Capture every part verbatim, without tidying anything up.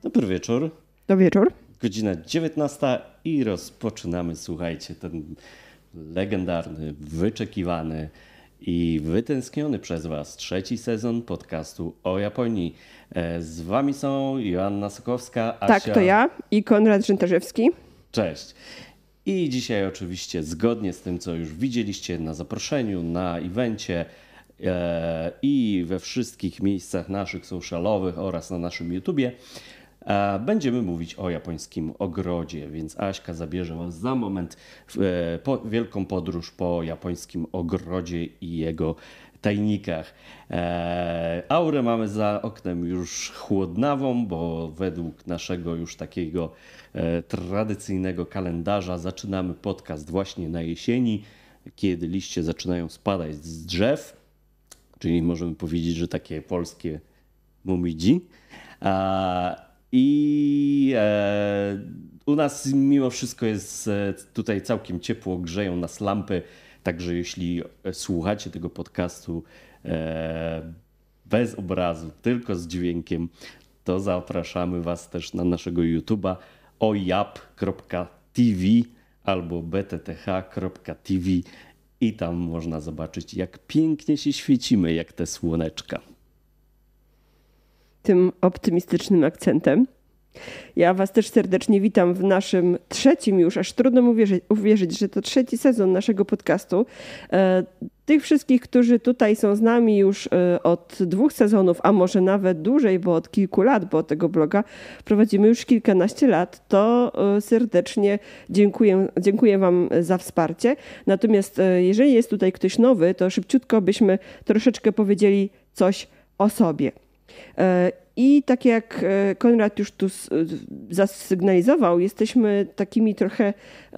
Dobry wieczór. Do wieczór. Godzina dziewiętnasta i rozpoczynamy, słuchajcie, ten legendarny, wyczekiwany i wytęskniony przez Was trzeci sezon podcastu o Japonii. Z Wami są Joanna Sokowska, Asia... Tak, to ja i Konrad Rzętarzewski. Cześć. I dzisiaj oczywiście zgodnie z tym, co już widzieliście na zaproszeniu, na evencie e, i we wszystkich miejscach naszych socialowych oraz na naszym YouTubie, e, będziemy mówić o japońskim ogrodzie, więc Aśka zabierze Was za moment w e, po, wielką podróż po japońskim ogrodzie i jego tajnikach. E, aurę mamy za oknem już chłodnawą, bo według naszego już takiego e, tradycyjnego kalendarza zaczynamy podcast właśnie na jesieni, kiedy liście zaczynają spadać z drzew, czyli możemy powiedzieć, że takie polskie mumidzi. E, I e, u nas mimo wszystko jest tutaj całkiem ciepło, grzeją nas lampy. Także jeśli słuchacie tego podcastu e, bez obrazu, tylko z dźwiękiem, to zapraszamy Was też na naszego YouTube'a ojap kropka t v albo b t t h kropka t v i tam można zobaczyć, jak pięknie się świecimy, jak te słoneczka. Tym optymistycznym akcentem. Ja Was też serdecznie witam w naszym trzecim już, aż trudno mi uwierzyć, uwierzyć, że to trzeci sezon naszego podcastu. Tych wszystkich, którzy tutaj są z nami już od dwóch sezonów, a może nawet dłużej, bo od kilku lat, bo tego bloga prowadzimy już kilkanaście lat, to serdecznie dziękuję, dziękuję Wam za wsparcie. Natomiast jeżeli jest tutaj ktoś nowy, to szybciutko byśmy troszeczkę powiedzieli coś o sobie. I tak jak Konrad już tu zasygnalizował, jesteśmy takimi trochę,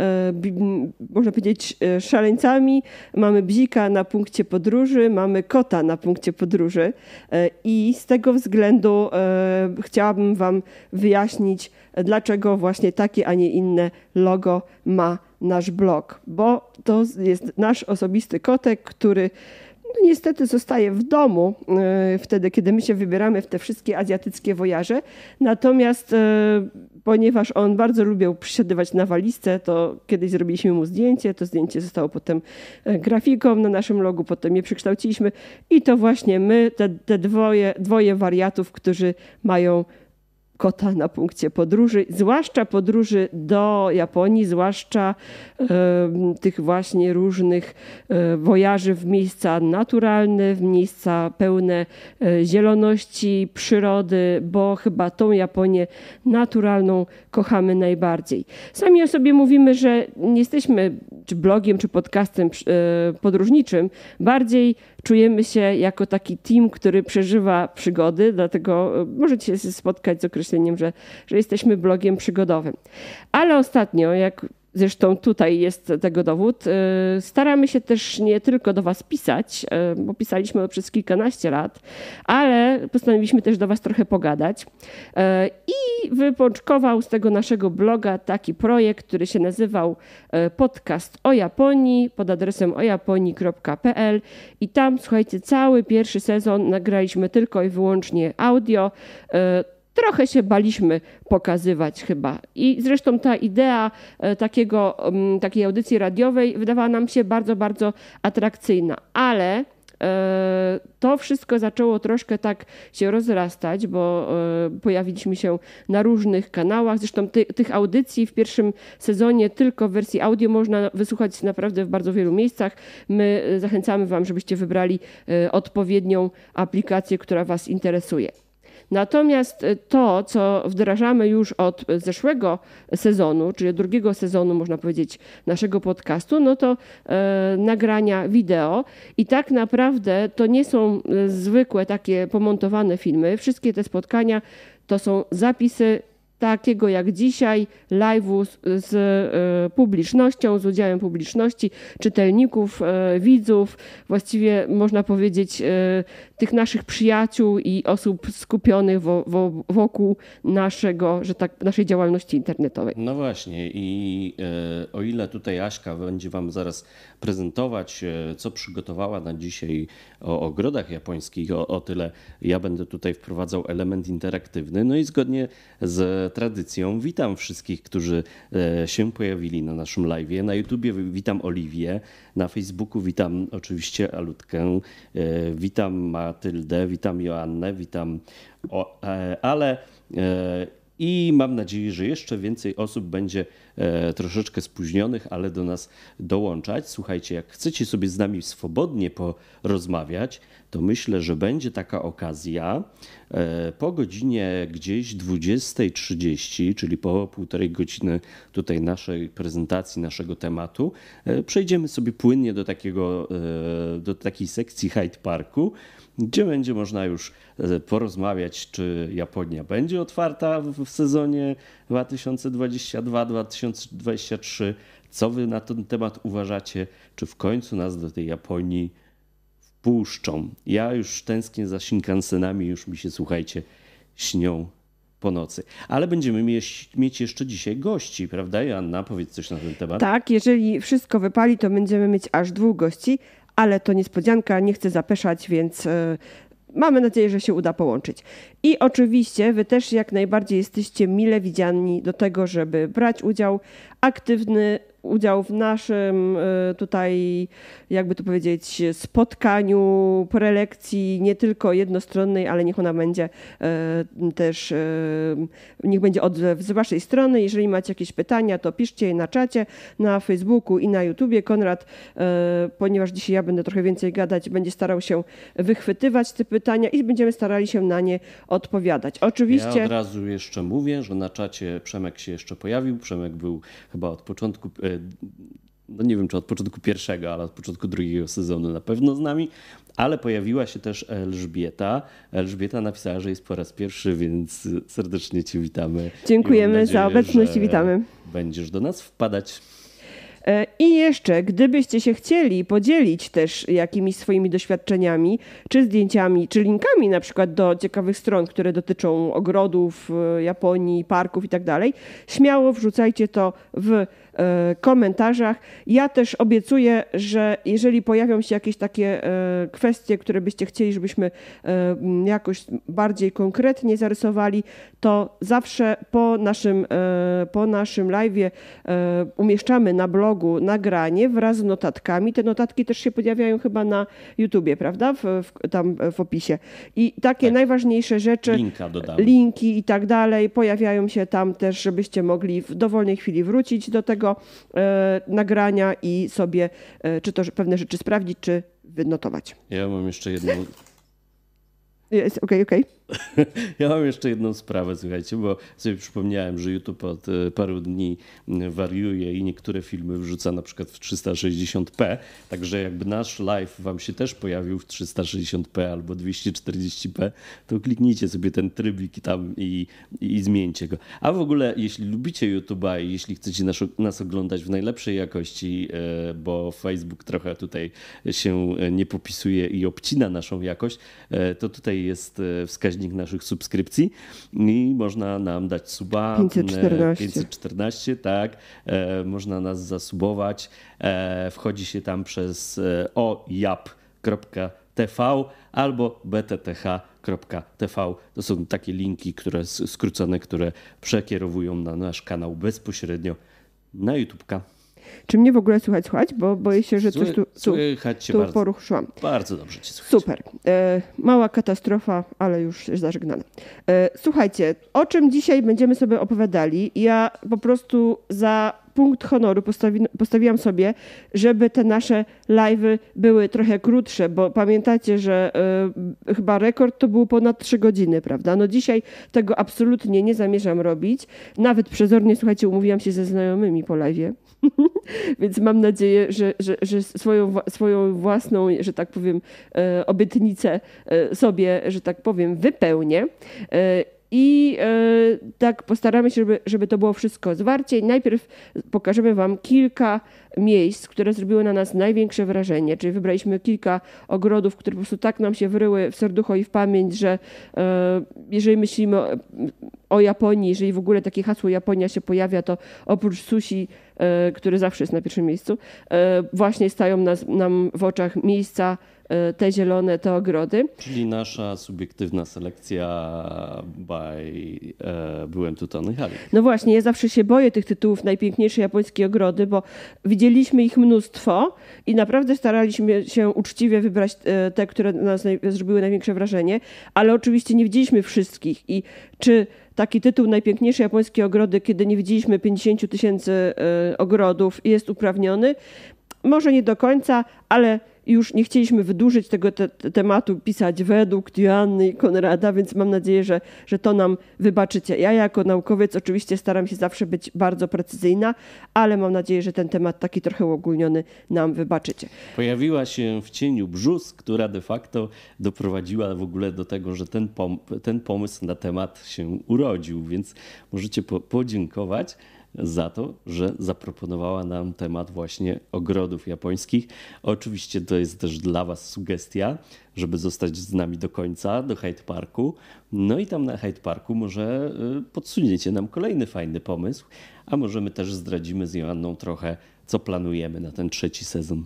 można powiedzieć, szaleńcami. Mamy bzika na punkcie podróży, mamy kota na punkcie podróży i z tego względu chciałabym Wam wyjaśnić, dlaczego właśnie takie, a nie inne logo ma nasz blog. Bo to jest nasz osobisty kotek, który no niestety zostaje w domu y, wtedy, kiedy my się wybieramy w te wszystkie azjatyckie wojaże. Natomiast y, ponieważ on bardzo lubił przysiadywać na walizce, to kiedyś zrobiliśmy mu zdjęcie. To zdjęcie zostało potem grafiką na naszym logu, potem je przekształciliśmy i to właśnie my, te, te dwoje, dwoje wariatów, którzy mają kota na punkcie podróży, zwłaszcza podróży do Japonii, zwłaszcza e, tych właśnie różnych e, wojaży w miejsca naturalne, w miejsca pełne e, zieloności, przyrody, bo chyba tą Japonię naturalną kochamy najbardziej. Sami o sobie mówimy, że nie jesteśmy czy blogiem, czy podcastem e, podróżniczym, bardziej czujemy się jako taki team, który przeżywa przygody, dlatego możecie się spotkać z określeniem, że, że jesteśmy blogiem przygodowym. Ale ostatnio, jak zresztą tutaj jest tego dowód, staramy się też nie tylko do Was pisać, bo pisaliśmy przez kilkanaście lat, ale postanowiliśmy też do Was trochę pogadać. I wypoczkował z tego naszego bloga taki projekt, który się nazywał Podcast o Japonii pod adresem ojaponii kropka p l i tam, słuchajcie, cały pierwszy sezon nagraliśmy tylko i wyłącznie audio. Trochę się baliśmy pokazywać chyba. I zresztą ta idea takiego, takiej audycji radiowej wydawała nam się bardzo, bardzo atrakcyjna. Ale to wszystko zaczęło troszkę tak się rozrastać, bo pojawiliśmy się na różnych kanałach. Zresztą ty, tych audycji w pierwszym sezonie tylko w wersji audio można wysłuchać naprawdę w bardzo wielu miejscach. My zachęcamy Wam, żebyście wybrali odpowiednią aplikację, która Was interesuje. Natomiast to, co wdrażamy już od zeszłego sezonu, czyli drugiego sezonu, można powiedzieć, naszego podcastu, no to e, nagrania wideo. I tak naprawdę to nie są zwykłe takie pomontowane filmy. Wszystkie te spotkania to są zapisy takiego jak dzisiaj, live'u z, z y, publicznością, z udziałem publiczności, czytelników, y, widzów, właściwie można powiedzieć y, tych naszych przyjaciół i osób skupionych wo, wo, wokół naszego, że tak, naszej działalności internetowej. No właśnie i e, o ile tutaj Aśka będzie wam zaraz prezentować, e, co przygotowała na dzisiaj o ogrodach japońskich, o, o tyle ja będę tutaj wprowadzał element interaktywny. No i zgodnie z tradycją witam wszystkich, którzy e, się pojawili na naszym live'ie. Na YouTubie witam Oliwię, na Facebooku witam oczywiście Alutkę, e, witam Matyldę, witam Joannę, witam o, e, ale e, i mam nadzieję, że jeszcze więcej osób będzie e, troszeczkę spóźnionych, ale do nas dołączać. Słuchajcie, jak chcecie sobie z nami swobodnie porozmawiać, to myślę, że będzie taka okazja e, po godzinie gdzieś dwudziestej trzydzieści, czyli po półtorej godziny tutaj naszej prezentacji, naszego tematu, e, przejdziemy sobie płynnie do takiego, e, do takiej sekcji Hyde Parku, gdzie będzie można już porozmawiać, czy Japonia będzie otwarta w sezonie dwa tysiące dwudziestym drugim dwa tysiące dwudziestym trzecim. Co wy na ten temat uważacie? Czy w końcu nas do tej Japonii wpuszczą? Ja już tęsknię za Shinkansenami, już mi się, słuchajcie, śnią po nocy. Ale będziemy mieć, mieć jeszcze dzisiaj gości, prawda Joanna? Powiedz coś na ten temat. Tak, jeżeli wszystko wypali, to będziemy mieć aż dwóch gości, ale to niespodzianka, nie chcę zapeszać, więc yy, mamy nadzieję, że się uda połączyć. I oczywiście wy też jak najbardziej jesteście mile widziani do tego, żeby brać udział, aktywny udział w naszym tutaj, jakby to powiedzieć, spotkaniu, prelekcji, nie tylko jednostronnej, ale niech ona będzie też, niech będzie odzew z waszej strony. Jeżeli macie jakieś pytania, to piszcie je na czacie, na Facebooku i na YouTubie. Konrad, ponieważ dzisiaj ja będę trochę więcej gadać, będzie starał się wychwytywać te pytania i będziemy starali się na nie odpowiadać. Oczywiście... Ja od razu jeszcze mówię, że na czacie Przemek się jeszcze pojawił. Przemek był chyba od początku, no nie wiem czy od początku pierwszego, ale od początku drugiego sezonu na pewno z nami, ale pojawiła się też Elżbieta. Elżbieta napisała, że jest po raz pierwszy, więc serdecznie cię witamy. Dziękujemy nadzieję, za obecność i witamy. Będziesz do nas wpadać. I jeszcze, gdybyście się chcieli podzielić też jakimiś swoimi doświadczeniami, czy zdjęciami, czy linkami na przykład do ciekawych stron, które dotyczą ogrodów, Japonii, parków i tak dalej, śmiało wrzucajcie to w komentarzach. Ja też obiecuję, że jeżeli pojawią się jakieś takie kwestie, które byście chcieli, żebyśmy jakoś bardziej konkretnie zarysowali, to zawsze po naszym, po naszym live'ie umieszczamy na blogu nagranie wraz z notatkami. Te notatki też się pojawiają chyba na YouTubie, prawda? W, w, tam w opisie. I takie tak. najważniejsze rzeczy, Linka dodamy. linki i tak dalej pojawiają się tam też, żebyście mogli w dowolnej chwili wrócić do tego e, nagrania i sobie e, czy to pewne rzeczy sprawdzić, czy wynotować. Ja mam jeszcze jedną... Jest, okej, okej. Ja mam jeszcze jedną sprawę, słuchajcie, bo sobie przypomniałem, że YouTube od paru dni wariuje i niektóre filmy wrzuca na przykład w trzysta sześćdziesiąt p, także jakby nasz live wam się też pojawił w trzysta sześćdziesiąt p albo dwieście czterdzieści p, to kliknijcie sobie ten trybik tam i, i, i zmieńcie go. A w ogóle, jeśli lubicie YouTube'a i jeśli chcecie nas, nas oglądać w najlepszej jakości, bo Facebook trochę tutaj się nie popisuje i obcina naszą jakość, to tutaj jest wskaźnik naszych subskrypcji i można nam dać suba pięćset czternaście. pięćset czternaście, tak. E, można nas zasubować. E, wchodzi się tam przez e, ojap kropka t v albo b t t h kropka t v. To są takie linki, które skrócone, które przekierowują na nasz kanał bezpośrednio na YouTube'ka. Czy mnie w ogóle słychać, słuchać? Bo boję się, że coś tu, tu, słychać cię tu bardzo, poruszyłam. Bardzo dobrze cię słychać. Super. E, mała katastrofa, ale już zażegnana. E, słuchajcie, o czym dzisiaj będziemy sobie opowiadali? Ja po prostu za punkt honoru postawi, postawiłam sobie, żeby te nasze live'y były trochę krótsze, bo pamiętacie, że y, chyba rekord to było ponad trzy godziny, prawda? No dzisiaj tego absolutnie nie zamierzam robić. Nawet przezornie, słuchajcie, umówiłam się ze znajomymi po live'ie. Więc mam nadzieję, że, że, że swoją, swoją własną, że tak powiem, e, obietnicę e, sobie, że tak powiem, wypełnię. E, I y, tak postaramy się, żeby, żeby to było wszystko zwarcie. Najpierw pokażemy wam kilka miejsc, które zrobiły na nas największe wrażenie. Czyli wybraliśmy kilka ogrodów, które po prostu tak nam się wryły w serducho i w pamięć, że y, jeżeli myślimy o, o Japonii, jeżeli w ogóle takie hasło Japonia się pojawia, to oprócz sushi, y, który zawsze jest na pierwszym miejscu, y, właśnie stają nas, nam w oczach miejsca, te zielone, te ogrody. Czyli nasza subiektywna selekcja by e, Byłem tu Tony Hali. No właśnie, ja zawsze się boję tych tytułów najpiękniejsze japońskie ogrody, bo widzieliśmy ich mnóstwo i naprawdę staraliśmy się uczciwie wybrać te, które na nas zrobiły największe wrażenie, ale oczywiście nie widzieliśmy wszystkich i czy taki tytuł Najpiękniejsze japońskie ogrody, kiedy nie widzieliśmy pięćdziesiąt tysięcy ogrodów, jest uprawniony? Może nie do końca, ale już nie chcieliśmy wydłużyć tego te, te tematu, pisać według Diany i Konrada, więc mam nadzieję, że, że to nam wybaczycie. Ja jako naukowiec oczywiście staram się zawsze być bardzo precyzyjna, ale mam nadzieję, że ten temat taki trochę uogólniony nam wybaczycie. Pojawiła się w cieniu Brzus, która de facto doprowadziła w ogóle do tego, że ten, pom- ten pomysł na temat się urodził, więc możecie po- podziękować za to, że zaproponowała nam temat właśnie ogrodów japońskich. Oczywiście to jest też dla was sugestia, żeby zostać z nami do końca, do Hyde Parku. No i tam na Hyde Parku może podsuniecie nam kolejny fajny pomysł, a może my też zdradzimy z Joanną trochę, co planujemy na ten trzeci sezon.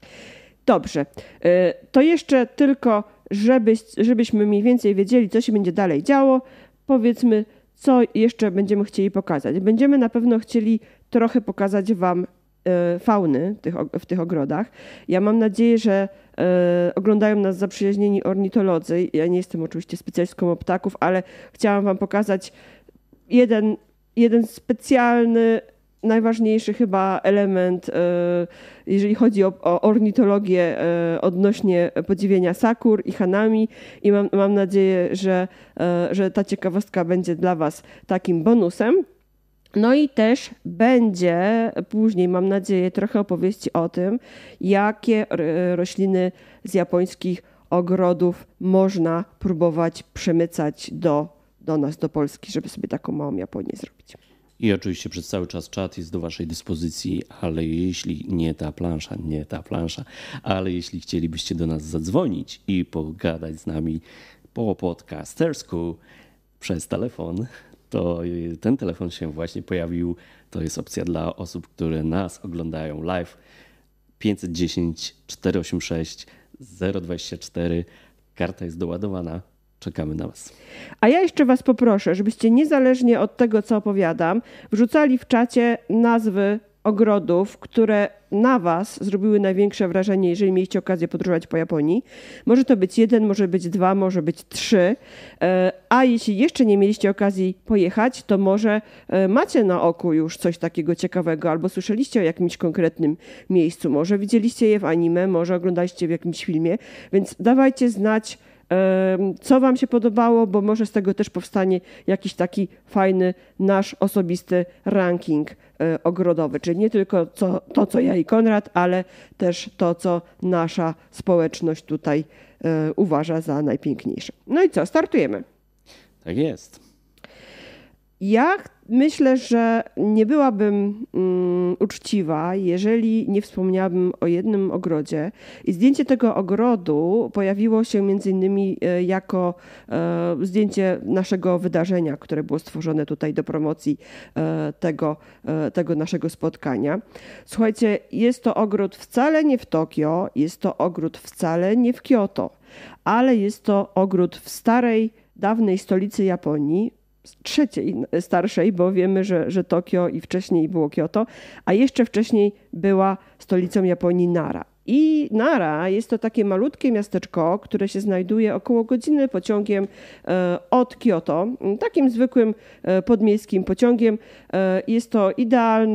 Dobrze, to jeszcze tylko, żebyś, żebyśmy mniej więcej wiedzieli, co się będzie dalej działo, powiedzmy, co jeszcze będziemy chcieli pokazać. Będziemy na pewno chcieli trochę pokazać wam fauny w tych ogrodach. Ja mam nadzieję, że oglądają nas zaprzyjaźnieni ornitolodzy. Ja nie jestem oczywiście specjalistką od ptaków, ale chciałam wam pokazać jeden, jeden specjalny, najważniejszy chyba element, jeżeli chodzi o, o ornitologię odnośnie podziwienia sakur i hanami i mam, mam nadzieję, że, że ta ciekawostka będzie dla was takim bonusem. No i też będzie później, mam nadzieję, trochę opowieści o tym, jakie rośliny z japońskich ogrodów można próbować przemycać do, do nas, do Polski, żeby sobie taką małą Japonię zrobić. I oczywiście przez cały czas czat jest do waszej dyspozycji, ale jeśli nie ta plansza, nie ta plansza, ale jeśli chcielibyście do nas zadzwonić i pogadać z nami po podcastersku przez telefon, to ten telefon się właśnie pojawił. To jest opcja dla osób, które nas oglądają live. pięćset dziesięć, czterysta osiemdziesiąt sześć, zero dwadzieścia cztery. Karta jest doładowana. Czekamy na was. A ja jeszcze was poproszę, żebyście niezależnie od tego, co opowiadam, wrzucali w czacie nazwy ogrodów, które na was zrobiły największe wrażenie, jeżeli mieliście okazję podróżować po Japonii. Może to być jeden, może być dwa, może być trzy. A jeśli jeszcze nie mieliście okazji pojechać, to może macie na oku już coś takiego ciekawego, albo słyszeliście o jakimś konkretnym miejscu, może widzieliście je w anime, może oglądaliście w jakimś filmie, więc dawajcie znać, co wam się podobało, bo może z tego też powstanie jakiś taki fajny nasz osobisty ranking ogrodowy, czyli nie tylko co, to, co ja i Konrad, ale też to, co nasza społeczność tutaj uważa za najpiękniejsze. No i co, startujemy. Tak jest. Ja myślę, że nie byłabym um, uczciwa, jeżeli nie wspomniałabym o jednym ogrodzie. I zdjęcie tego ogrodu pojawiło się między innymi jako e, zdjęcie naszego wydarzenia, które było stworzone tutaj do promocji e, tego, e, tego naszego spotkania. Słuchajcie, jest to ogród wcale nie w Tokio, jest to ogród wcale nie w Kyoto, ale jest to ogród w starej, dawnej stolicy Japonii, trzeciej starszej, bo wiemy, że, że Tokio i wcześniej było Kyoto, a jeszcze wcześniej była stolicą Japonii Nara. I Nara jest to takie malutkie miasteczko, które się znajduje około godziny pociągiem od Kyoto, takim zwykłym podmiejskim pociągiem. Jest to idealny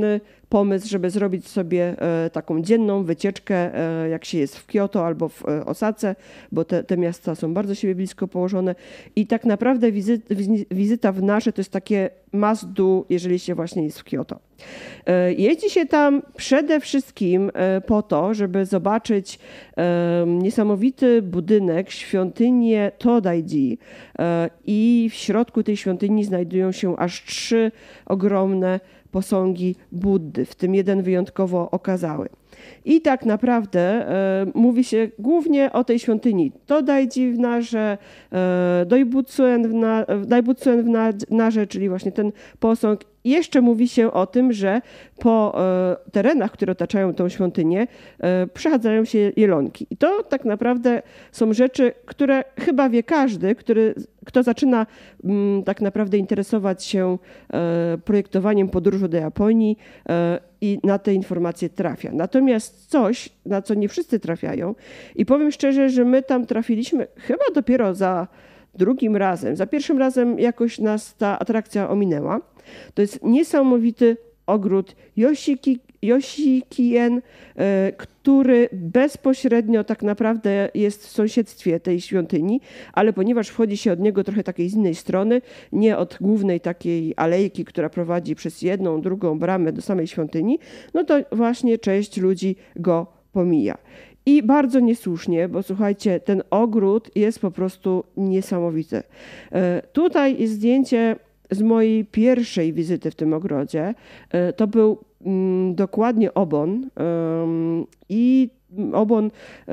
pomysł, żeby zrobić sobie taką dzienną wycieczkę, jak się jest w Kyoto albo w Osace, bo te, te miasta są bardzo siebie blisko położone i tak naprawdę wizy, wizyta w Narze to jest takie must do, jeżeli się właśnie jest w Kyoto. Jeździ się tam przede wszystkim po to, żeby zobaczyć niesamowity budynek, świątynię Todaiji i w środku tej świątyni znajdują się aż trzy ogromne posągi Buddy, w tym jeden wyjątkowo okazały. I tak naprawdę e, mówi się głównie o tej świątyni Todaiji w Narze, e, Doibutsuen w, na, Daibutsuen w na, Narze, czyli właśnie ten posąg. I jeszcze mówi się o tym, że po e, terenach, które otaczają tą świątynię, e, przechadzają się jelonki. I to tak naprawdę są rzeczy, które chyba wie każdy, który, kto zaczyna m, tak naprawdę interesować się e, projektowaniem podróży do Japonii e, i na te informacje trafia. Natomiast coś, na co nie wszyscy trafiają i powiem szczerze, że my tam trafiliśmy chyba dopiero za drugim razem. Za pierwszym razem jakoś nas ta atrakcja ominęła. To jest niesamowity ogród Yoshiki, Yoshikien, który bezpośrednio tak naprawdę jest w sąsiedztwie tej świątyni, ale ponieważ wchodzi się od niego trochę takiej z innej strony, nie od głównej takiej alejki, która prowadzi przez jedną, drugą bramę do samej świątyni, no to właśnie część ludzi go pomija. I bardzo niesłusznie, bo słuchajcie, ten ogród jest po prostu niesamowity. Tutaj jest zdjęcie z mojej pierwszej wizyty w tym ogrodzie. To był mm, dokładnie Obon um, i Obon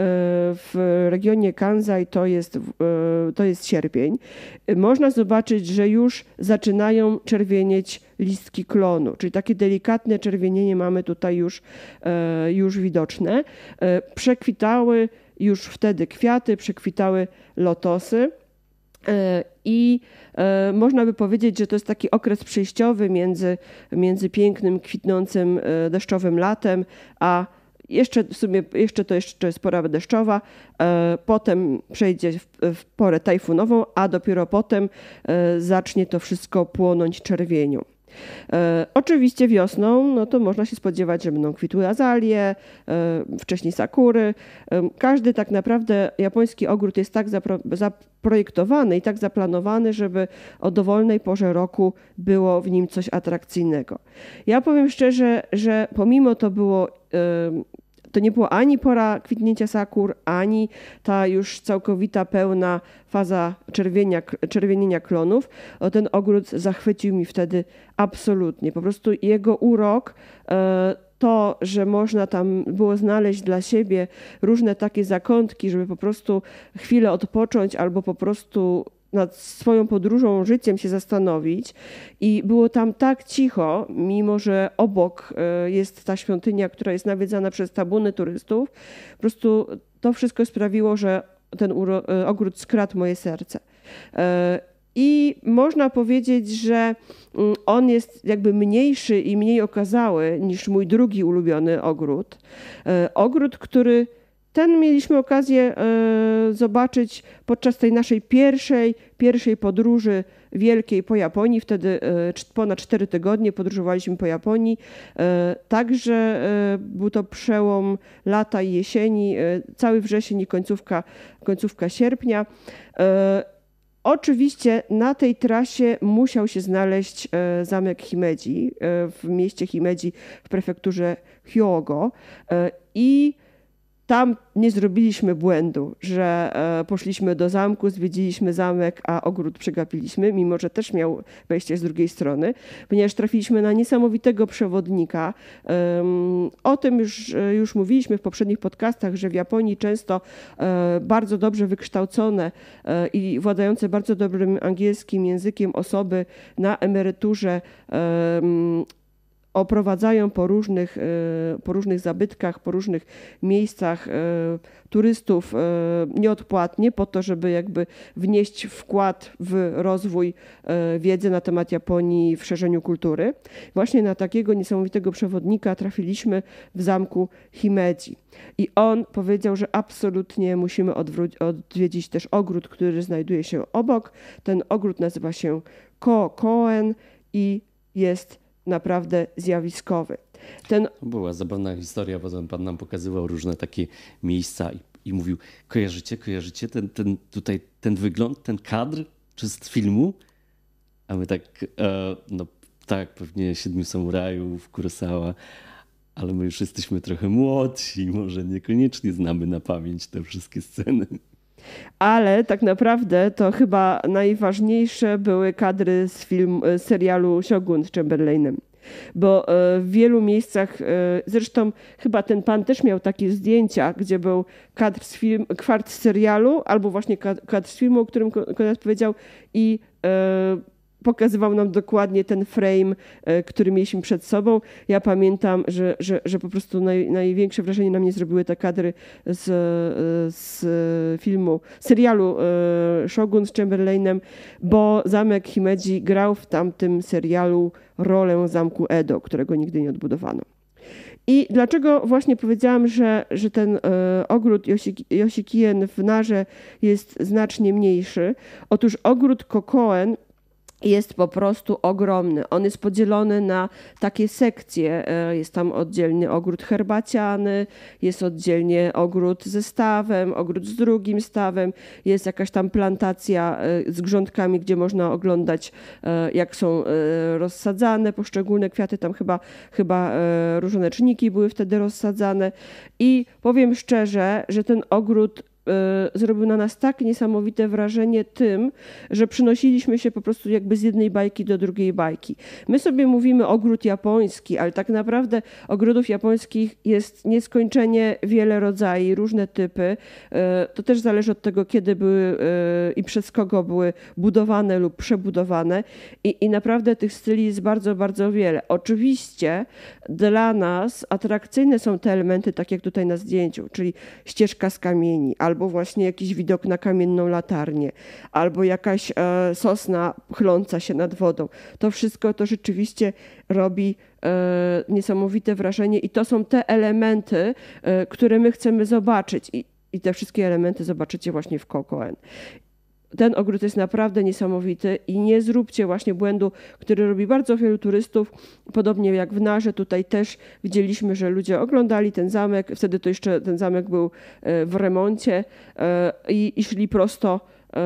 w regionie Kansai to jest, to jest sierpień. Można zobaczyć, że już zaczynają czerwienieć listki klonu, czyli takie delikatne czerwienienie mamy tutaj już, już widoczne. Przekwitały już wtedy kwiaty, przekwitały lotosy. I e, można by powiedzieć, że to jest taki okres przejściowy między, między pięknym, kwitnącym e, deszczowym latem, a jeszcze w sumie jeszcze to jeszcze jest pora deszczowa, e, potem przejdzie w, w porę tajfunową, a dopiero potem e, zacznie to wszystko płonąć czerwienią. E, oczywiście wiosną, no to można się spodziewać, że będą kwitły azalie, e, wcześniej sakury. E, każdy tak naprawdę japoński ogród jest tak zapro, zaprojektowany i tak zaplanowany, żeby o dowolnej porze roku było w nim coś atrakcyjnego. Ja powiem szczerze, że pomimo to było e, to nie była ani pora kwitnięcia sakur, ani ta już całkowita, pełna faza czerwienia, czerwienienia klonów. O, ten ogród zachwycił mi wtedy absolutnie. Po prostu jego urok, to, że można tam było znaleźć dla siebie różne takie zakątki, żeby po prostu chwilę odpocząć albo po prostu nad swoją podróżą, życiem się zastanowić i było tam tak cicho, mimo że obok jest ta świątynia, która jest nawiedzana przez tabuny turystów. Po prostu to wszystko sprawiło, że ten ogród skradł moje serce. I można powiedzieć, że on jest jakby mniejszy i mniej okazały niż mój drugi ulubiony ogród. Ogród, który ten mieliśmy okazję zobaczyć podczas tej naszej pierwszej, pierwszej podróży wielkiej po Japonii. Wtedy ponad cztery tygodnie podróżowaliśmy po Japonii. Także był to przełom lata i jesieni, cały wrzesień i końcówka, końcówka sierpnia. Oczywiście na tej trasie musiał się znaleźć zamek Himeji w mieście Himeji w prefekturze Hyogo i tam nie zrobiliśmy błędu, że poszliśmy do zamku, zwiedziliśmy zamek, a ogród przegapiliśmy, mimo że też miał wejście z drugiej strony, ponieważ trafiliśmy na niesamowitego przewodnika. O tym już, już mówiliśmy w poprzednich podcastach, że w Japonii często bardzo dobrze wykształcone i władające bardzo dobrym angielskim językiem osoby na emeryturze oprowadzają po różnych, po różnych zabytkach, po różnych miejscach turystów nieodpłatnie po to, żeby jakby wnieść wkład w rozwój wiedzy na temat Japonii, w szerzeniu kultury. Właśnie na takiego niesamowitego przewodnika trafiliśmy w zamku Himeji. I on powiedział, że absolutnie musimy odwró- odwiedzić też ogród, który znajduje się obok. Ten ogród nazywa się Ko-Koen i jest naprawdę zjawiskowy. Ten... Była zabawna historia, bo pan nam pokazywał różne takie miejsca i, i mówił, kojarzycie, kojarzycie ten, ten, tutaj ten wygląd, ten kadr czy z filmu? A my tak, e, no tak, pewnie Siedmiu Samurajów, Kurosawa, ale my już jesteśmy trochę młodsi, może niekoniecznie znamy na pamięć te wszystkie sceny. Ale tak naprawdę to chyba najważniejsze były kadry z film, z serialu Shogun z Chamberlainem. Bo w wielu miejscach, zresztą chyba ten pan też miał takie zdjęcia, gdzie był kadr z, film, kadr z serialu albo właśnie kadr z filmu, o którym Konrad powiedział i pokazywał nam dokładnie ten frame, który mieliśmy przed sobą. Ja pamiętam, że, że, że po prostu naj, największe wrażenie na mnie zrobiły te kadry z, z filmu, serialu Shogun z Chamberlainem, bo zamek Himeji grał w tamtym serialu rolę zamku Edo, którego nigdy nie odbudowano. I dlaczego właśnie powiedziałam, że, że ten e, ogród Yoshikien w Narze jest znacznie mniejszy? Otóż ogród Kokoen jest po prostu ogromny. On jest podzielony na takie sekcje. Jest tam oddzielny ogród herbaciany, jest oddzielnie ogród ze stawem, ogród z drugim stawem, jest jakaś tam plantacja z grządkami, gdzie można oglądać, jak są rozsadzane poszczególne kwiaty. Tam chyba, chyba różoneczniki były wtedy rozsadzane. I powiem szczerze, że ten ogród zrobił na nas tak niesamowite wrażenie tym, że przynosiliśmy się po prostu jakby z jednej bajki do drugiej bajki. My sobie mówimy ogród japoński, ale tak naprawdę ogrodów japońskich jest nieskończenie wiele rodzajów, różne typy. To też zależy od tego, kiedy były i przez kogo były budowane lub przebudowane i, i naprawdę tych styli jest bardzo, bardzo wiele. Oczywiście dla nas atrakcyjne są te elementy, tak jak tutaj na zdjęciu, czyli ścieżka z kamieni, albo albo właśnie jakiś widok na kamienną latarnię, albo jakaś e, sosna chyląca się nad wodą. To wszystko to rzeczywiście robi e, niesamowite wrażenie i to są te elementy, e, które my chcemy zobaczyć i, i te wszystkie elementy zobaczycie właśnie w Kokoen. Ten ogród jest naprawdę niesamowity i nie zróbcie właśnie błędu, który robi bardzo wielu turystów. Podobnie jak w Narze, tutaj też widzieliśmy, że ludzie oglądali ten zamek. Wtedy to jeszcze ten zamek był w remoncie i, i szli prosto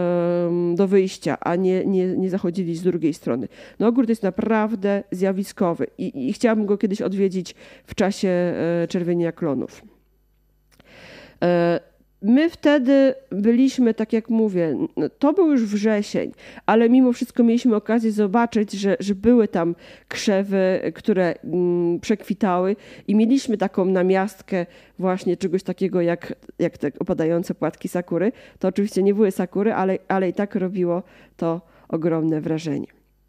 do wyjścia, a nie, nie, nie zachodzili z drugiej strony. No, ogród jest naprawdę zjawiskowy i, i chciałabym go kiedyś odwiedzić w czasie czerwienia klonów. My wtedy byliśmy, tak jak mówię, to był już wrzesień, ale mimo wszystko mieliśmy okazję zobaczyć, że, że były tam krzewy, które mm, przekwitały i mieliśmy taką namiastkę właśnie czegoś takiego jak, jak te opadające płatki sakury. To oczywiście nie były sakury, ale, ale i tak robiło to ogromne wrażenie.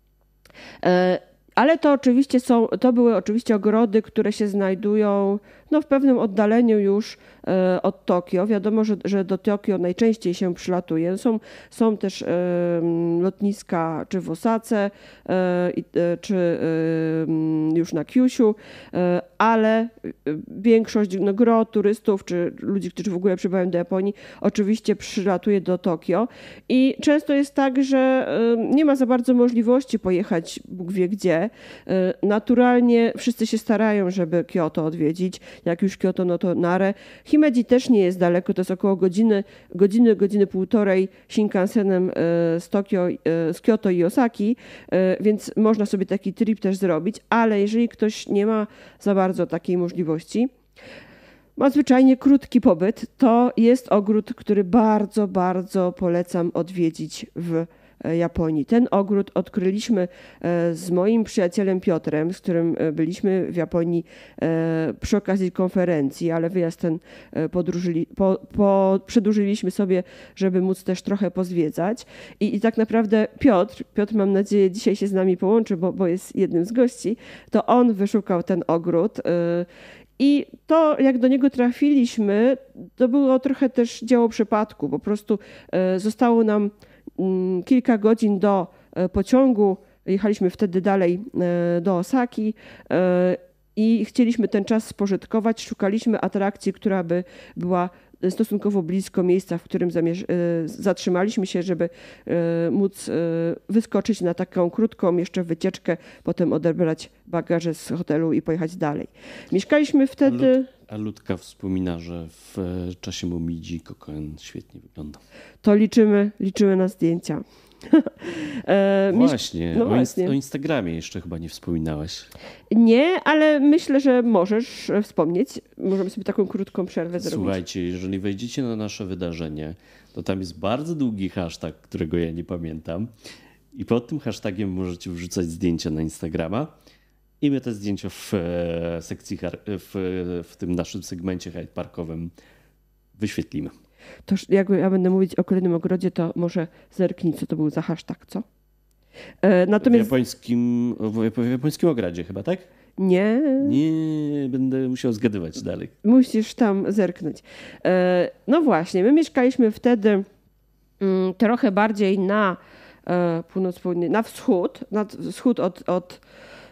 E, Ale to oczywiście są, to były oczywiście ogrody, które się znajdują no, w pewnym oddaleniu już e, od Tokio. Wiadomo, że, że do Tokio najczęściej się przylatuje. Są, są też e, lotniska czy w Osace, e, e, czy e, już na Kyushu, e, ale większość no, gro turystów czy ludzi, którzy w ogóle przybywają do Japonii, oczywiście przylatuje do Tokio. I często jest tak, że e, nie ma za bardzo możliwości pojechać Bóg wie gdzie. Naturalnie wszyscy się starają, żeby Kyoto odwiedzić. Jak już Kyoto, no to Nare. Himeji też nie jest daleko, to jest około godziny, godziny, godziny półtorej Shinkansenem z Tokio, z Kyoto i Osaki, więc można sobie taki trip też zrobić, ale jeżeli ktoś nie ma za bardzo takiej możliwości, ma zwyczajnie krótki pobyt, to jest ogród, który bardzo, bardzo polecam odwiedzić w Japonii. Ten ogród odkryliśmy z moim przyjacielem Piotrem, z którym byliśmy w Japonii przy okazji konferencji, ale wyjazd ten podróżyli, po, po, przedłużyliśmy sobie, żeby móc też trochę pozwiedzać. I, i tak naprawdę Piotr, Piotr mam nadzieję dzisiaj się z nami połączy, bo, bo jest jednym z gości, to on wyszukał ten ogród. I to, jak do niego trafiliśmy, to było trochę też dzieło przypadku. Po prostu zostało nam kilka godzin do pociągu. Jechaliśmy wtedy dalej do Osaki i chcieliśmy ten czas spożytkować. Szukaliśmy atrakcji, która by była stosunkowo blisko miejsca, w którym zamierz- zatrzymaliśmy się, żeby móc wyskoczyć na taką krótką jeszcze wycieczkę, potem odebrać bagaże z hotelu i pojechać dalej. Mieszkaliśmy wtedy... A, Lud- a Ludka wspomina, że w czasie Momidzi Kokoen świetnie wygląda. To liczymy, liczymy na zdjęcia. e, właśnie, no o, właśnie. o Instagramie jeszcze chyba nie wspominałaś. Nie, ale myślę, że możesz wspomnieć. Możemy sobie taką krótką przerwę zrobić. Słuchajcie, jeżeli wejdziecie na nasze wydarzenie, to tam jest bardzo długi hashtag, którego ja nie pamiętam. I pod tym hashtagiem możecie wrzucać zdjęcia na Instagrama. I my te zdjęcia w sekcji, w, w tym naszym segmencie Hyde Parkowym wyświetlimy. To jak ja będę mówić o kolejnym ogrodzie, to może zerknij, co to był za hashtag, co? E, natomiast... W japońskim, w japońskim ogrodzie chyba, tak? Nie. Nie, będę musiał zgadywać dalej. Musisz tam zerknąć. E, no właśnie, my mieszkaliśmy wtedy mm, trochę bardziej na e, północ-południe, na wschód, na wschód od, od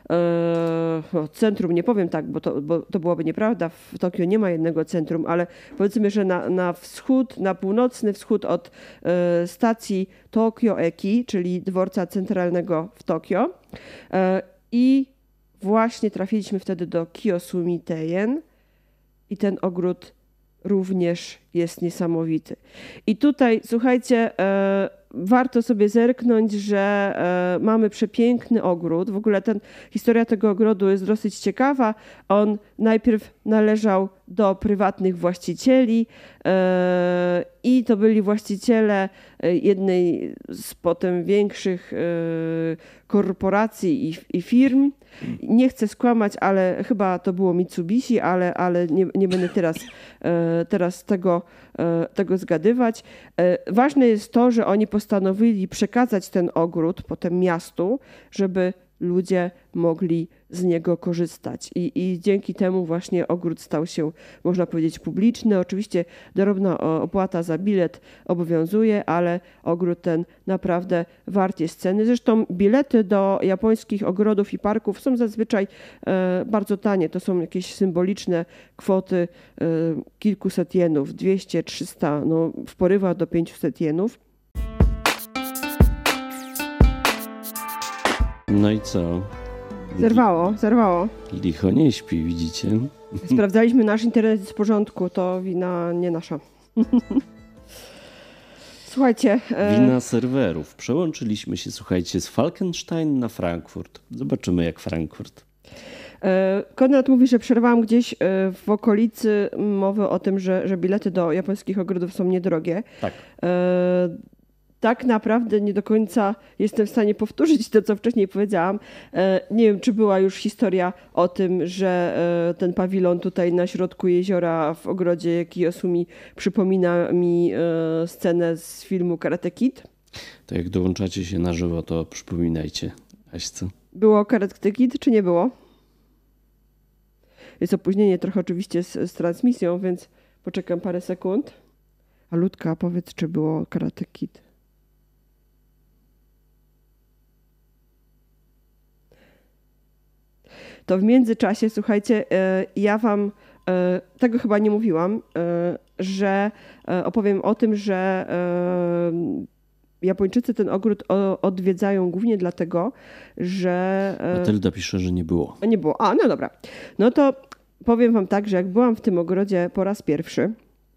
e, centrum, nie powiem tak, bo to, bo to byłoby nieprawda, w Tokio nie ma jednego centrum, ale powiedzmy, że na, na wschód, na północny wschód od e, stacji Tokyo Eki, czyli dworca centralnego w Tokio. E, I właśnie trafiliśmy wtedy do Kiyosumi Teien i ten ogród również jest niesamowity. I tutaj, słuchajcie, e, warto sobie zerknąć, że e, mamy przepiękny ogród. W ogóle ten, historia tego ogrodu jest dosyć ciekawa. On najpierw należał do prywatnych właścicieli e, i to byli właściciele jednej z potem większych e, korporacji i, i firm. Nie chcę skłamać, ale chyba to było Mitsubishi, ale, ale nie, nie będę teraz, e, teraz tego, e, tego zgadywać. E, ważne jest to, że oni postanowili przekazać ten ogród potem miastu, żeby ludzie mogli z niego korzystać. I, I dzięki temu właśnie ogród stał się, można powiedzieć, publiczny. Oczywiście drobna opłata za bilet obowiązuje, ale ogród ten naprawdę wart jest ceny. Zresztą bilety do japońskich ogrodów i parków są zazwyczaj e, bardzo tanie. To są jakieś symboliczne kwoty e, kilkuset jenów, dwieście, trzysta, no w porywach do pięciuset jenów. No i co? Zerwało, zerwało. Licho nie śpi, widzicie? Sprawdzaliśmy, nasz internet jest w porządku, to wina nie nasza. Słuchajcie. Wina serwerów. Przełączyliśmy się, słuchajcie, z Falkenstein na Frankfurt. Zobaczymy jak Frankfurt. Konrad mówi, że przerwałam gdzieś w okolicy mowę o tym, że, że bilety do japońskich ogrodów są niedrogie. Tak. Tak naprawdę nie do końca jestem w stanie powtórzyć to, co wcześniej powiedziałam. Nie wiem, czy była już historia o tym, że ten pawilon tutaj na środku jeziora w ogrodzie Kiyosumi przypomina mi scenę z filmu Karate Kid. To jak dołączacie się na żywo, to przypominajcie Aśce. Było Karate Kid, czy nie było? Jest opóźnienie trochę oczywiście z, z transmisją, więc poczekam parę sekund. A Ludka, powiedz, czy było Karate Kid? To w międzyczasie, słuchajcie, ja wam tego chyba nie mówiłam, że opowiem o tym, że Japończycy ten ogród odwiedzają głównie dlatego, że... Matylda pisze, że nie było. Nie było. A, no dobra. No to powiem wam tak, że jak byłam w tym ogrodzie po raz pierwszy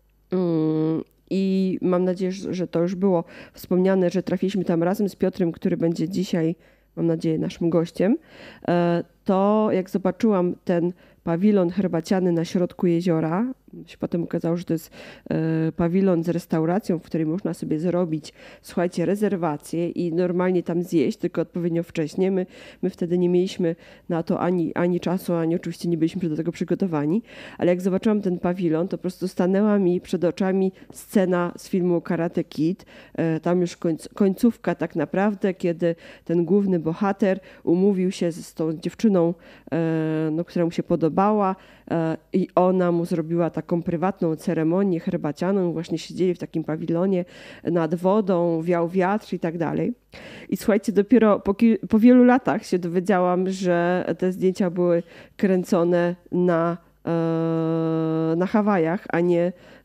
i mam nadzieję, że to już było wspomniane, że trafiliśmy tam razem z Piotrem, który będzie dzisiaj, mam nadzieję, naszym gościem, to jak zobaczyłam ten pawilon herbaciany na środku jeziora, się potem okazało, że to jest pawilon z restauracją, w której można sobie zrobić, słuchajcie, rezerwację i normalnie tam zjeść, tylko odpowiednio wcześnie. My, my wtedy nie mieliśmy na to ani, ani czasu, ani oczywiście nie byliśmy do tego przygotowani, ale jak zobaczyłam ten pawilon, to po prostu stanęła mi przed oczami scena z filmu Karate Kid. Tam już końc, końcówka tak naprawdę, kiedy ten główny bohater umówił się z tą dziewczyną, no, która mu się podobała i ona mu zrobiła taką prywatną ceremonię herbacianą. Właśnie siedzieli w takim pawilonie nad wodą, wiał wiatr i tak dalej. I słuchajcie, dopiero po, po wielu latach się dowiedziałam, że te zdjęcia były kręcone na na Hawajach, a nie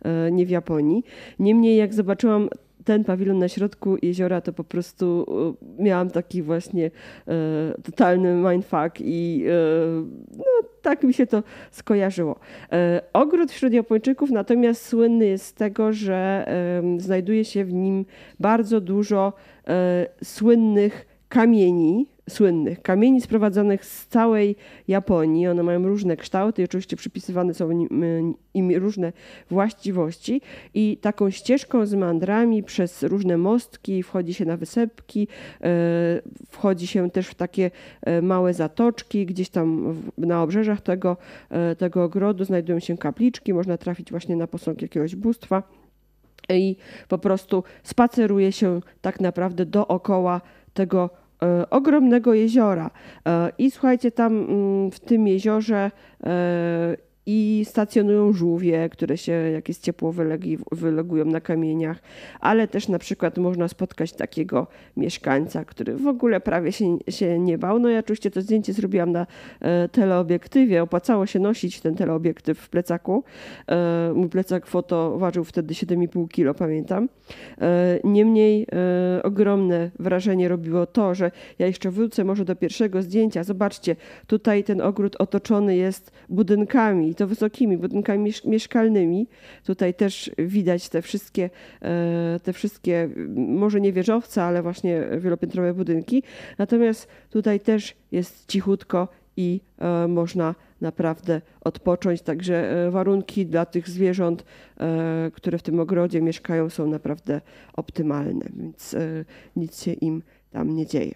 nie w Japonii. Niemniej jak zobaczyłam ten pawilon na środku jeziora, to po prostu miałam taki właśnie e, totalny mindfuck i e, no, tak mi się to skojarzyło. E, ogród wśród Japończyków natomiast słynny jest z tego, że e, znajduje się w nim bardzo dużo e, słynnych kamieni, słynnych kamieni sprowadzonych z całej Japonii. One mają różne kształty i oczywiście przypisywane są im różne właściwości i taką ścieżką z meandrami przez różne mostki wchodzi się na wysepki, wchodzi się też w takie małe zatoczki, gdzieś tam na obrzeżach tego, tego ogrodu znajdują się kapliczki, można trafić właśnie na posąg jakiegoś bóstwa. I po prostu spaceruje się tak naprawdę dookoła tego e, ogromnego jeziora. E, I słuchajcie, tam m, w tym jeziorze e, i stacjonują żółwie, które się, jak jest ciepło, wylegi, wylegują na kamieniach, ale też na przykład można spotkać takiego mieszkańca, który w ogóle prawie się, się nie bał. No ja oczywiście to zdjęcie zrobiłam na e, teleobiektywie. Opłacało się nosić ten teleobiektyw w plecaku. E, mój plecak foto ważył wtedy siedem i pół kilo, pamiętam. E, niemniej e, ogromne wrażenie robiło to, że ja jeszcze wrócę może do pierwszego zdjęcia. Zobaczcie, tutaj ten ogród otoczony jest budynkami, to wysokimi budynkami mieszkalnymi. Tutaj też widać te wszystkie, te wszystkie, może nie wieżowce, ale właśnie wielopiętrowe budynki. Natomiast tutaj też jest cichutko i można naprawdę odpocząć. Także warunki dla tych zwierząt, które w tym ogrodzie mieszkają, są naprawdę optymalne, więc nic się im tam nie dzieje.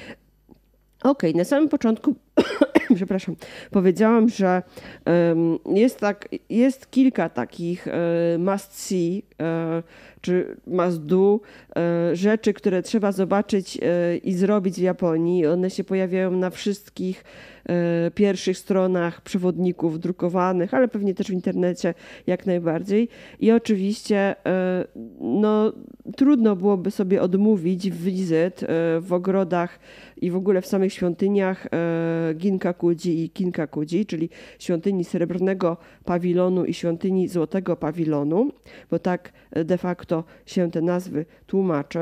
Okej, okay, na samym początku przepraszam, powiedziałam, że um, jest, tak, jest kilka takich uh, must see uh, czy must do uh, rzeczy, które trzeba zobaczyć uh, i zrobić w Japonii. One się pojawiają na wszystkich uh, pierwszych stronach przewodników drukowanych, ale pewnie też w internecie jak najbardziej. I oczywiście uh, no, trudno byłoby sobie odmówić wizyt uh, w ogrodach i w ogóle w samych świątyniach uh, Ginkakuji i Kinkakuji, czyli świątyni Srebrnego Pawilonu i świątyni Złotego Pawilonu, bo tak de facto się te nazwy tłumaczy.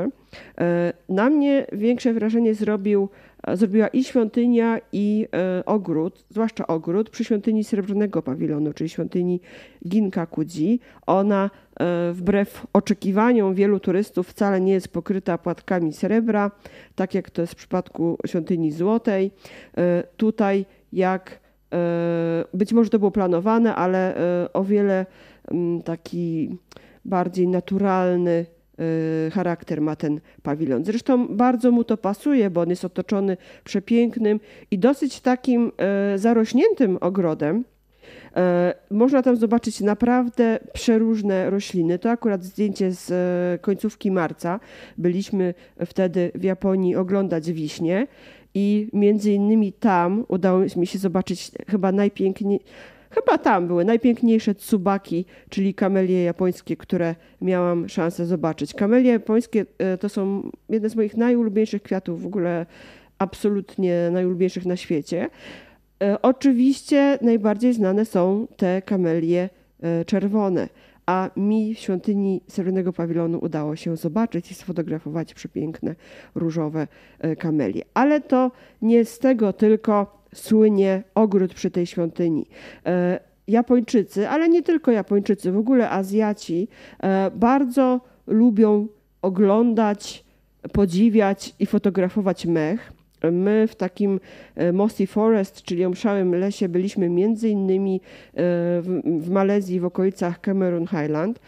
Na mnie większe wrażenie zrobił, zrobiła i świątynia, i ogród, zwłaszcza ogród przy świątyni Srebrnego Pawilonu, czyli świątyni Ginkakuji. Ona wbrew oczekiwaniom wielu turystów wcale nie jest pokryta płatkami srebra, tak jak to jest w przypadku świątyni Złotej. Tutaj jak być może to było planowane, ale o wiele taki bardziej naturalny charakter ma ten pawilon. Zresztą bardzo mu to pasuje, bo on jest otoczony przepięknym i dosyć takim zarośniętym ogrodem. Można tam zobaczyć naprawdę przeróżne rośliny. To akurat zdjęcie z końcówki marca. Byliśmy wtedy w Japonii oglądać wiśnie i między innymi tam udało mi się zobaczyć chyba najpiękniej, chyba tam były najpiękniejsze tsubaki, czyli kamelie japońskie, które miałam szansę zobaczyć. Kamelie japońskie to są jedne z moich najulubieńszych kwiatów, w ogóle absolutnie najulubieńszych na świecie. Oczywiście najbardziej znane są te kamelie czerwone, a mi w świątyni Srebrnego Pawilonu udało się zobaczyć i sfotografować przepiękne różowe kamelie. Ale to nie z tego tylko słynie ogród przy tej świątyni. Japończycy, ale nie tylko Japończycy, w ogóle Azjaci bardzo lubią oglądać, podziwiać i fotografować mech. My w takim Mossy Forest, czyli omszałym lesie, byliśmy między innymi w, w Malezji, w okolicach Cameron Highland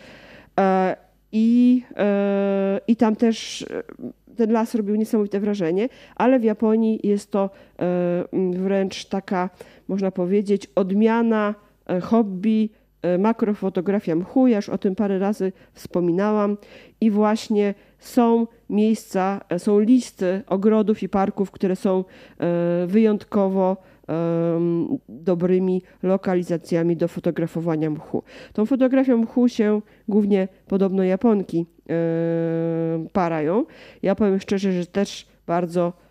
i, i tam też ten las robił niesamowite wrażenie, ale w Japonii jest to wręcz taka, można powiedzieć, odmiana hobby makrofotografia mchu. Ja już o tym parę razy wspominałam i właśnie są miejsca, są listy ogrodów i parków, które są wyjątkowo dobrymi lokalizacjami do fotografowania mchu. Tą fotografią mchu się głównie podobno Japonki parają. Ja powiem szczerze, że też bardzo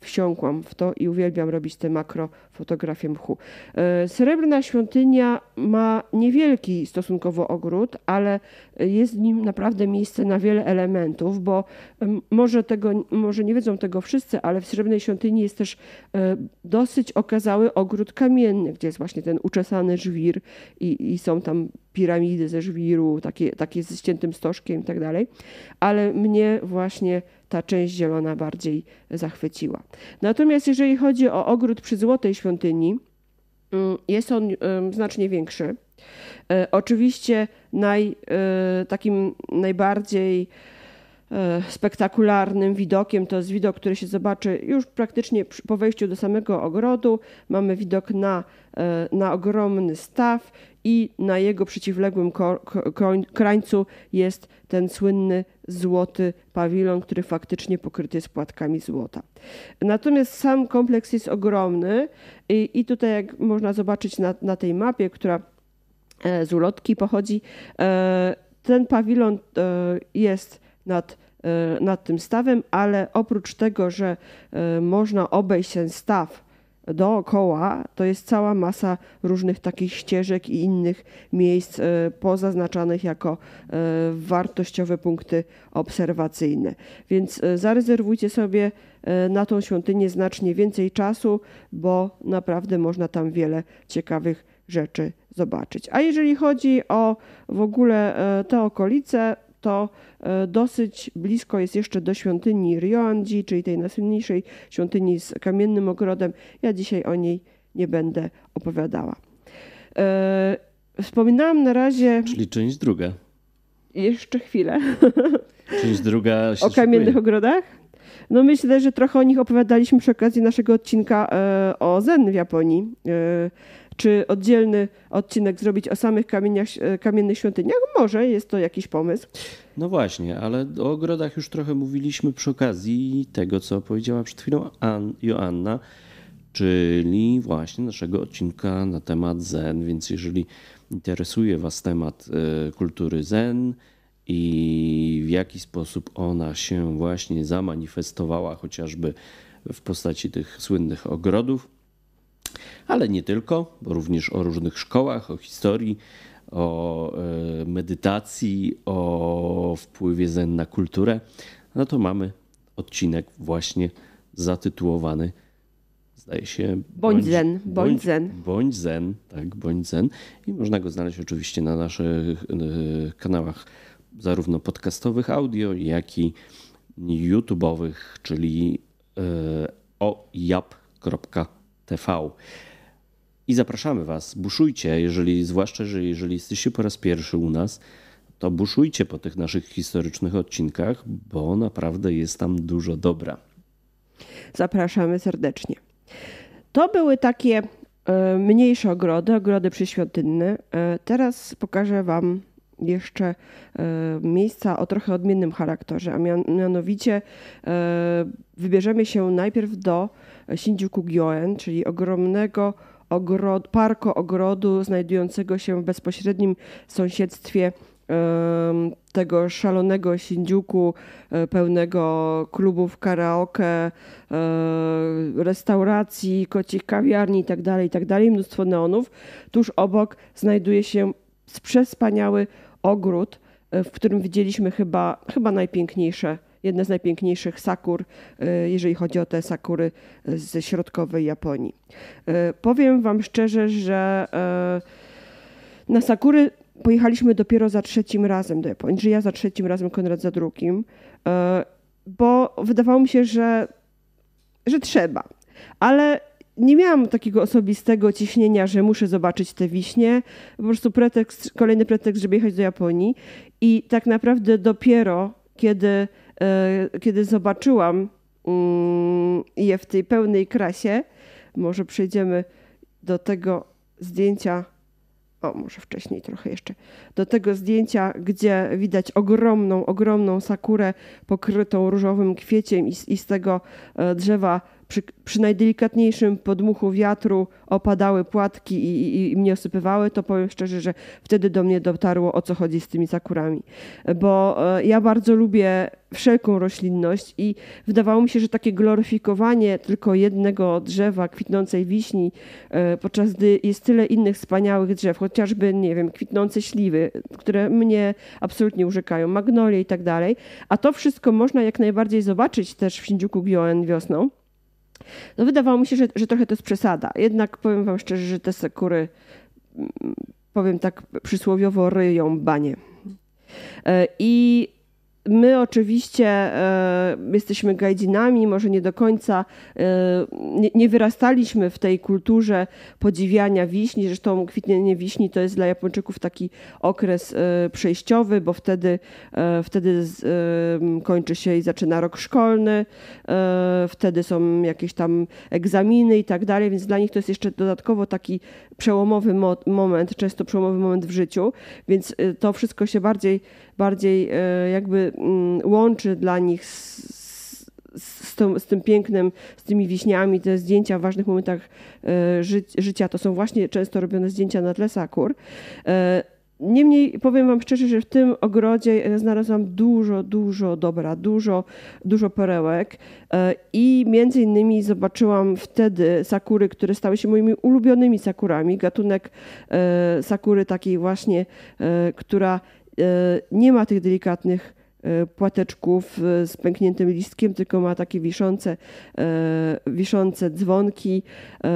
wsiąkłam w to i uwielbiam robić te makrofotografie mchu. Srebrna Świątynia ma niewielki stosunkowo ogród, ale jest w nim naprawdę miejsce na wiele elementów, bo może, tego, może nie wiedzą tego wszyscy, ale w Srebrnej Świątyni jest też dosyć okazały ogród kamienny, gdzie jest właśnie ten uczesany żwir i, i są tam piramidy ze żwiru, takie, takie ze ściętym stożkiem i tak dalej, ale mnie właśnie ta część zielona bardziej zachwyciła. Natomiast jeżeli chodzi o ogród przy Złotej Świątyni, jest on znacznie większy. Oczywiście naj, takim najbardziej spektakularnym widokiem to jest widok, który się zobaczy już praktycznie po wejściu do samego ogrodu. Mamy widok na, na ogromny staw i na jego przeciwległym krańcu jest ten słynny złoty pawilon, który faktycznie pokryty jest płatkami złota. Natomiast sam kompleks jest ogromny i, i tutaj jak można zobaczyć na, na tej mapie, która z ulotki pochodzi, ten pawilon jest nad, nad tym stawem, ale oprócz tego, że można obejść ten staw dookoła, to jest cała masa różnych takich ścieżek i innych miejsc pozaznaczanych jako wartościowe punkty obserwacyjne. Więc zarezerwujcie sobie na tą świątynię znacznie więcej czasu, bo naprawdę można tam wiele ciekawych rzeczy zobaczyć. A jeżeli chodzi o w ogóle te okolice, to dosyć blisko jest jeszcze do świątyni Ryoanji, czyli tej najsłynniejszej świątyni z kamiennym ogrodem. Ja dzisiaj o niej nie będę opowiadała. Wspominałam na razie... Czyli część druga. Jeszcze chwilę. Część druga się O kamiennych szykuje. ogrodach? No myślę, że trochę o nich opowiadaliśmy przy okazji naszego odcinka o Zen w Japonii. Czy oddzielny odcinek zrobić o samych kamieniach, kamiennych świątyniach? Może, jest to jakiś pomysł. No właśnie, ale o ogrodach już trochę mówiliśmy przy okazji tego, co powiedziała przed chwilą An- Joanna, czyli właśnie naszego odcinka na temat Zen. Więc jeżeli interesuje Was temat y, kultury Zen i w jaki sposób ona się właśnie zamanifestowała, chociażby w postaci tych słynnych ogrodów, ale nie tylko, bo również o różnych szkołach, o historii, o medytacji, o wpływie Zen na kulturę, no to mamy odcinek właśnie zatytułowany, zdaje się... Bądź Zen, bądź Zen. Bądź Zen, tak, bądź Zen. I można go znaleźć oczywiście na naszych kanałach zarówno podcastowych audio, jak i YouTube'owych, czyli o jap kropka t v. I zapraszamy Was, buszujcie, jeżeli, zwłaszcza, że jeżeli jesteście po raz pierwszy u nas, to buszujcie po tych naszych historycznych odcinkach, bo naprawdę jest tam dużo dobra. Zapraszamy serdecznie. To były takie e, mniejsze ogrody, ogrody przyświątynne. E, teraz pokażę Wam jeszcze e, miejsca o trochę odmiennym charakterze, a mian, mianowicie e, wybierzemy się najpierw do Shinjuku-gyoen, czyli ogromnego Ogrod, parku ogrodu znajdującego się w bezpośrednim sąsiedztwie e, tego szalonego Shinjuku, e, pełnego klubów karaoke, e, restauracji, kocich kawiarni itd., itd., mnóstwo neonów. Tuż obok znajduje się przespaniały ogród, w którym widzieliśmy chyba, chyba najpiękniejsze, jedne z najpiękniejszych sakur, jeżeli chodzi o te sakury ze środkowej Japonii. Powiem Wam szczerze, że na sakury pojechaliśmy dopiero za trzecim razem do Japonii, że ja za trzecim razem, Konrad za drugim, bo wydawało mi się, że, że trzeba. Ale nie miałam takiego osobistego ciśnienia, że muszę zobaczyć te wiśnie. Po prostu pretekst, kolejny pretekst, żeby jechać do Japonii. I tak naprawdę dopiero, kiedy, kiedy zobaczyłam je w tej pełnej krasie, może przejdziemy do tego zdjęcia, o może wcześniej trochę jeszcze, do tego zdjęcia, gdzie widać ogromną, ogromną sakurę pokrytą różowym kwieciem i, i z tego drzewa przy, przy najdelikatniejszym podmuchu wiatru opadały płatki i, i, i mnie osypywały, to powiem szczerze, że wtedy do mnie dotarło, o co chodzi z tymi sakurami. Bo ja bardzo lubię wszelką roślinność i wydawało mi się, że takie gloryfikowanie tylko jednego drzewa, kwitnącej wiśni, podczas gdy jest tyle innych wspaniałych drzew, chociażby, nie wiem, kwitnące śliwy, które mnie absolutnie urzekają, magnolie i tak dalej, a to wszystko można jak najbardziej zobaczyć też w Shinjuku-gyoen wiosną. No wydawało mi się, że, że trochę to jest przesada. Jednak powiem wam szczerze, że te sakury, powiem tak przysłowiowo, ryją banie. I my oczywiście e, jesteśmy gajdzinami, może nie do końca, e, nie, nie wyrastaliśmy w tej kulturze podziwiania wiśni. Zresztą kwitnienie wiśni to jest dla Japończyków taki okres e, przejściowy, bo wtedy, e, wtedy z, e, kończy się i zaczyna rok szkolny, e, wtedy są jakieś tam egzaminy i tak dalej, więc dla nich to jest jeszcze dodatkowo taki przełomowy mo- moment, często przełomowy moment w życiu, więc e, to wszystko się bardziej, bardziej e, jakby łączy dla nich z, z, tą, z tym pięknem, z tymi wiśniami. Te zdjęcia w ważnych momentach e, ży, życia to są właśnie często robione zdjęcia na tle sakur. E, Niemniej powiem wam szczerze, że w tym ogrodzie znalazłam dużo, dużo dobra, dużo, dużo perełek e, i między innymi zobaczyłam wtedy sakury, które stały się moimi ulubionymi sakurami. Gatunek e, sakury takiej właśnie, e, która nie ma tych delikatnych płateczków z pękniętym listkiem, tylko ma takie wiszące, wiszące dzwonki,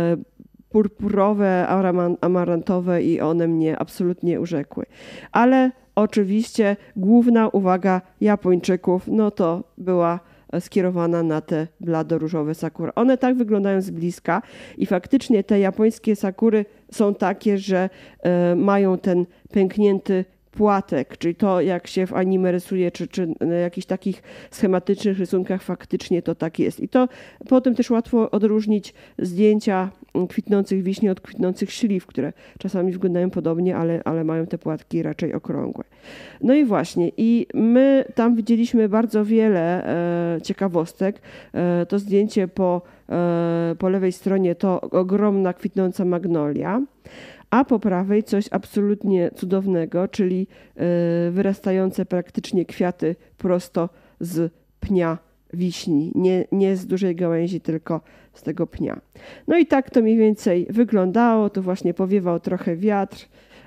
purpurowe, amarantowe i one mnie absolutnie urzekły. Ale oczywiście główna uwaga Japończyków, no to była skierowana na te bladoróżowe sakury. One tak wyglądają z bliska i faktycznie te japońskie sakury są takie, że mają ten pęknięty płatek, czyli to jak się w anime rysuje, czy, czy na jakichś takich schematycznych rysunkach faktycznie to tak jest. I to potem też łatwo odróżnić zdjęcia kwitnących wiśni od kwitnących śliw, które czasami wyglądają podobnie, ale, ale mają te płatki raczej okrągłe. No i właśnie, i my tam widzieliśmy bardzo wiele e, ciekawostek. E, to zdjęcie po, e, po lewej stronie to ogromna kwitnąca magnolia, a po prawej coś absolutnie cudownego, czyli wyrastające praktycznie kwiaty prosto z pnia wiśni. Nie, nie z dużej gałęzi, tylko z tego pnia. No i tak to mniej więcej wyglądało. Tu właśnie powiewał trochę wiatr.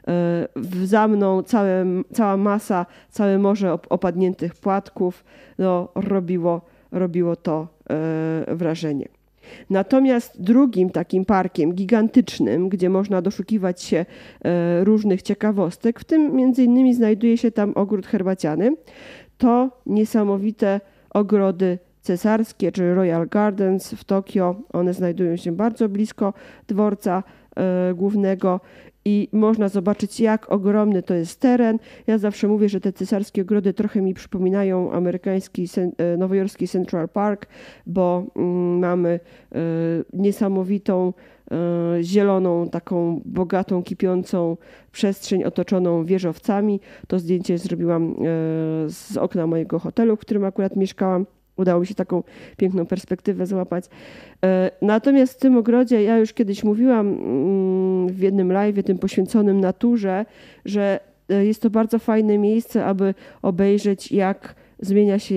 Za mną całe, cała masa, całe morze opadniętych płatków. No, robiło, robiło to wrażenie. Natomiast drugim takim parkiem gigantycznym, gdzie można doszukiwać się różnych ciekawostek, w tym między innymi znajduje się tam ogród herbaciany, to niesamowite ogrody cesarskie, czyli Royal Gardens w Tokio. One znajdują się bardzo blisko dworca głównego i można zobaczyć, jak ogromny to jest teren. Ja zawsze mówię, że te cesarskie ogrody trochę mi przypominają amerykański, nowojorski Central Park, bo mamy niesamowitą, zieloną, taką bogatą, kipiącą przestrzeń otoczoną wieżowcami. To zdjęcie zrobiłam z okna mojego hotelu, w którym akurat mieszkałam. Udało mi się taką piękną perspektywę złapać. Natomiast w tym ogrodzie, ja już kiedyś mówiłam w jednym live'ie, tym poświęconym naturze, że jest to bardzo fajne miejsce, aby obejrzeć, jak zmienia się,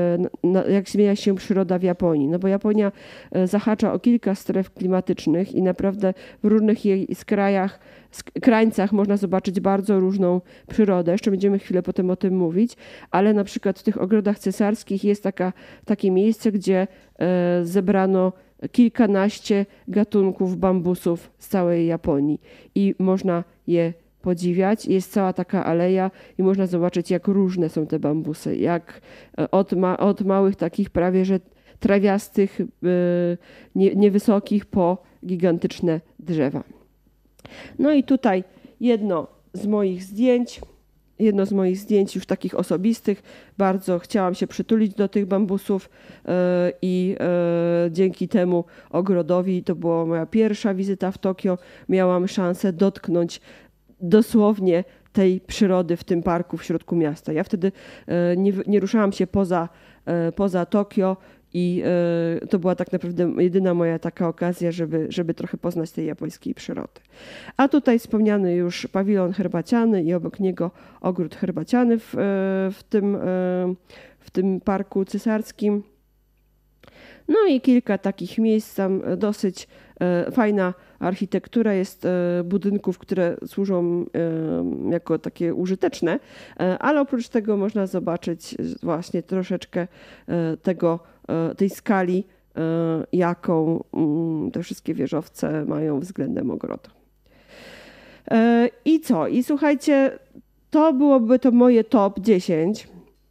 jak zmienia się przyroda w Japonii. No bo Japonia zahacza o kilka stref klimatycznych i naprawdę w różnych jej krajach, krańcach można zobaczyć bardzo różną przyrodę. Jeszcze będziemy chwilę potem o tym mówić, ale na przykład w tych ogrodach cesarskich jest taka, takie miejsce, gdzie zebrano kilkanaście gatunków bambusów z całej Japonii i można je podziwiać. Jest cała taka aleja i można zobaczyć, jak różne są te bambusy. Jak od, ma, od małych takich prawie, że trawiastych, nie, niewysokich po gigantyczne drzewa. No i tutaj jedno z moich zdjęć, jedno z moich zdjęć już takich osobistych. Bardzo chciałam się przytulić do tych bambusów i dzięki temu ogrodowi, to była moja pierwsza wizyta w Tokio, miałam szansę dotknąć dosłownie tej przyrody w tym parku w środku miasta. Ja wtedy nie, nie ruszałam się poza, poza Tokio I y, to była tak naprawdę jedyna moja taka okazja, żeby, żeby trochę poznać tej japońskiej przyrody. A tutaj wspomniany już pawilon herbaciany i obok niego ogród herbaciany w, w, tym, w tym parku cesarskim. No i kilka takich miejsc, tam dosyć fajna architektura jest budynków, które służą jako takie użyteczne, ale oprócz tego można zobaczyć właśnie troszeczkę tego, tej skali, jaką te wszystkie wieżowce mają względem ogrodu. I co? I słuchajcie, to byłoby to moje top dziesięć.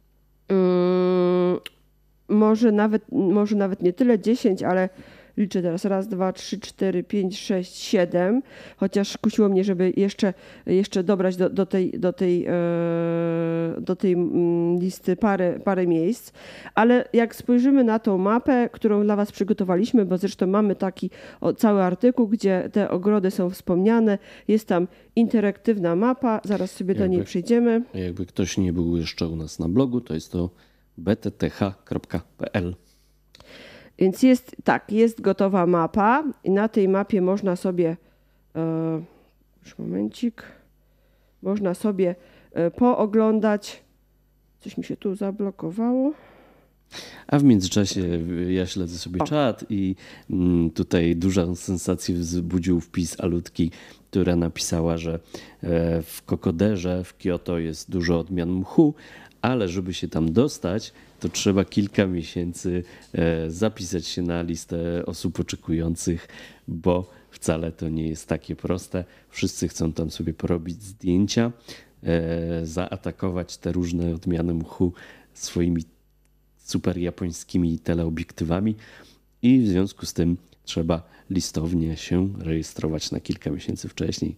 Może nawet, może nawet nie tyle dziesięć, ale liczę teraz raz, dwa, trzy, cztery, pięć, sześć, siedem, chociaż kusiło mnie, żeby jeszcze, jeszcze dobrać do, do, tej, do, tej, do tej listy parę, parę miejsc. Ale jak spojrzymy na tą mapę, którą dla Was przygotowaliśmy, bo zresztą mamy taki cały artykuł, gdzie te ogrody są wspomniane, jest tam interaktywna mapa, zaraz sobie jakby, do niej przejdziemy. Jakby ktoś nie był jeszcze u nas na blogu, to jest to b t t h kropka p l. Więc jest tak, jest gotowa mapa i na tej mapie można sobie, e, już momencik, można sobie e, pooglądać, coś mi się tu zablokowało. A w międzyczasie ja śledzę sobie o. czat i tutaj dużą sensację wzbudził wpis Alutki, która napisała, że w Kokoderze w Kyoto jest dużo odmian mchu, ale żeby się tam dostać, to trzeba kilka miesięcy zapisać się na listę osób oczekujących, bo wcale to nie jest takie proste. Wszyscy chcą tam sobie porobić zdjęcia, zaatakować te różne odmiany mchu swoimi super japońskimi teleobiektywami i w związku z tym trzeba listownie się rejestrować na kilka miesięcy wcześniej.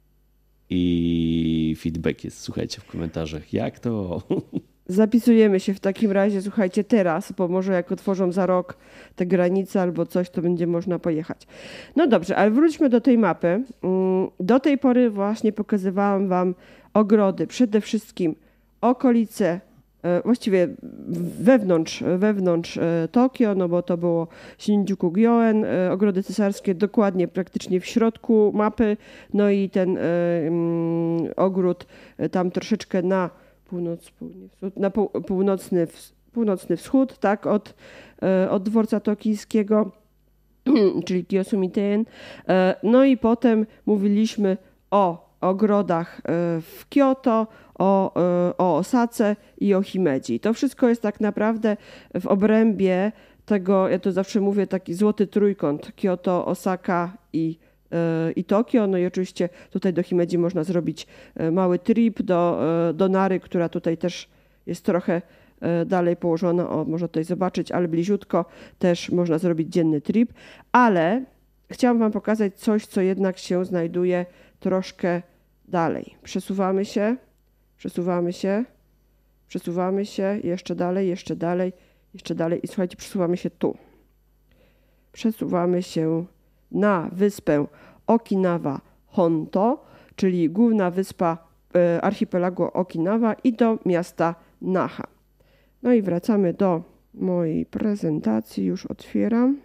I feedback jest, słuchajcie, w komentarzach, jak to? Zapisujemy się w takim razie, słuchajcie, teraz, bo może jak otworzą za rok te granice albo coś, to będzie można pojechać. No dobrze, ale wróćmy do tej mapy. Do tej pory właśnie pokazywałam Wam ogrody, przede wszystkim okolice, właściwie wewnątrz, wewnątrz Tokio, no bo to było Shinjuku-gyoen, ogrody cesarskie dokładnie praktycznie w środku mapy, no i ten um, ogród tam troszeczkę na północ, południe, wschód, na pół, północny, północny wschód, tak, od, od dworca tokijskiego, czyli Kiyosumi-ten. No i potem mówiliśmy o ogrodach w Kyoto, o, o Osace i o Himeji. To wszystko jest tak naprawdę w obrębie tego, ja to zawsze mówię, taki złoty trójkąt Kyoto, Osaka i, i Tokio. No i oczywiście tutaj do Himeji można zrobić mały trip do, do Nary, która tutaj też jest trochę dalej położona. O, można tutaj zobaczyć, ale bliziutko też można zrobić dzienny trip. Ale chciałam Wam pokazać coś, co jednak się znajduje troszkę dalej. Przesuwamy się. Przesuwamy się, przesuwamy się, jeszcze dalej, jeszcze dalej, jeszcze dalej i słuchajcie, przesuwamy się tu. Przesuwamy się na wyspę Okinawa Honto, czyli główna wyspa archipelagu Okinawa i do miasta Naha. No i wracamy do mojej prezentacji, już otwieram.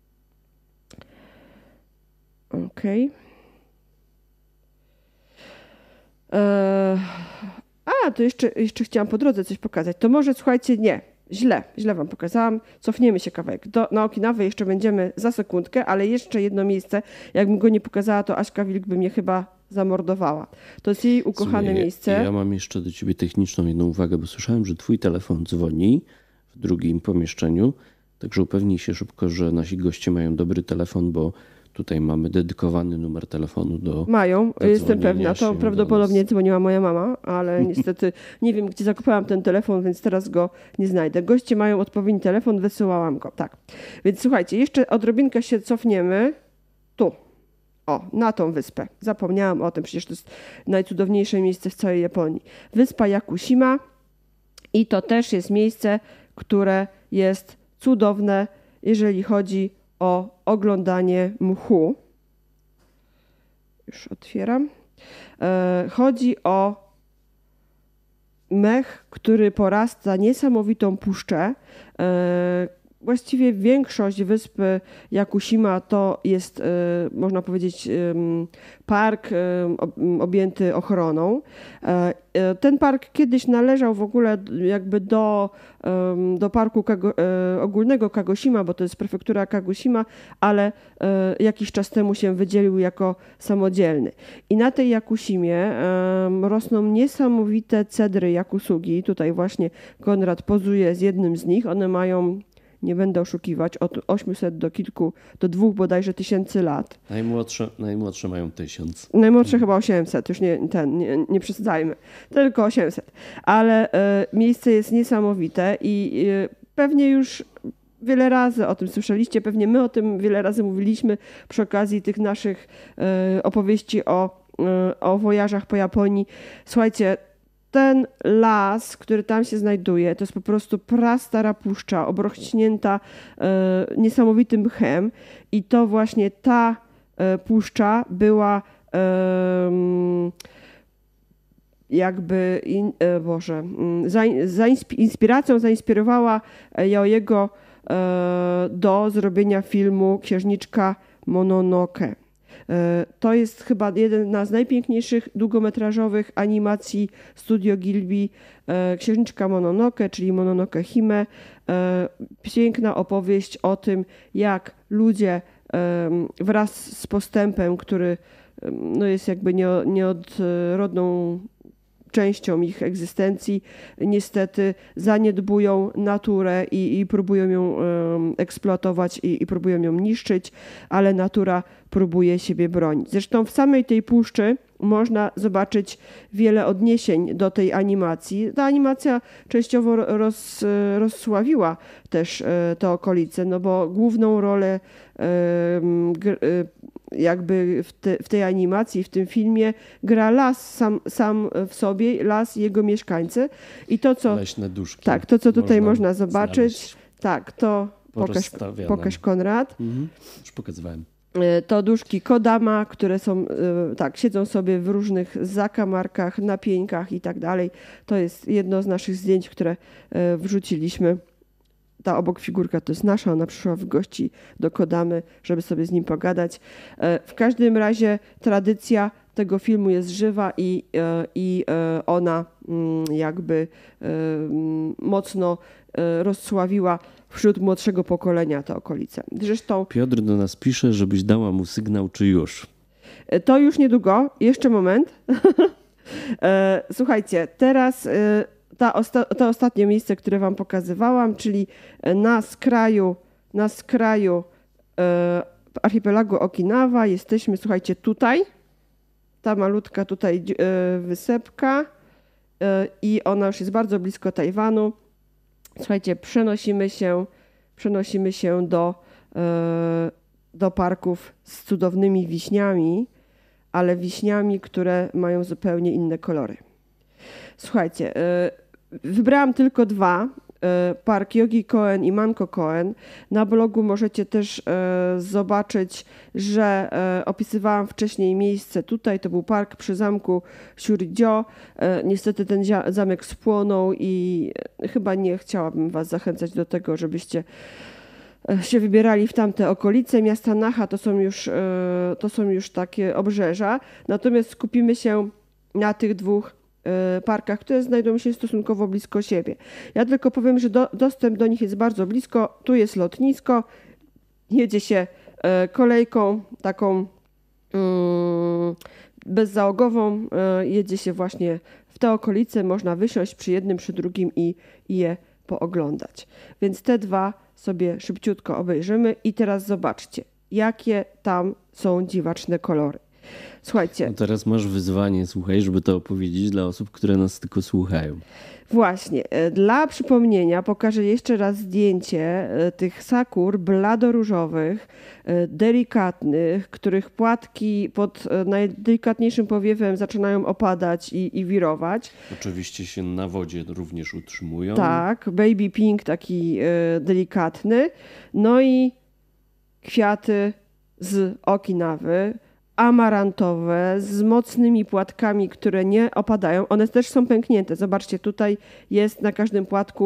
Ok. A, to jeszcze, jeszcze chciałam po drodze coś pokazać. To może, słuchajcie, nie, źle, źle Wam pokazałam. Cofniemy się kawałek. Do, na Okinawę jeszcze będziemy za sekundkę, ale jeszcze jedno miejsce. Jakbym go nie pokazała, to Aśka Wilk by mnie chyba zamordowała. To jest jej ukochane Słuchaj, miejsce. Ja mam jeszcze do Ciebie techniczną jedną uwagę, bo słyszałem, że Twój telefon dzwoni w drugim pomieszczeniu, także upewnij się szybko, że nasi goście mają dobry telefon, bo tutaj mamy dedykowany numer telefonu do Mają, do jestem pewna. To prawdopodobnie dzwoniła moja mama, ale niestety nie wiem, gdzie zakopałam ten telefon, więc teraz go nie znajdę. Goście mają odpowiedni telefon, wysyłałam go. Tak. Więc słuchajcie, jeszcze odrobinkę się cofniemy. Tu. O, na tą wyspę. Zapomniałam o tym, przecież to jest najcudowniejsze miejsce w całej Japonii. Wyspa Yakushima i to też jest miejsce, które jest cudowne, jeżeli chodzi o oglądanie mchu. Już otwieram. Chodzi o mech, który porasta niesamowitą puszczę, właściwie większość wyspy Yakushima to jest, można powiedzieć, park objęty ochroną. Ten park kiedyś należał w ogóle jakby do, do parku Kago, ogólnego Kagoshima, bo to jest prefektura Kagoshima, ale jakiś czas temu się wydzielił jako samodzielny. I na tej Yakushimie rosną niesamowite cedry Yakusugi. Tutaj właśnie Konrad pozuje z jednym z nich. One mają, nie będę oszukiwać, od osiemset do kilku, do dwóch bodajże tysięcy lat. Najmłodsze, najmłodsze mają tysiąc. Najmłodsze chyba osiemset, już nie, ten, nie, nie przesadzajmy, tylko osiemset. Ale y, miejsce jest niesamowite i y, pewnie już wiele razy o tym słyszeliście, pewnie my o tym wiele razy mówiliśmy przy okazji tych naszych y, opowieści o, y, o wojażach po Japonii. Słuchajcie, ten las, który tam się znajduje, to jest po prostu prastara puszcza, obrośnięta e, niesamowitym mchem i to właśnie ta e, puszcza była e, jakby, in, e, Boże, za, za inspiracją zainspirowała Yaoiego e, do zrobienia filmu Księżniczka Mononoke. To jest chyba jedna z najpiękniejszych długometrażowych animacji Studio Ghibli, Księżniczka Mononoke, czyli Mononoke Hime. Piękna opowieść o tym, jak ludzie wraz z postępem, który no jest jakby nieodrodną częścią ich egzystencji, niestety zaniedbują naturę i, i próbują ją um, eksploatować i, i próbują ją niszczyć, ale natura próbuje siebie bronić. Zresztą w samej tej puszczy można zobaczyć wiele odniesień do tej animacji. Ta animacja częściowo roz, rozsławiła też te okolice, no bo główną rolę jakby w, te, w tej animacji, w tym filmie gra las sam, sam w sobie, las i jego mieszkańcy. I to, co, leśne duszki. Tak, to, co tutaj można, można zobaczyć, znaleźć. Tak, to pokaż, pokaż Konrad. Mhm. Już pokazywałem. To duszki Kodama, które są, tak, siedzą sobie w różnych zakamarkach, na pieńkach i tak dalej. To jest jedno z naszych zdjęć, które wrzuciliśmy. Ta obok figurka to jest nasza, ona przyszła w gości do Kodamy, żeby sobie z nim pogadać. W każdym razie tradycja tego filmu jest żywa i, i ona jakby mocno rozsławiła wśród młodszego pokolenia te okolice. Zresztą Piotr do nas pisze, żebyś dała mu sygnał, czy już. To już niedługo, jeszcze moment. Słuchajcie, teraz ta osta- to ostatnie miejsce, które wam pokazywałam, czyli na skraju, na skraju archipelagu Okinawa jesteśmy, słuchajcie, tutaj. Ta malutka tutaj wysepka i ona już jest bardzo blisko Tajwanu. Słuchajcie, przenosimy się, przenosimy się do, do parków z cudownymi wiśniami, ale wiśniami, które mają zupełnie inne kolory. Słuchajcie, wybrałam tylko dwa. Park Yogi Koen i Manko Koen. Na blogu możecie też zobaczyć, że opisywałam wcześniej miejsce tutaj. To był park przy zamku Shurijo. Niestety ten zamek spłonął i chyba nie chciałabym was zachęcać do tego, żebyście się wybierali w tamte okolice. Miasta Naha to są już, to są już takie obrzeża. Natomiast skupimy się na tych dwóch parkach, które znajdują się stosunkowo blisko siebie. Ja tylko powiem, że do, dostęp do nich jest bardzo blisko. Tu jest lotnisko, jedzie się kolejką taką bezzałogową, jedzie się właśnie w te okolice, można wysiąść przy jednym, przy drugim i, i je pooglądać. Więc te dwa sobie szybciutko obejrzymy i teraz zobaczcie, jakie tam są dziwaczne kolory. Słuchajcie. No teraz masz wyzwanie, słuchaj, żeby to opowiedzieć dla osób, które nas tylko słuchają. Właśnie. Dla przypomnienia pokażę jeszcze raz zdjęcie tych sakur bladoróżowych, delikatnych, których płatki pod najdelikatniejszym powiewem zaczynają opadać i, i wirować. Oczywiście się na wodzie również utrzymują. Tak, baby pink taki delikatny. No i kwiaty z Okinawy, amarantowe, z mocnymi płatkami, które nie opadają. One też są pęknięte. Zobaczcie, tutaj jest na każdym płatku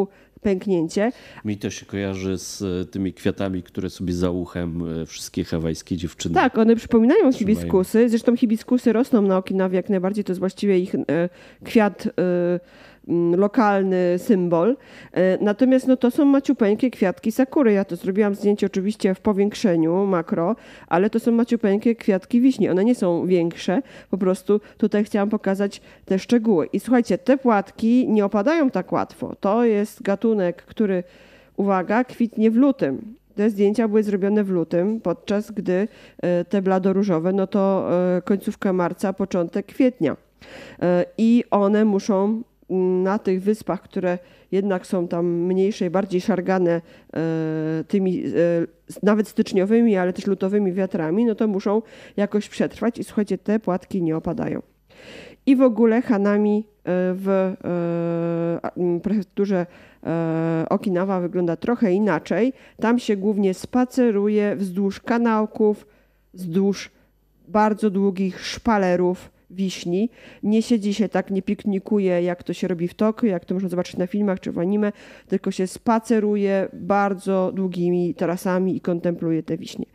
pęknięcie. Mi to się kojarzy z tymi kwiatami, które sobie za uchem wszystkie hawajskie dziewczyny. Tak, one przypominają hibiskusy. Zresztą hibiskusy rosną na Okinawie jak najbardziej. To jest właściwie ich kwiat lokalny symbol. Natomiast no, to są maciupeńkie kwiatki sakury. Ja to zrobiłam zdjęcie oczywiście w powiększeniu makro, ale to są maciupeńkie kwiatki wiśni. One nie są większe. Po prostu tutaj chciałam pokazać te szczegóły. I słuchajcie, te płatki nie opadają tak łatwo. To jest gatunek, który, uwaga, kwitnie w lutym. Te zdjęcia były zrobione w lutym, podczas gdy te bladoróżowe, no to końcówka marca, początek kwietnia. I one muszą na tych wyspach, które jednak są tam mniejsze i bardziej szargane tymi nawet styczniowymi, ale też lutowymi wiatrami, no to muszą jakoś przetrwać i słuchajcie, te płatki nie opadają. I w ogóle Hanami w prefekturze Okinawa wygląda trochę inaczej. Tam się głównie spaceruje wzdłuż kanałków, wzdłuż bardzo długich szpalerów wiśni. Nie siedzi się tak, nie piknikuje, jak to się robi w Tokio, jak to można zobaczyć na filmach czy w anime, tylko się spaceruje bardzo długimi tarasami i kontempluje te wiśnie.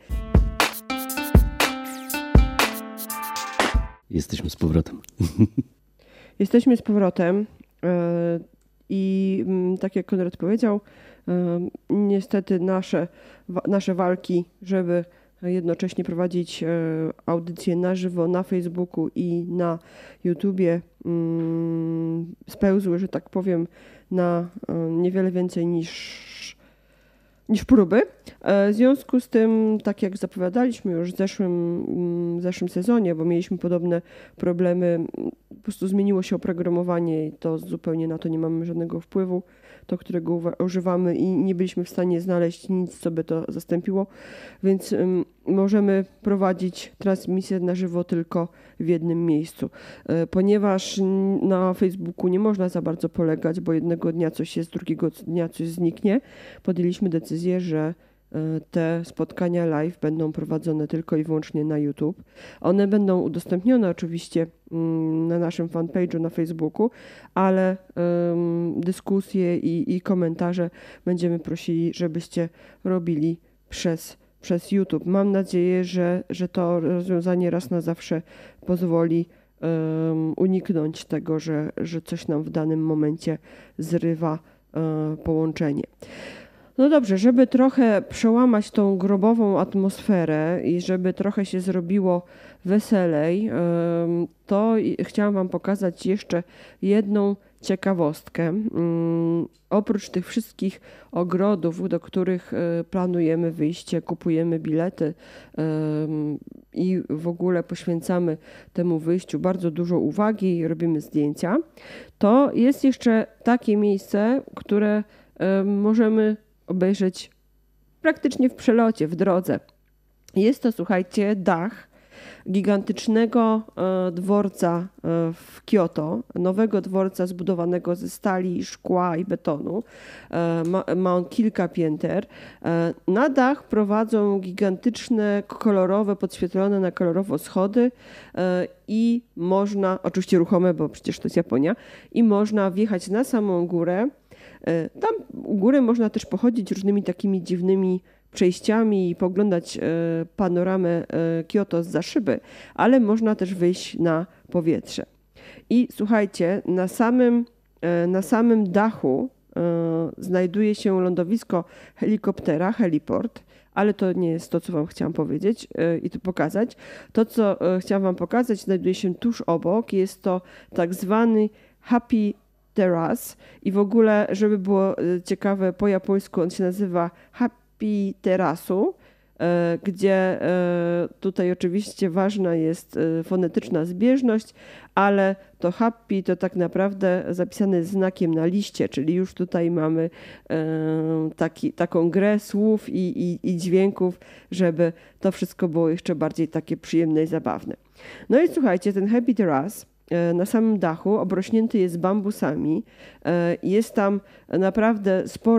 Jesteśmy z powrotem. Jesteśmy z powrotem i tak jak Konrad powiedział, niestety nasze, nasze walki, żeby jednocześnie prowadzić audycje na żywo na Facebooku i na YouTubie spełzły, że tak powiem, na niewiele więcej niż niż próby. W związku z tym, tak jak zapowiadaliśmy już w zeszłym, w zeszłym sezonie, bo mieliśmy podobne problemy, po prostu zmieniło się oprogramowanie i to zupełnie na to nie mamy żadnego wpływu, to którego używamy i nie byliśmy w stanie znaleźć nic, co by to zastąpiło, więc um, możemy prowadzić transmisję na żywo tylko w jednym miejscu. E, ponieważ na Facebooku nie można za bardzo polegać, bo jednego dnia coś jest, drugiego dnia coś zniknie, podjęliśmy decyzję, że te spotkania live będą prowadzone tylko i wyłącznie na YouTube. One będą udostępnione oczywiście na naszym fanpage'u na Facebooku, ale um, dyskusje i, i komentarze będziemy prosili, żebyście robili przez, przez YouTube. Mam nadzieję, że, że to rozwiązanie raz na zawsze pozwoli um, uniknąć tego, że, że coś nam w danym momencie zrywa um, połączenie. No dobrze, żeby trochę przełamać tą grobową atmosferę i żeby trochę się zrobiło weselej, to chciałam wam pokazać jeszcze jedną ciekawostkę. Oprócz tych wszystkich ogrodów, do których planujemy wyjście, kupujemy bilety i w ogóle poświęcamy temu wyjściu bardzo dużo uwagi i robimy zdjęcia, to jest jeszcze takie miejsce, które możemy obejrzeć praktycznie w przelocie, w drodze. Jest to, słuchajcie, dach gigantycznego dworca w Kyoto, nowego dworca zbudowanego ze stali, szkła i betonu. Ma, ma on kilka pięter. Na dach prowadzą gigantyczne, kolorowe, podświetlone na kolorowo schody i można, oczywiście ruchome, bo przecież to jest Japonia, i można wjechać na samą górę. Tam u góry można też pochodzić różnymi takimi dziwnymi przejściami i poglądać panoramę Kyoto zza szyby, ale można też wyjść na powietrze. I słuchajcie, na samym, na samym dachu znajduje się lądowisko helikoptera, heliport, ale to nie jest to, co wam chciałam powiedzieć i tu pokazać. To, co chciałam wam pokazać, znajduje się tuż obok. Jest to tak zwany Happy Terrace i w ogóle, żeby było ciekawe, po japońsku on się nazywa Happy Terasu, gdzie tutaj oczywiście ważna jest fonetyczna zbieżność, ale to happy to tak naprawdę zapisane jest znakiem na liście, czyli już tutaj mamy taki, taką grę słów i, i, i dźwięków, żeby to wszystko było jeszcze bardziej takie przyjemne i zabawne. No i słuchajcie, ten Happy Terrace na samym dachu obrośnięty jest bambusami. Jest tam naprawdę sporo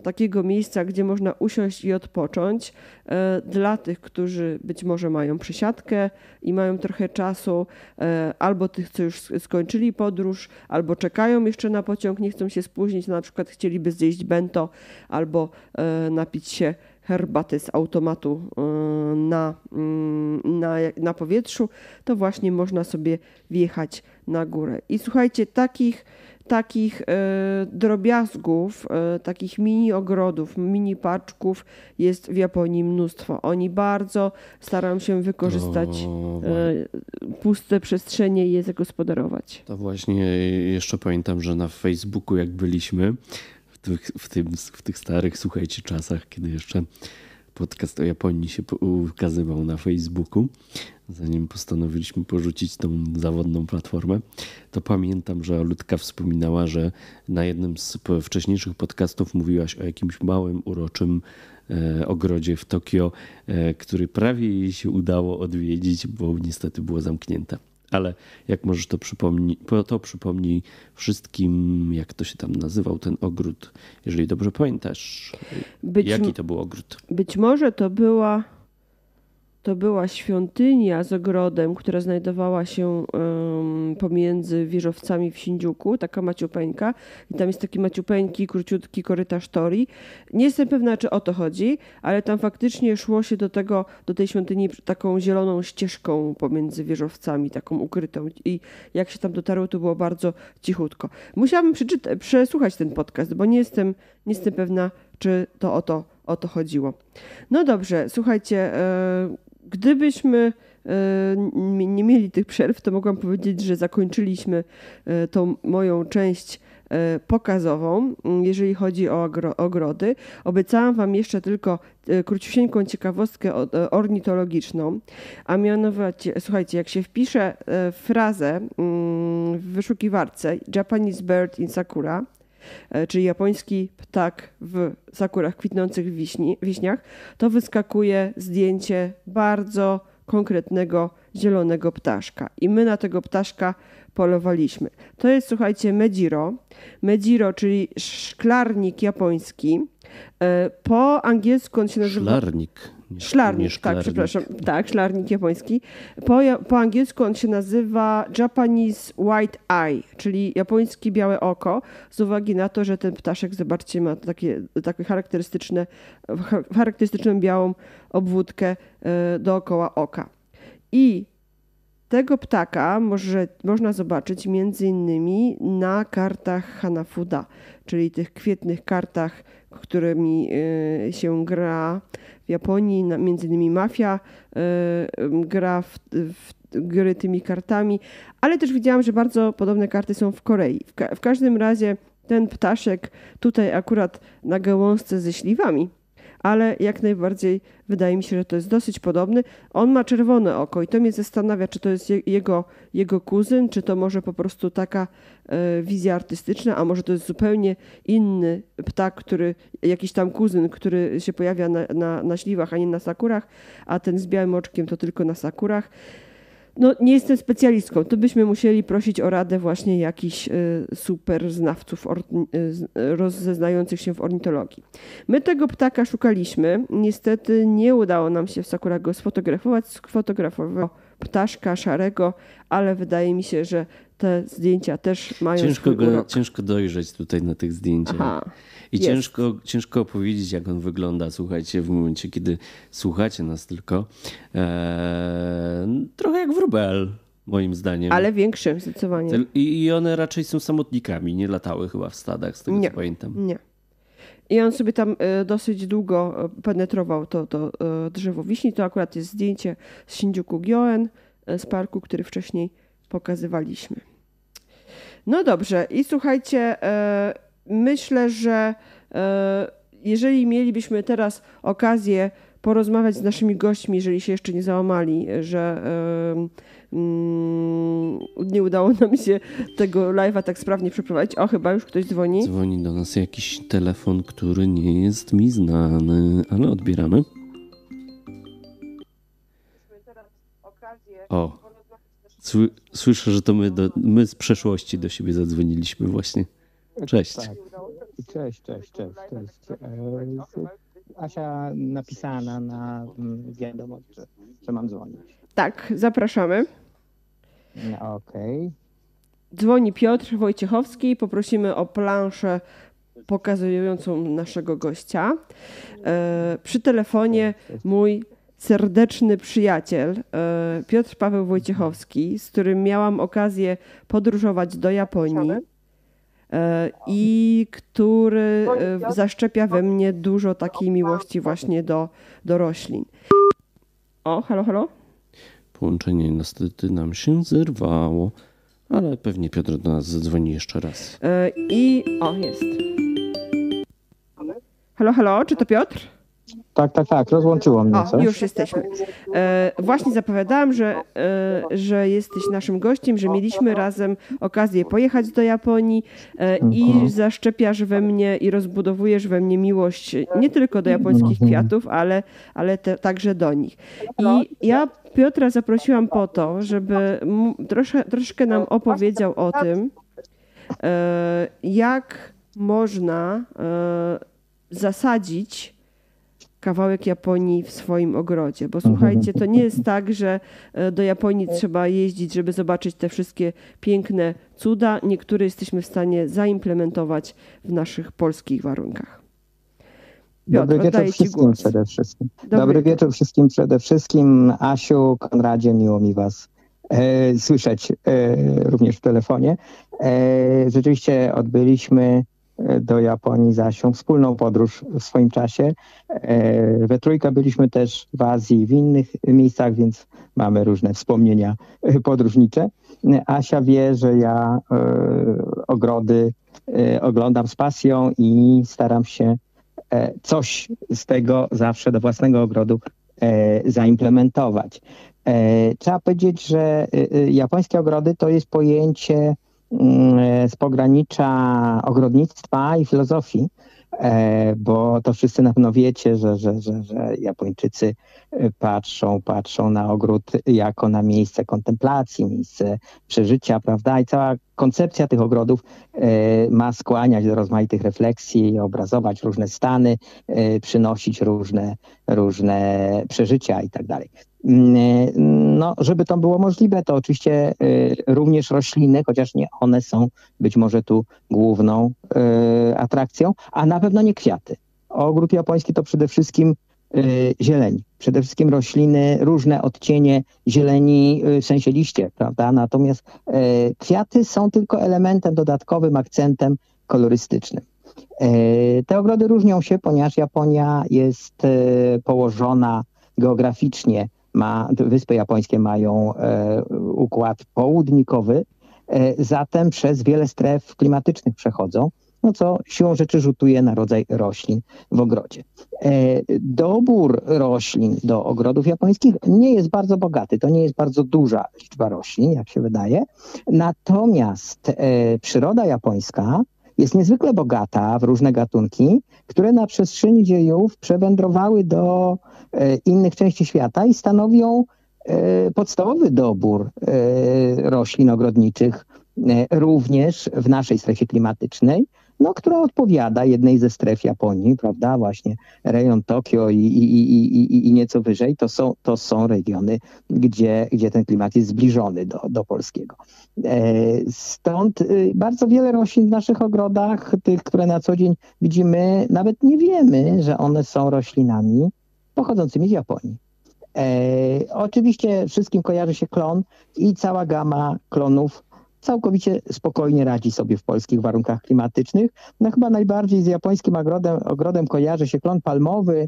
takiego miejsca, gdzie można usiąść i odpocząć. Dla tych, którzy być może mają przesiadkę i mają trochę czasu, albo tych, co już skończyli podróż, albo czekają jeszcze na pociąg, nie chcą się spóźnić, na przykład chcieliby zjeść bento albo napić się herbaty z automatu na, na, na powietrzu, to właśnie można sobie wjechać na górę. I słuchajcie, takich, takich e, drobiazgów, e, takich mini ogrodów, mini parczków jest w Japonii mnóstwo. Oni bardzo starają się wykorzystać e, puste przestrzenie i je zagospodarować. To właśnie jeszcze pamiętam, że na Facebooku jak byliśmy, w tych, w tym, w tych starych, słuchajcie, czasach, kiedy jeszcze podcast o Japonii się ukazywał na Facebooku, zanim postanowiliśmy porzucić tą zawodną platformę, to pamiętam, że Ludka wspominała, że na jednym z wcześniejszych podcastów mówiłaś o jakimś małym, uroczym e, ogrodzie w Tokio, e, który prawie jej się udało odwiedzić, bo niestety było zamknięte. Ale jak możesz to przypomnij, to przypomnij wszystkim, jak to się tam nazywał, ten ogród, jeżeli dobrze pamiętasz. Być, jaki to był ogród? Być może to była, to była świątynia z ogrodem, która znajdowała się um, pomiędzy wieżowcami w Shinjuku, taka maciupeńka. I tam jest taki maciupeńki, króciutki korytarz torii. Nie jestem pewna, czy o to chodzi, ale tam faktycznie szło się do tego, do tej świątyni taką zieloną ścieżką pomiędzy wieżowcami, taką ukrytą. I jak się tam dotarło, to było bardzo cichutko. Musiałabym przeczyta- przesłuchać ten podcast, bo nie jestem, nie jestem pewna, czy to o to, o to chodziło. No dobrze, słuchajcie, yy, gdybyśmy yy, nie mieli tych przerw, to mogłam powiedzieć, że zakończyliśmy yy, tą moją część yy, pokazową, jeżeli chodzi o ogro- ogrody. Obiecałam wam jeszcze tylko yy, króciusieńką ciekawostkę o, yy, ornitologiczną, a mianowicie, słuchajcie, jak się wpisze yy, frazę yy, w wyszukiwarce Japanese bird in Sakura, czyli japoński ptak w sakurach kwitnących wiśni, wiśniach, to wyskakuje zdjęcie bardzo konkretnego zielonego ptaszka. I my na tego ptaszka polowaliśmy. To jest, słuchajcie, Mejiro. Mejiro, czyli szklarnik japoński. Po angielsku on się nazywa... Szklarnik. Nie, szklarnik, nie tak, przepraszam. Tak, szklarnik japoński. Po, po angielsku on się nazywa Japanese White Eye, czyli japońskie białe oko, z uwagi na to, że ten ptaszek, zobaczcie, ma takie, takie charakterystyczne, charakterystyczną białą obwódkę dookoła oka. I tego ptaka może, można zobaczyć między innymi na kartach Hanafuda, czyli tych kwietnych kartach, którymi się gra w Japonii, między innymi Mafia gra w, w gry tymi kartami, ale też widziałam, że bardzo podobne karty są w Korei. W, ka- w każdym razie ten ptaszek tutaj akurat na gałązce ze śliwami, ale jak najbardziej wydaje mi się, że to jest dosyć podobny. On ma czerwone oko i to mnie zastanawia, czy to jest jego, jego kuzyn, czy to może po prostu taka e, wizja artystyczna, a może to jest zupełnie inny ptak, który, jakiś tam kuzyn, który się pojawia na, na, na śliwach, a nie na sakurach, a ten z białym oczkiem to tylko na sakurach. No, nie jestem specjalistką, to byśmy musieli prosić o radę właśnie jakichś y, super znawców or, y, rozeznających się w ornitologii. My tego ptaka szukaliśmy, niestety nie udało nam się w sakurach go sfotografować, sfotografował ptaszka szarego, ale wydaje mi się, że te zdjęcia też mają ciężko swój go, urok. Ciężko dojrzeć tutaj na tych zdjęciach. Aha, I ciężko, ciężko opowiedzieć, jak on wygląda, słuchajcie, w momencie, kiedy słuchacie nas tylko. Eee, trochę jak wróbel, moim zdaniem. Ale większy zdecydowanie. I, I one raczej są samotnikami, nie latały chyba w stadach, z tego nie, co pamiętam. Nie. I on sobie tam y, dosyć długo penetrował to, to y, drzewo wiśni. To akurat jest zdjęcie z Shinjuku Gyoen, y, z parku, który wcześniej pokazywaliśmy. No dobrze. I słuchajcie, y, myślę, że y, jeżeli mielibyśmy teraz okazję porozmawiać z naszymi gośćmi, jeżeli się jeszcze nie załamali, że y, y, nie udało nam się tego live'a tak sprawnie przeprowadzić. O, chyba już ktoś dzwoni. Dzwoni do nas jakiś telefon, który nie jest mi znany, ale odbieramy. O, sły, słyszę, że to my, do, my z przeszłości do siebie zadzwoniliśmy właśnie. Cześć. Tak. Cześć, cześć, cześć, cześć. E, Asia napisała na, na mm, wiadomość, że, że mam dzwonić. Tak, zapraszamy. No, okej. Dzwoni Piotr Wojciechowski. Poprosimy o planszę pokazującą naszego gościa. E, przy telefonie mój serdeczny przyjaciel e, Piotr Paweł Wojciechowski, z którym miałam okazję podróżować do Japonii e, i który e, zaszczepia we mnie dużo takiej miłości właśnie do, do roślin. O, halo, halo? Połączenie niestety nam się zerwało, ale pewnie Piotr do nas zadzwoni jeszcze raz. E, I o, jest. Halo, halo, czy to Piotr? Tak, tak, tak, rozłączyło mnie O, coś. już jesteśmy. E, właśnie zapowiadałam, że, e, że jesteś naszym gościem, że mieliśmy razem okazję pojechać do Japonii e, i Mhm. zaszczepiasz we mnie i rozbudowujesz we mnie miłość nie tylko do japońskich Mhm. kwiatów, ale, ale te, także do nich. I ja Piotra zaprosiłam po to, żeby mu, trosze, troszkę nam opowiedział o tym, e, jak można e, zasadzić kawałek Japonii w swoim ogrodzie. Bo słuchajcie, to nie jest tak, że e, do Japonii trzeba jeździć, żeby zobaczyć te wszystkie piękne cuda. Niektóre jesteśmy w stanie zaimplementować w naszych polskich warunkach. Piotr, Dobry wieczór oddaję Ci wszystkim głos. przede wszystkim. Dobry Dobry, wieczór. wieczór wszystkim przede wszystkim. Asiu, Konradzie, miło mi was e, słyszeć e, również w telefonie. E, rzeczywiście odbyliśmy e, do Japonii z Asią wspólną podróż w swoim czasie. E, we trójkę byliśmy też w Azji i w innych miejscach, więc mamy różne wspomnienia e, podróżnicze. E, Asia wie, że ja e, ogrody e, oglądam z pasją i staram się e, coś z tego zawsze do własnego ogrodu e, zaimplementować. E, Trzeba powiedzieć, że e, e, japońskie ogrody to jest pojęcie mm, z pogranicza ogrodnictwa i filozofii, e, bo to wszyscy na pewno wiecie, że, że, że, że Japończycy e, patrzą, patrzą na ogród jako na miejsce kontemplacji, miejsce przeżycia, prawda? I cała koncepcja tych ogrodów e, ma skłaniać do rozmaitych refleksji, obrazować różne stany, e, przynosić różne, różne przeżycia i tak dalej. Mm, No, żeby to było możliwe, to oczywiście e, również rośliny, chociaż nie one są być może tu główną e, atrakcją, a na pewno nie kwiaty. Ogród japoński to przede wszystkim e, zieleń, przede wszystkim rośliny, różne odcienie zieleni, e, w sensie liście, prawda? Natomiast e, kwiaty są tylko elementem dodatkowym, akcentem kolorystycznym. E, Te ogrody różnią się, ponieważ Japonia jest e, położona geograficznie, ma, wyspy japońskie mają e, układ południkowy, e, zatem przez wiele stref klimatycznych przechodzą, no co siłą rzeczy rzutuje na rodzaj roślin w ogrodzie. E, dobór roślin do ogrodów japońskich nie jest bardzo bogaty, to nie jest bardzo duża liczba roślin, jak się wydaje, natomiast e, przyroda japońska jest niezwykle bogata w różne gatunki, które na przestrzeni dziejów przewędrowały do e, innych części świata i stanowią e, podstawowy dobór e, roślin ogrodniczych e, również w naszej strefie klimatycznej, no, która odpowiada jednej ze stref Japonii, prawda, właśnie rejon Tokio i, i, i, i, i nieco wyżej, to są, to są regiony, gdzie, gdzie ten klimat jest zbliżony do, do polskiego. E, Stąd y, bardzo wiele roślin w naszych ogrodach, tych, które na co dzień widzimy, nawet nie wiemy, że one są roślinami pochodzącymi z Japonii. E, oczywiście wszystkim kojarzy się klon i cała gama klonów całkowicie spokojnie radzi sobie w polskich warunkach klimatycznych. No chyba najbardziej z japońskim ogrodem, ogrodem kojarzy się klon palmowy,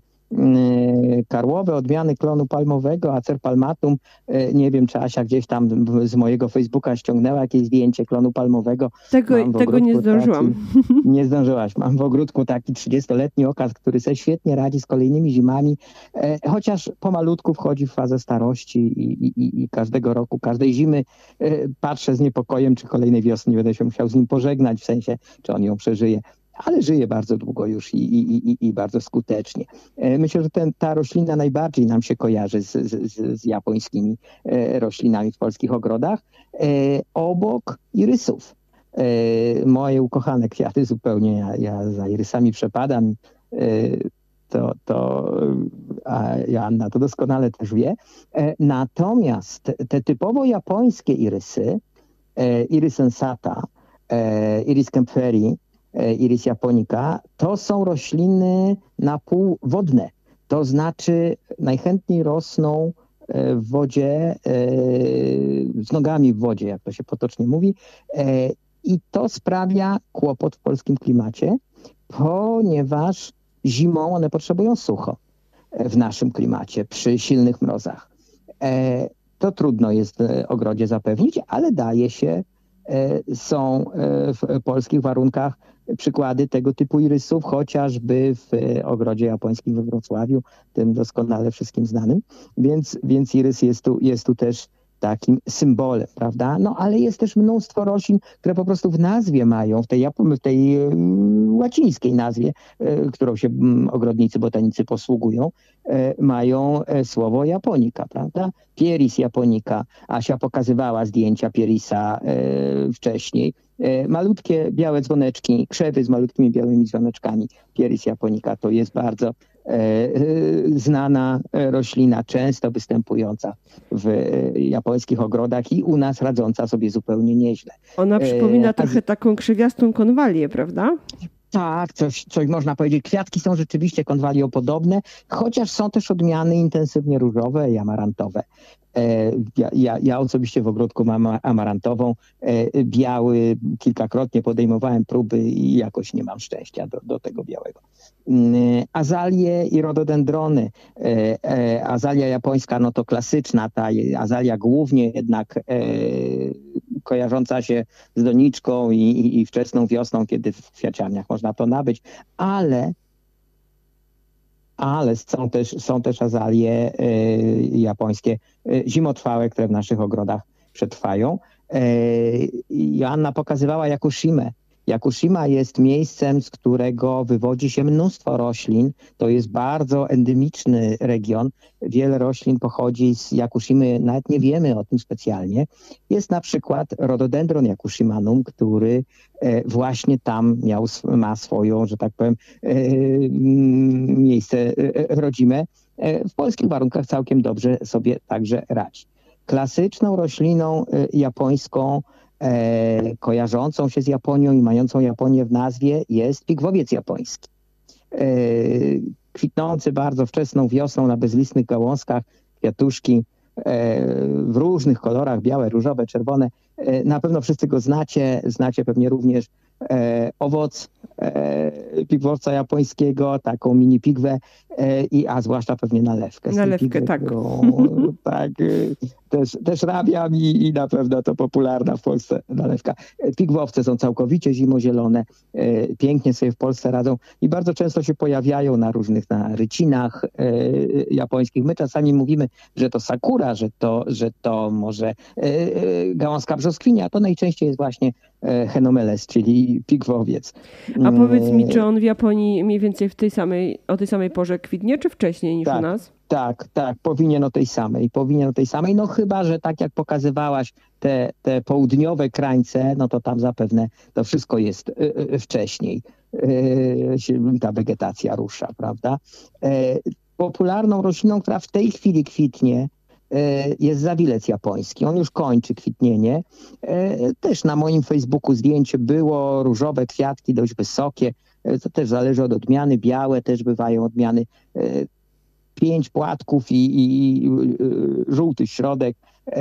yy, karłowe odmiany klonu palmowego, Acer palmatum. Yy, nie wiem, czy Asia gdzieś tam z mojego Facebooka ściągnęła jakieś zdjęcie klonu palmowego. Tego, Mam w tego nie ogródku zdążyłam. Taki, nie zdążyłaś. Mam w ogródku taki trzydziestoletni okaz, który sobie świetnie radzi z kolejnymi zimami, e, chociaż pomalutku wchodzi w fazę starości i, i, i każdego roku, każdej zimy e, patrzę z niepokojem, czy kolejnej wiosny nie będę się musiał z nim pożegnać, w sensie, czy on ją przeżyje. Ale żyje bardzo długo już i, i, i, i bardzo skutecznie. E, myślę, że ten, ta roślina najbardziej nam się kojarzy z, z, z japońskimi e, roślinami w polskich ogrodach, e, obok irysów. Moje ukochane kwiaty zupełnie, ja, ja za irysami przepadam, to, to a Joanna to doskonale też wie. Natomiast te typowo japońskie irysy, Iris sensata, Iris kempferi, Iris japonica, to są rośliny napółwodne. To znaczy najchętniej rosną w wodzie, z nogami w wodzie, jak to się potocznie mówi. I to sprawia kłopot w polskim klimacie, ponieważ zimą one potrzebują sucho w naszym klimacie przy silnych mrozach. To trudno jest w ogrodzie zapewnić, ale daje się. Są w polskich warunkach przykłady tego typu irysów, chociażby w ogrodzie japońskim we Wrocławiu, tym doskonale wszystkim znanym. Więc, więc irys jest tu, jest tu też takim symbolem, prawda? No ale jest też mnóstwo roślin, które po prostu w nazwie mają, w tej, w tej łacińskiej nazwie, którą się ogrodnicy, botanicy posługują, mają słowo japonica, prawda? Pieris japonica. Asia pokazywała zdjęcia pierisa wcześniej. Malutkie białe dzwoneczki, krzewy z malutkimi białymi dzwoneczkami. Pieris japonica to jest bardzo znana roślina, często występująca w japońskich ogrodach i u nas radząca sobie zupełnie nieźle. Ona przypomina trochę taką krzywiastą konwalię, prawda? Tak, coś, coś można powiedzieć. Kwiatki są rzeczywiście konwaliopodobne, chociaż są też odmiany intensywnie różowe i amarantowe. Ja, ja, ja osobiście w ogródku mam amarantową. Biały, kilkakrotnie podejmowałem próby i jakoś nie mam szczęścia do, do tego białego. Azalie i rododendrony. Azalia japońska, no to klasyczna, ta azalia głównie jednak kojarząca się z doniczką i, i, i wczesną wiosną, kiedy w kwiaciarniach można to nabyć, ale ale są też, są też azalie y, japońskie y, zimotrwałe, które w naszych ogrodach przetrwają. Y, Joanna pokazywała Yakushimę. Yakushima jest miejscem, z którego wywodzi się mnóstwo roślin. To jest bardzo endemiczny region. Wiele roślin pochodzi z Yakushimy, nawet nie wiemy o tym specjalnie. Jest na przykład rododendron Yakushimanum, który właśnie tam miał, ma swoją, że tak powiem, miejsce rodzime. W polskich warunkach całkiem dobrze sobie także radzi. Klasyczną rośliną japońską, E, kojarzącą się z Japonią i mającą Japonię w nazwie jest pigwowiec japoński. E, kwitnący bardzo wczesną wiosną na bezlistnych gałązkach, kwiatuszki e, w różnych kolorach, białe, różowe, czerwone. E, na pewno wszyscy go znacie, znacie pewnie również e, owoc e, pigwowca japońskiego, taką mini pigwę, e, i, a zwłaszcza pewnie nalewkę. Nalewkę, pigwy, tak. Którą, tak też, też rabiam i, i na pewno to popularna w Polsce nalewka. Pigwowce są całkowicie zimozielone, e, pięknie sobie w Polsce radzą i bardzo często się pojawiają na różnych na rycinach e, japońskich. My czasami mówimy, że to sakura, że to, że to może e, e, gałązka brzoskwinia, to najczęściej jest właśnie e, henomeles, czyli pigwowiec. A powiedz mi, czy on w Japonii mniej więcej w tej samej, o tej samej porze kwitnie, czy wcześniej niż tak, u nas? Tak, tak, powinien o tej samej, powinien o tej samej, no chyba, że tak jak pokazywałaś te, te południowe krańce, no to tam zapewne to wszystko jest y, y, wcześniej, y, się, ta wegetacja rusza, prawda? Y, popularną rośliną, która w tej chwili kwitnie, jest zawilec japoński. On już kończy kwitnienie. Też na moim Facebooku zdjęcie było, różowe kwiatki, dość wysokie. To też zależy od odmiany. Białe też bywają odmiany. Pięć płatków i, i, i żółty środek.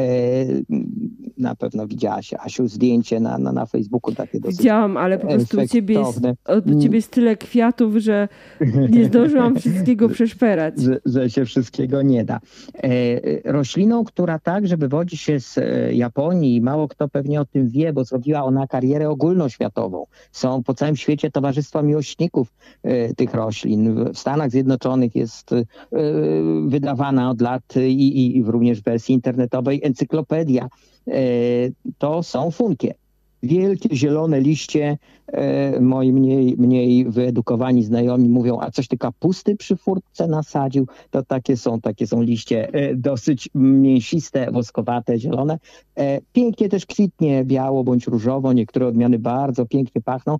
Na pewno widziałaś, Asiu, zdjęcie na, na, na Facebooku takie dosyć Widziałam, ale po prostu u ciebie, jest, u ciebie jest tyle kwiatów, że nie zdążyłam wszystkiego przeszperać. Że, że się wszystkiego nie da. E, rośliną, która także wywodzi się z Japonii, mało kto pewnie o tym wie, bo zrobiła ona karierę ogólnoświatową. Są po całym świecie towarzystwa miłośników e, tych roślin. W Stanach Zjednoczonych jest e, wydawana od lat i, i również w wersji internetowej encyklopedia. To są funkie. wielkie zielone liście. Moi mniej, mniej wyedukowani znajomi mówią, a coś ty kapusty przy furtce nasadził? To takie są, takie są liście dosyć mięsiste, woskowate, zielone. Pięknie też kwitnie biało bądź różowo, niektóre odmiany bardzo pięknie pachną.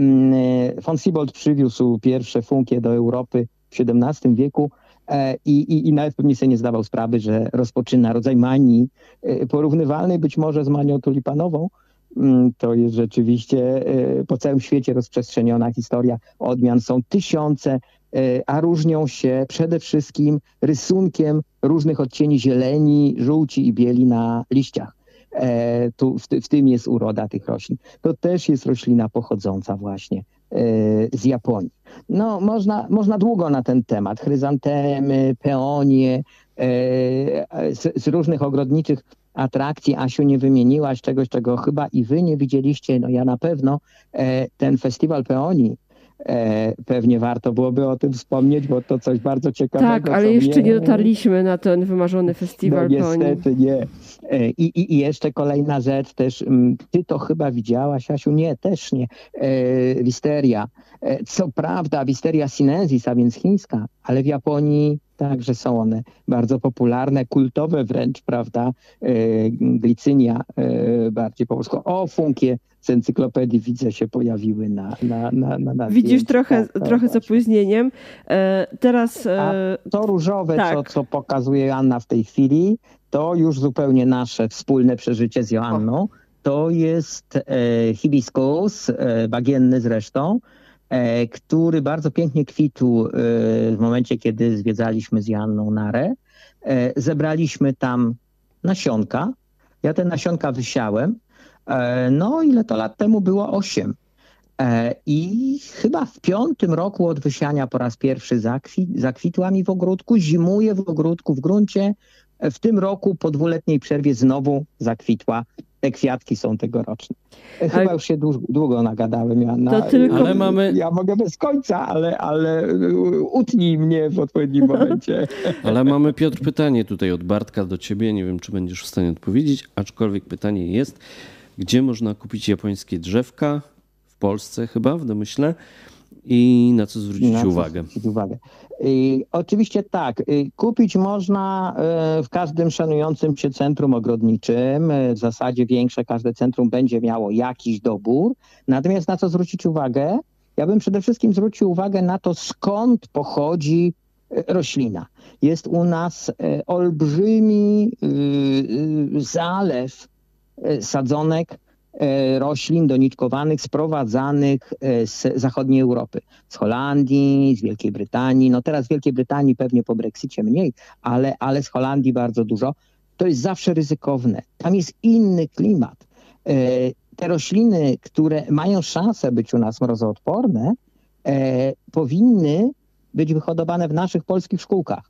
Von Siebold przywiózł pierwsze funkie do Europy w siedemnastym wieku. I, i, I nawet pewnie sobie nie zdawał sprawy, że rozpoczyna rodzaj manii porównywalnej być może z manią tulipanową. To jest rzeczywiście po całym świecie rozprzestrzeniona historia odmian. Są tysiące, a różnią się przede wszystkim rysunkiem różnych odcieni zieleni, żółci i bieli na liściach. Tu, w, w tym jest uroda tych roślin. To też jest roślina pochodząca właśnie z Japonii. No, można, można długo na ten temat. Chryzantemy, peonie, z, z różnych ogrodniczych atrakcji. Asiu, nie wymieniłaś czegoś, czego chyba i wy nie widzieliście. No ja na pewno. Ten festiwal peonii, pewnie warto byłoby o tym wspomnieć, bo to coś bardzo ciekawego. Tak, ale jeszcze mnie... nie dotarliśmy na ten wymarzony festiwal no, peonii. Niestety nie. I, i, I jeszcze kolejna rzecz też, ty to chyba widziałaś, Asiu? Nie, też nie. Wisteria. Co prawda Wisteria sinensis, a więc chińska, ale w Japonii także są one bardzo popularne, kultowe wręcz, prawda? Glicynia bardziej po polsku. O, funkie z encyklopedii widzę się pojawiły na na na, na, na Widzisz zdjęciu. trochę, tak, trochę tak, z opóźnieniem. E, teraz... E, a to różowe, tak. co, co pokazuje Joanna w tej chwili, to już zupełnie nasze wspólne przeżycie z Joanną. O. To jest e, hibiskus, e, bagienny zresztą, e, który bardzo pięknie kwitł e, w momencie, kiedy zwiedzaliśmy z Joanną Narę. E, zebraliśmy tam nasionka. Ja te nasionka wysiałem. E, no ile to lat temu było? Osiem. E, I chyba w piątym roku od wysiania po raz pierwszy zakwi, zakwitła mi w ogródku. Zimuje w ogródku, w gruncie. W tym roku po dwuletniej przerwie znowu zakwitła. Te kwiatki są tegoroczne. Chyba ale... już się długo, długo nagadałem. Ja, na... tylko... ale mamy... ja mogę bez końca, ale, ale utnij mnie w odpowiednim momencie. Ale mamy, Piotr, pytanie tutaj od Bartka do ciebie. Nie wiem, czy będziesz w stanie odpowiedzieć, aczkolwiek pytanie jest, gdzie można kupić japońskie drzewka? W Polsce chyba, w domyśle. I na co zwrócić na co uwagę? Zwrócić uwagę. I oczywiście tak, kupić można w każdym szanującym się centrum ogrodniczym. W zasadzie większe, każde centrum będzie miało jakiś dobór. Natomiast na co zwrócić uwagę? Ja bym przede wszystkim zwrócił uwagę na to, skąd pochodzi roślina. Jest u nas olbrzymi zalew sadzonek roślin doniczkowanych, sprowadzanych z zachodniej Europy. Z Holandii, z Wielkiej Brytanii. No teraz w Wielkiej Brytanii pewnie po Brexicie mniej, ale, ale z Holandii bardzo dużo. To jest zawsze ryzykowne. Tam jest inny klimat. Te rośliny, które mają szansę być u nas mrozoodporne, powinny być wyhodowane w naszych polskich szkółkach,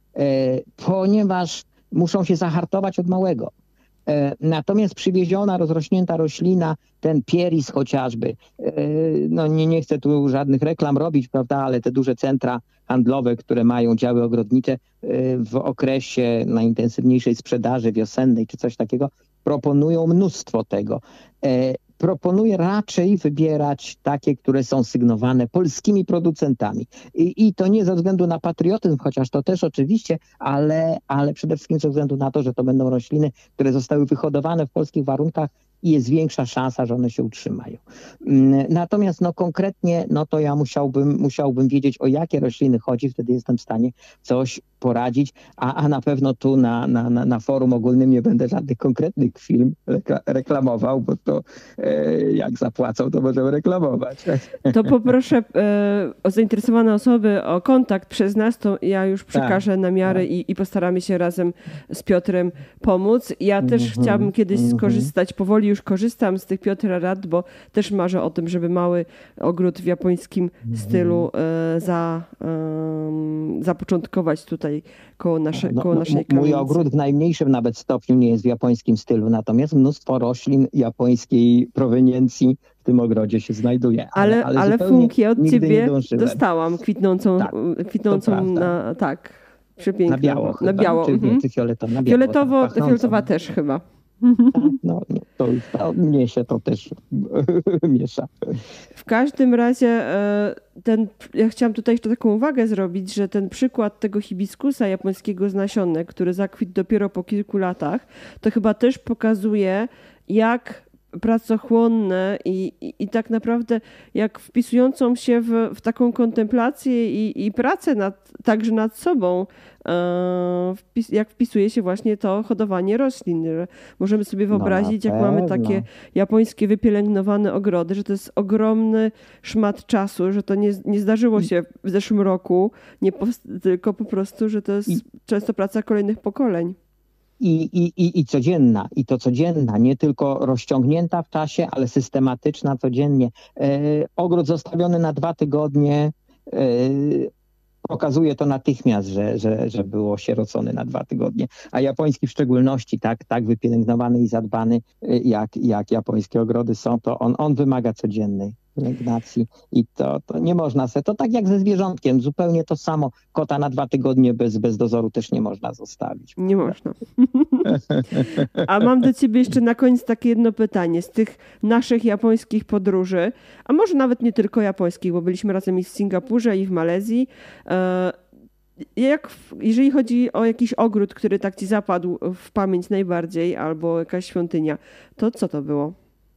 ponieważ muszą się zahartować od małego. Natomiast przywieziona, rozrośnięta roślina, ten pieris chociażby, no nie, nie chcę tu żadnych reklam robić, prawda, ale te duże centra handlowe, które mają działy ogrodnicze w okresie najintensywniejszej sprzedaży wiosennej czy coś takiego, proponują mnóstwo tego. Proponuję raczej wybierać takie, które są sygnowane polskimi producentami. I, i to nie ze względu na patriotyzm, chociaż to też oczywiście, ale, ale przede wszystkim ze względu na to, że to będą rośliny, które zostały wyhodowane w polskich warunkach i jest większa szansa, że one się utrzymają. Natomiast no konkretnie, no to ja musiałbym, musiałbym wiedzieć, o jakie rośliny chodzi, wtedy jestem w stanie coś poradzić, a, a na pewno tu na, na, na, na forum ogólnym nie będę żadnych konkretnych firm reklamował, bo to e, jak zapłacą, to możemy reklamować. To poproszę e, o zainteresowane osoby o kontakt przez nas, to ja już przekażę tak, namiary tak. i, i postaramy się razem z Piotrem pomóc. Ja też mm-hmm, chciałabym kiedyś mm-hmm. skorzystać, powoli już korzystam z tych Piotra rad, bo też marzę o tym, żeby mały ogród w japońskim mm-hmm. stylu e, za, e, zapoczątkować tutaj koło, nasze, no, koło no, naszej kamienicy. Mój ogród w najmniejszym nawet stopniu nie jest w japońskim stylu, natomiast mnóstwo roślin japońskiej proweniencji w tym ogrodzie się znajduje. Ale, ale, ale funkię od ciebie dostałam, kwitnącą, tak, kwitnącą na tak, przepiękną. Na biało Na biało. Czy, mhm. czy fioletowo? Na biało, Fioletowo, tak, fioletowa też chyba. Tak, no, to, to mnie się to też miesza. W każdym razie ten, ja chciałam tutaj jeszcze taką uwagę zrobić, że ten przykład tego hibiskusa japońskiego z nasionek, który zakwitł dopiero po kilku latach, to chyba też pokazuje, jak pracochłonne i, i, i tak naprawdę jak wpisującą się w, w taką kontemplację i, i pracę nad, także nad sobą, e, wpis, jak wpisuje się właśnie to hodowanie roślin. Że możemy sobie wyobrazić, no jak mamy takie japońskie wypielęgnowane ogrody, że to jest ogromny szmat czasu, że to nie, nie zdarzyło się w zeszłym roku, nie post- tylko po prostu, że to jest I... często praca kolejnych pokoleń. I, i, i, I codzienna, i to codzienna, nie tylko rozciągnięta w czasie, ale systematyczna codziennie. E, ogród zostawiony na dwa tygodnie e, pokazuje to natychmiast, że, że, że było sierocony na dwa tygodnie. A japoński w szczególności, tak, tak wypielęgnowany i zadbany, jak, jak japońskie ogrody są, to on, on wymaga codziennej pielęgnacji i to, to nie można sobie, to tak jak ze zwierzątkiem, zupełnie to samo. Kota na dwa tygodnie bez, bez dozoru też nie można zostawić. Nie można. A mam do ciebie jeszcze na koniec takie jedno pytanie. Z tych naszych japońskich podróży, a może nawet nie tylko japońskich, bo byliśmy razem i w Singapurze i w Malezji, jak, jeżeli chodzi o jakiś ogród, który tak ci zapadł w pamięć najbardziej, albo jakaś świątynia, to co to było?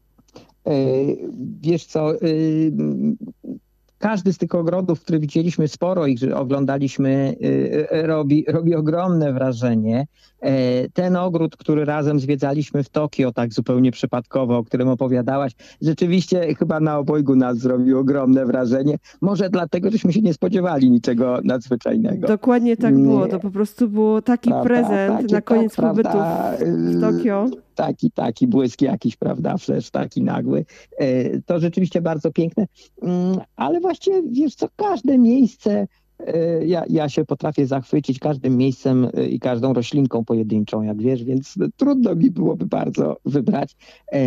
Wiesz co, każdy z tych ogrodów, które widzieliśmy sporo ich, że oglądaliśmy, robi, robi ogromne wrażenie. Ten ogród, który razem zwiedzaliśmy w Tokio, tak zupełnie przypadkowo, o którym opowiadałaś, rzeczywiście chyba na obojgu nas zrobił ogromne wrażenie. Może dlatego, żeśmy się nie spodziewali niczego nadzwyczajnego. Dokładnie tak było. To po prostu było taki prawda, prezent taki, na koniec tak, pobytu w Tokio. Taki, taki błysk jakiś, prawda, flash taki nagły. To rzeczywiście bardzo piękne, ale właściwie, wiesz co, każde miejsce, ja, ja się potrafię zachwycić każdym miejscem i każdą roślinką pojedynczą, jak wiesz, więc trudno mi byłoby bardzo wybrać.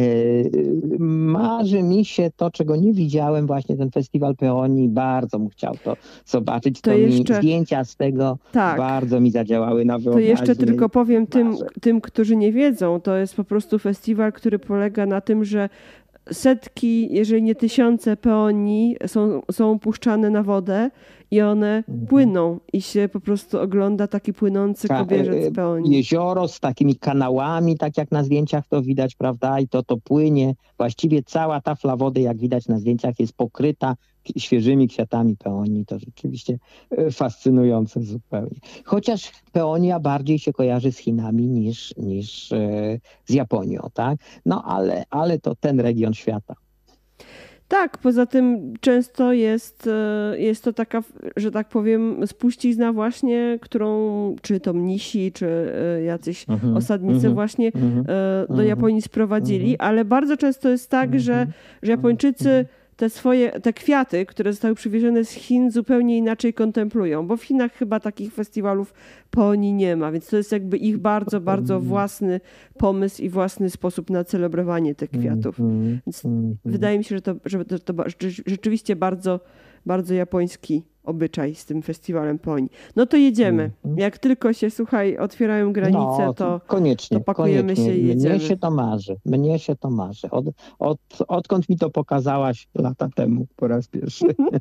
Marzy mi się to, czego nie widziałem, właśnie ten festiwal peonii, bardzo bym chciał to zobaczyć. To, to jeszcze... mi zdjęcia z tego tak. bardzo mi zadziałały na wyobraźnię. To jeszcze tylko powiem tym, tym, którzy nie wiedzą, to jest po prostu festiwal, który polega na tym, że setki, jeżeli nie tysiące peonii są, są puszczane na wodę i one mhm. płyną i się po prostu ogląda taki płynący kobierzec peonii. Jezioro z takimi kanałami, tak jak na zdjęciach to widać, prawda? I to to płynie. Właściwie cała tafla wody, jak widać na zdjęciach, jest pokryta świeżymi kwiatami peonii. To rzeczywiście fascynujące zupełnie. Chociaż peonia bardziej się kojarzy z Chinami niż, niż z Japonią, tak? No ale, ale to ten region świata. Tak, poza tym często jest, jest to taka, że tak powiem, spuścizna właśnie, którą czy to mnisi, czy jacyś uh-huh, osadnicy uh-huh, właśnie uh-huh, do Japonii sprowadzili, uh-huh. ale bardzo często jest tak, uh-huh, że, że Japończycy te swoje, te kwiaty, które zostały przywiezione z Chin, zupełnie inaczej kontemplują, bo w Chinach chyba takich festiwalów peonii nie ma, więc to jest jakby ich bardzo, bardzo własny pomysł i własny sposób na celebrowanie tych kwiatów. Więc wydaje mi się, że to, że to, to rzeczywiście bardzo, bardzo japoński obyczaj z tym festiwalem peonii. No to jedziemy. Jak tylko się, słuchaj, otwierają granice, no, to, koniecznie, to pakujemy koniecznie. się i jedziemy. Mnie się to marzy. Mnie się to marzy. Od, od, odkąd mi to pokazałaś lata temu po raz pierwszy.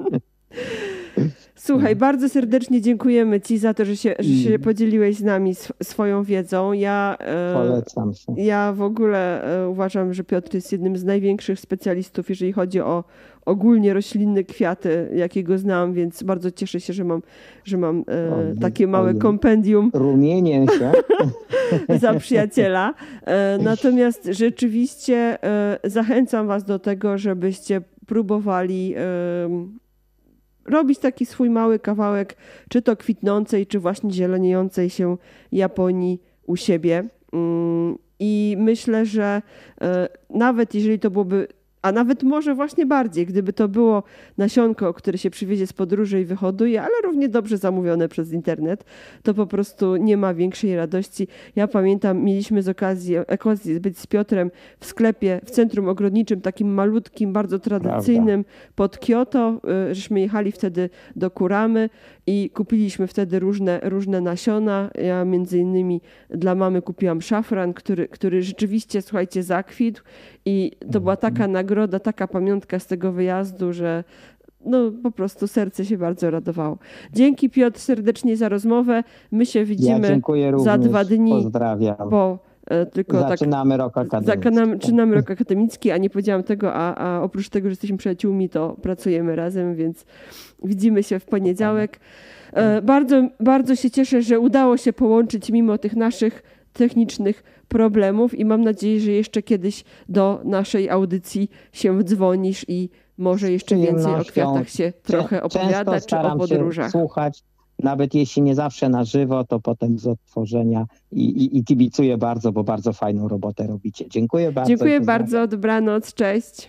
Słuchaj, bardzo serdecznie dziękujemy ci za to, że się, że się podzieliłeś z nami sw- swoją wiedzą. Ja, Polecam się. Ja w ogóle uważam, że Piotr jest jednym z największych specjalistów, jeżeli chodzi o ogólnie roślinne kwiaty, jakiego znam, więc bardzo cieszę się, że mam, że mam e, takie małe kompendium. Rumienię się. za przyjaciela. E, natomiast rzeczywiście e, zachęcam was do tego, żebyście próbowali e, robić taki swój mały kawałek, czy to kwitnącej, czy właśnie zieleniejącej się Japonii u siebie. I myślę, że nawet jeżeli to byłoby a nawet może właśnie bardziej, gdyby to było nasionko, które się przywiezie z podróży i wyhoduje, ale równie dobrze zamówione przez internet, to po prostu nie ma większej radości. Ja pamiętam, mieliśmy z okazji, okazji być z Piotrem w sklepie w centrum ogrodniczym, takim malutkim, bardzo tradycyjnym pod Kyoto. Żeśmy jechali wtedy do Kuramy i kupiliśmy wtedy różne, różne nasiona. Ja między innymi dla mamy kupiłam szafran, który, który rzeczywiście, słuchajcie, zakwitł i to była taka nagroda, taka pamiątka z tego wyjazdu, że no po prostu serce się bardzo radowało. Dzięki, Piotr, serdecznie za rozmowę. My się widzimy ja za dwa dni. Pozdrawiam. Bo tylko zaczynamy tak, rok akademicki. Zaczynamy rok akademicki, a nie powiedziałam tego, a, a oprócz tego, że jesteśmy przyjaciółmi, to pracujemy razem, więc widzimy się w poniedziałek. Bardzo, bardzo się cieszę, że udało się połączyć mimo tych naszych technicznych problemów i mam nadzieję, że jeszcze kiedyś do naszej audycji się dzwonisz i może jeszcze więcej o kwiatach się trochę opowiadać, czy o podróżach. Się słuchać, nawet jeśli nie zawsze na żywo, to potem z odtworzenia i, i, i kibicuję bardzo, bo bardzo fajną robotę robicie. Dziękuję bardzo. Dziękuję bardzo, dobranoc, cześć.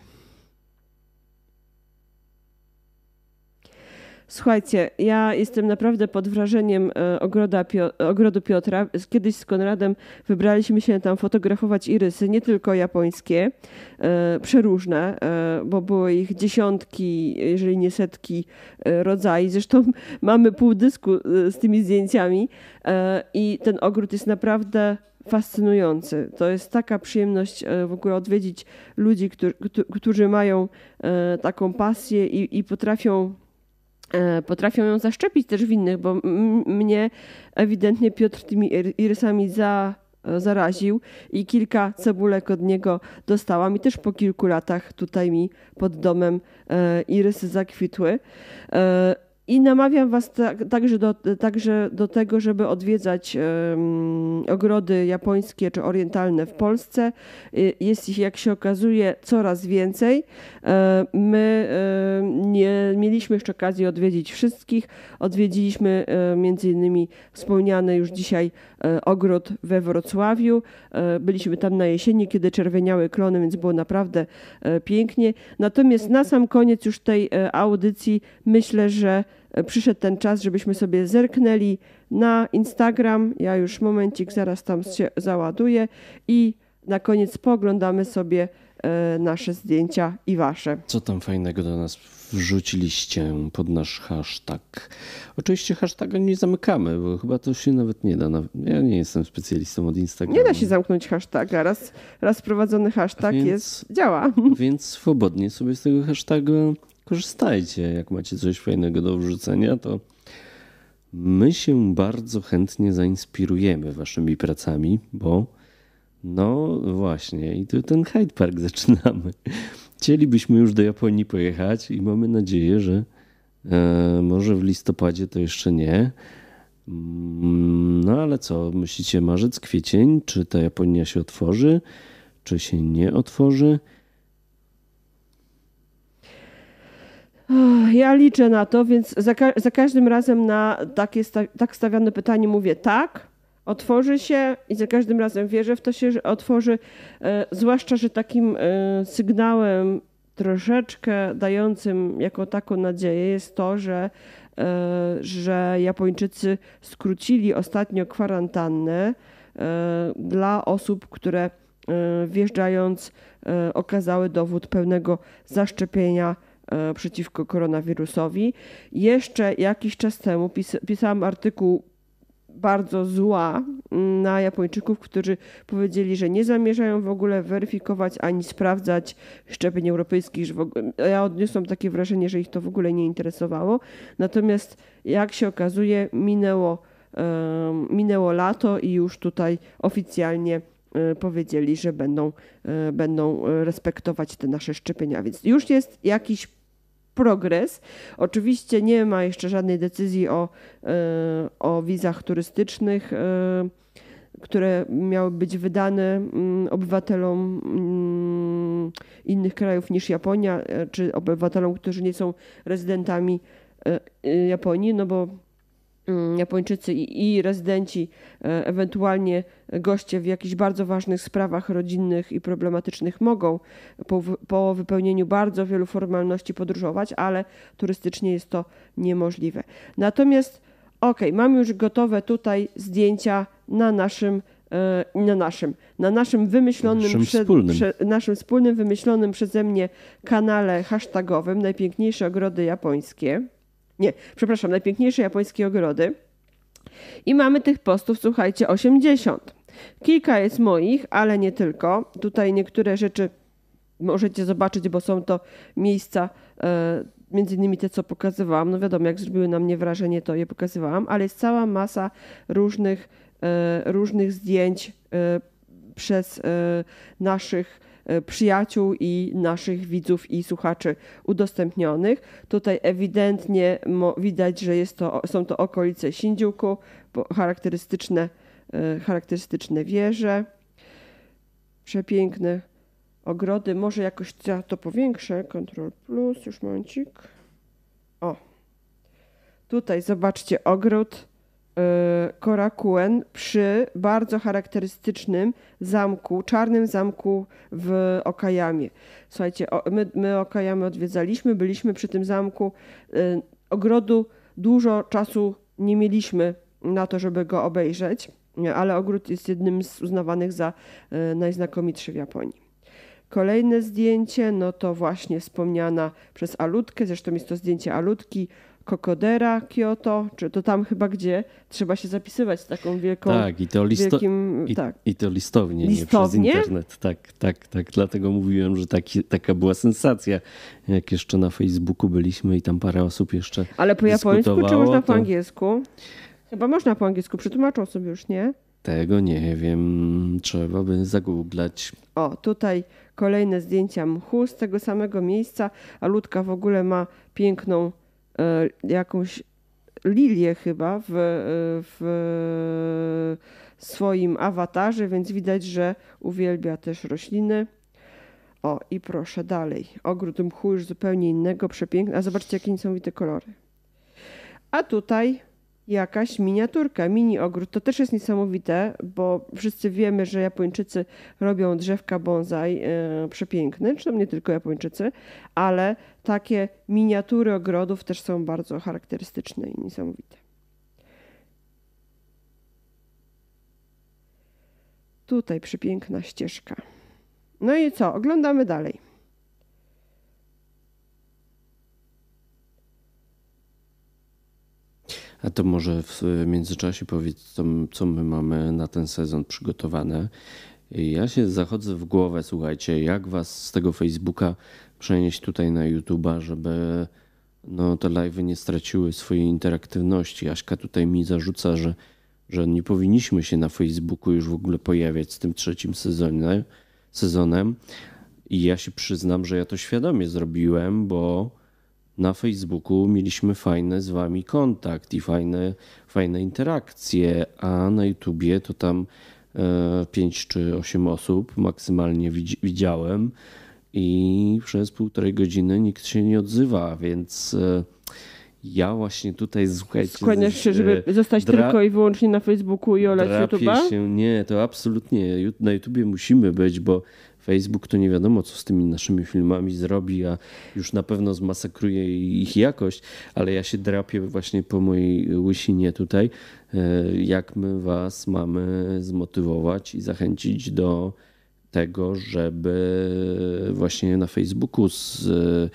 Słuchajcie, ja jestem naprawdę pod wrażeniem ogroda, ogrodu Piotra. Kiedyś z Konradem wybraliśmy się tam fotografować irysy, nie tylko japońskie, przeróżne, bo było ich dziesiątki, jeżeli nie setki rodzajów. Zresztą mamy pół dysku z tymi zdjęciami i ten ogród jest naprawdę fascynujący. To jest taka przyjemność w ogóle odwiedzić ludzi, którzy, którzy mają taką pasję i, i potrafią Potrafią ją zaszczepić też w innych, bo m- mnie ewidentnie Piotr tymi irysami za, zaraził i kilka cebulek od niego dostałam i też po kilku latach tutaj mi pod domem e, irysy zakwitły. E, I namawiam was tak, także, do, także do tego, żeby odwiedzać um, ogrody japońskie czy orientalne w Polsce. Jest ich, jak się okazuje, coraz więcej. My nie mieliśmy jeszcze okazji odwiedzić wszystkich. Odwiedziliśmy między innymi wspomniany już dzisiaj ogród we Wrocławiu. Byliśmy tam na jesieni, kiedy czerwieniały klony, więc było naprawdę pięknie. Natomiast na sam koniec już tej audycji myślę, że przyszedł ten czas, żebyśmy sobie zerknęli na Instagram. Ja już momencik zaraz tam się załaduję i na koniec poglądamy sobie nasze zdjęcia i wasze. Co tam fajnego do nas wrzuciliście pod nasz hashtag? Oczywiście hashtaga nie zamykamy, bo chyba to się nawet nie da. Ja nie jestem specjalistą od Instagrama. Nie da się zamknąć hashtaga. Raz, raz wprowadzony hashtag więc, jest, działa. Więc swobodnie sobie z tego hashtaga korzystajcie. Jak macie coś fajnego do wrzucenia, to my się bardzo chętnie zainspirujemy waszymi pracami, bo no właśnie i tu ten Hyde Park zaczynamy. Chcielibyśmy już do Japonii pojechać i mamy nadzieję, że e, może w listopadzie to jeszcze nie. No ale co, myślicie marzec, kwiecień? Czy ta Japonia się otworzy? Czy się nie otworzy? Ja liczę na to, więc za, ka- za każdym razem na takie sta- tak stawiane pytanie mówię tak, otworzy się i za każdym razem wierzę w to się, że otworzy, e, zwłaszcza, że takim e, sygnałem troszeczkę dającym jako taką nadzieję jest to, że, e, że Japończycy skrócili ostatnio kwarantannę e, dla osób, które e, wjeżdżając e, okazały dowód pełnego zaszczepienia przeciwko koronawirusowi. Jeszcze jakiś czas temu pis- pisałam artykuł bardzo zła na Japończyków, którzy powiedzieli, że nie zamierzają w ogóle weryfikować ani sprawdzać szczepień europejskich. Że w ogóle, ja odniosłam takie wrażenie, że ich to w ogóle nie interesowało. Natomiast jak się okazuje, minęło, um, minęło lato i już tutaj oficjalnie powiedzieli, że będą, będą respektować te nasze szczepienia. Więc już jest jakiś progres. Oczywiście nie ma jeszcze żadnej decyzji o, o wizach turystycznych, które miały być wydane obywatelom innych krajów niż Japonia, czy obywatelom, którzy nie są rezydentami Japonii, no bo Japończycy i, i rezydenci, ewentualnie goście w jakichś bardzo ważnych sprawach rodzinnych i problematycznych mogą po, po wypełnieniu bardzo wielu formalności podróżować, ale turystycznie jest to niemożliwe. Natomiast okej, mam już gotowe tutaj zdjęcia na naszym na naszym, na naszym wymyślonym, naszym, przed, wspólnym. Prze, naszym wspólnym wymyślonym przeze mnie kanale hashtagowym Najpiękniejsze ogrody japońskie. Nie, przepraszam, Najpiękniejsze japońskie ogrody. I mamy tych postów, słuchajcie, osiemdziesiąt. Kilka jest moich, ale nie tylko. Tutaj niektóre rzeczy możecie zobaczyć, bo są to miejsca, e, między innymi te, co pokazywałam. No wiadomo, jak zrobiły na mnie wrażenie, to je pokazywałam, ale jest cała masa różnych, e, różnych zdjęć e, przez e, naszych przyjaciół i naszych widzów i słuchaczy udostępnionych. Tutaj ewidentnie widać, że jest to, są to okolice Shinjuku, charakterystyczne, charakterystyczne wieże, przepiękne ogrody. Może jakoś ja to powiększę. Ctrl plus, już momencik. O, tutaj zobaczcie ogród Korakuen przy bardzo charakterystycznym zamku, czarnym zamku w Okayamie. Słuchajcie, my, my Okayamy odwiedzaliśmy, byliśmy przy tym zamku. Ogrodu dużo czasu nie mieliśmy na to, żeby go obejrzeć, ale ogród jest jednym z uznawanych za najznakomitszy w Japonii. Kolejne zdjęcie, no to właśnie wspomniana przez Alutkę, zresztą jest to zdjęcie Alutki, Kokodera, Kyoto, czy to tam chyba gdzie trzeba się zapisywać z taką wielką... Tak, i to, listo... wielkim, I, tak. i to listownie, listownie, nie przez internet. Tak, tak, tak. Dlatego mówiłem, że taki, taka była sensacja, jak jeszcze na Facebooku byliśmy i tam parę osób jeszcze Ale po japońsku czy można po to... angielsku? Chyba można po angielsku, przetłumaczą sobie już, nie? Tego nie wiem, trzeba by zagooglać. O, tutaj kolejne zdjęcia mchu z tego samego miejsca, a Ludka w ogóle ma piękną jakąś lilię chyba w, w swoim awatarze, więc widać, że uwielbia też rośliny. O, i proszę dalej. Ogród mchu już zupełnie innego, przepiękny. A zobaczcie, jakie niesamowite kolory. A tutaj jakaś miniaturka, mini ogród. To też jest niesamowite, bo wszyscy wiemy, że Japończycy robią drzewka bonsai e, przepiękne, czy nie tylko Japończycy, ale takie miniatury ogrodów też są bardzo charakterystyczne i niesamowite. Tutaj przepiękna ścieżka. No i co? Oglądamy dalej. A to może w międzyczasie powiedz, co, co my mamy na ten sezon przygotowane. Ja się zachodzę w głowę, słuchajcie, jak was z tego Facebooka przenieść tutaj na YouTube'a, żeby no, te live'y nie straciły swojej interaktywności. Aśka tutaj mi zarzuca, że, że nie powinniśmy się na Facebooku już w ogóle pojawiać z tym trzecim sezonem, sezonem. I ja się przyznam, że ja to świadomie zrobiłem, bo na Facebooku mieliśmy fajny z wami kontakt i fajne, fajne interakcje, a na YouTubie to tam pięć czy osiem osób maksymalnie widziałem i przez półtorej godziny nikt się nie odzywa, więc ja właśnie tutaj, słuchajcie... Skłaniasz się, żeby zostać dra- tylko i wyłącznie na Facebooku i olać YouTube'a? się, nie, to absolutnie. Na YouTubie musimy być, bo Facebook to nie wiadomo, co z tymi naszymi filmami zrobi, a już na pewno zmasakruje ich jakość, ale ja się drapię właśnie po mojej łysinie tutaj, jak my was mamy zmotywować i zachęcić do tego, żeby właśnie na Facebooku z,